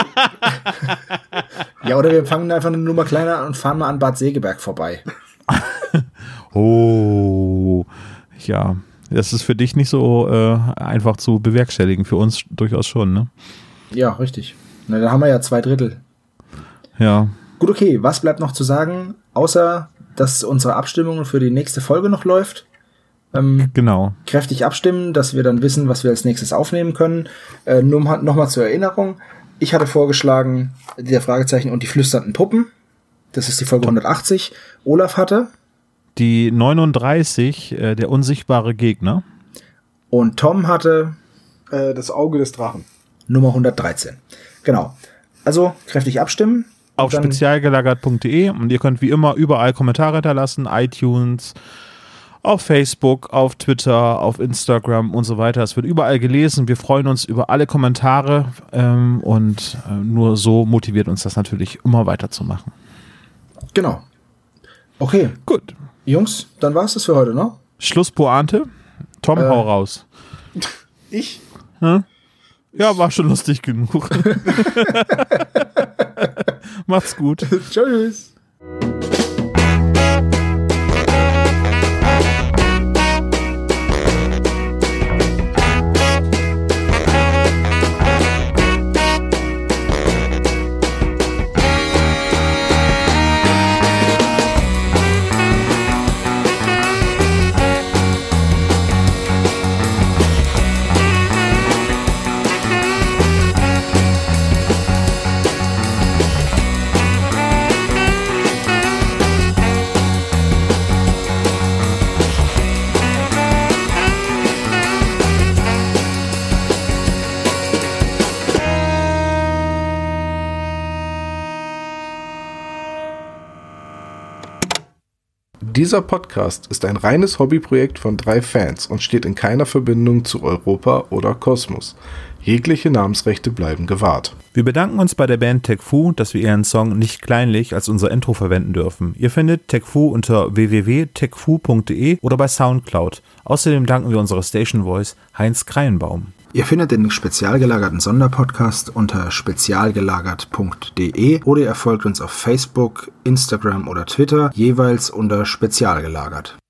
Ja, oder wir fangen einfach eine Nummer kleiner an und fahren mal an Bad Segeberg vorbei. Oh, ja. Das ist für dich nicht so einfach zu bewerkstelligen, für uns durchaus schon, ne? Ja, richtig. Na, da haben wir ja 2/3. Ja. Gut, okay, was bleibt noch zu sagen, außer, dass unsere Abstimmung für die nächste Folge noch läuft? Genau. Kräftig abstimmen, dass wir dann wissen, was wir als nächstes aufnehmen können. Nur noch mal zur Erinnerung. Ich hatte vorgeschlagen, der Fragezeichen und die flüsternden Puppen. Das ist die Folge 180. Olaf hatte die 39, der unsichtbare Gegner. Und Tom hatte das Auge des Drachen. Nummer 113. Genau. Also kräftig abstimmen. Auf spezialgelagert.de und ihr könnt wie immer überall Kommentare hinterlassen, iTunes, auf Facebook, auf Twitter, auf Instagram und so weiter. Es wird überall gelesen. Wir freuen uns über alle Kommentare und nur so motiviert uns das natürlich, immer weiterzumachen. Genau. Okay. Gut. Jungs, dann war's das für heute, ne? Schlusspointe. Tom, hau raus. Ich? Hm? Ja, war schon lustig genug. Macht's gut. Tschüss. Dieser Podcast ist ein reines Hobbyprojekt von 3 Fans und steht in keiner Verbindung zu Europa oder Kosmos. Jegliche Namensrechte bleiben gewahrt. Wir bedanken uns bei der Band Tech Fu, dass wir ihren Song Nicht kleinlich als unser Intro verwenden dürfen. Ihr findet Tech Fu unter www.techfu.de oder bei Soundcloud. Außerdem danken wir unserer Station Voice Heinz Kreienbaum. Ihr findet den spezial gelagerten Sonderpodcast unter spezialgelagert.de oder ihr folgt uns auf Facebook, Instagram oder Twitter, jeweils unter spezialgelagert.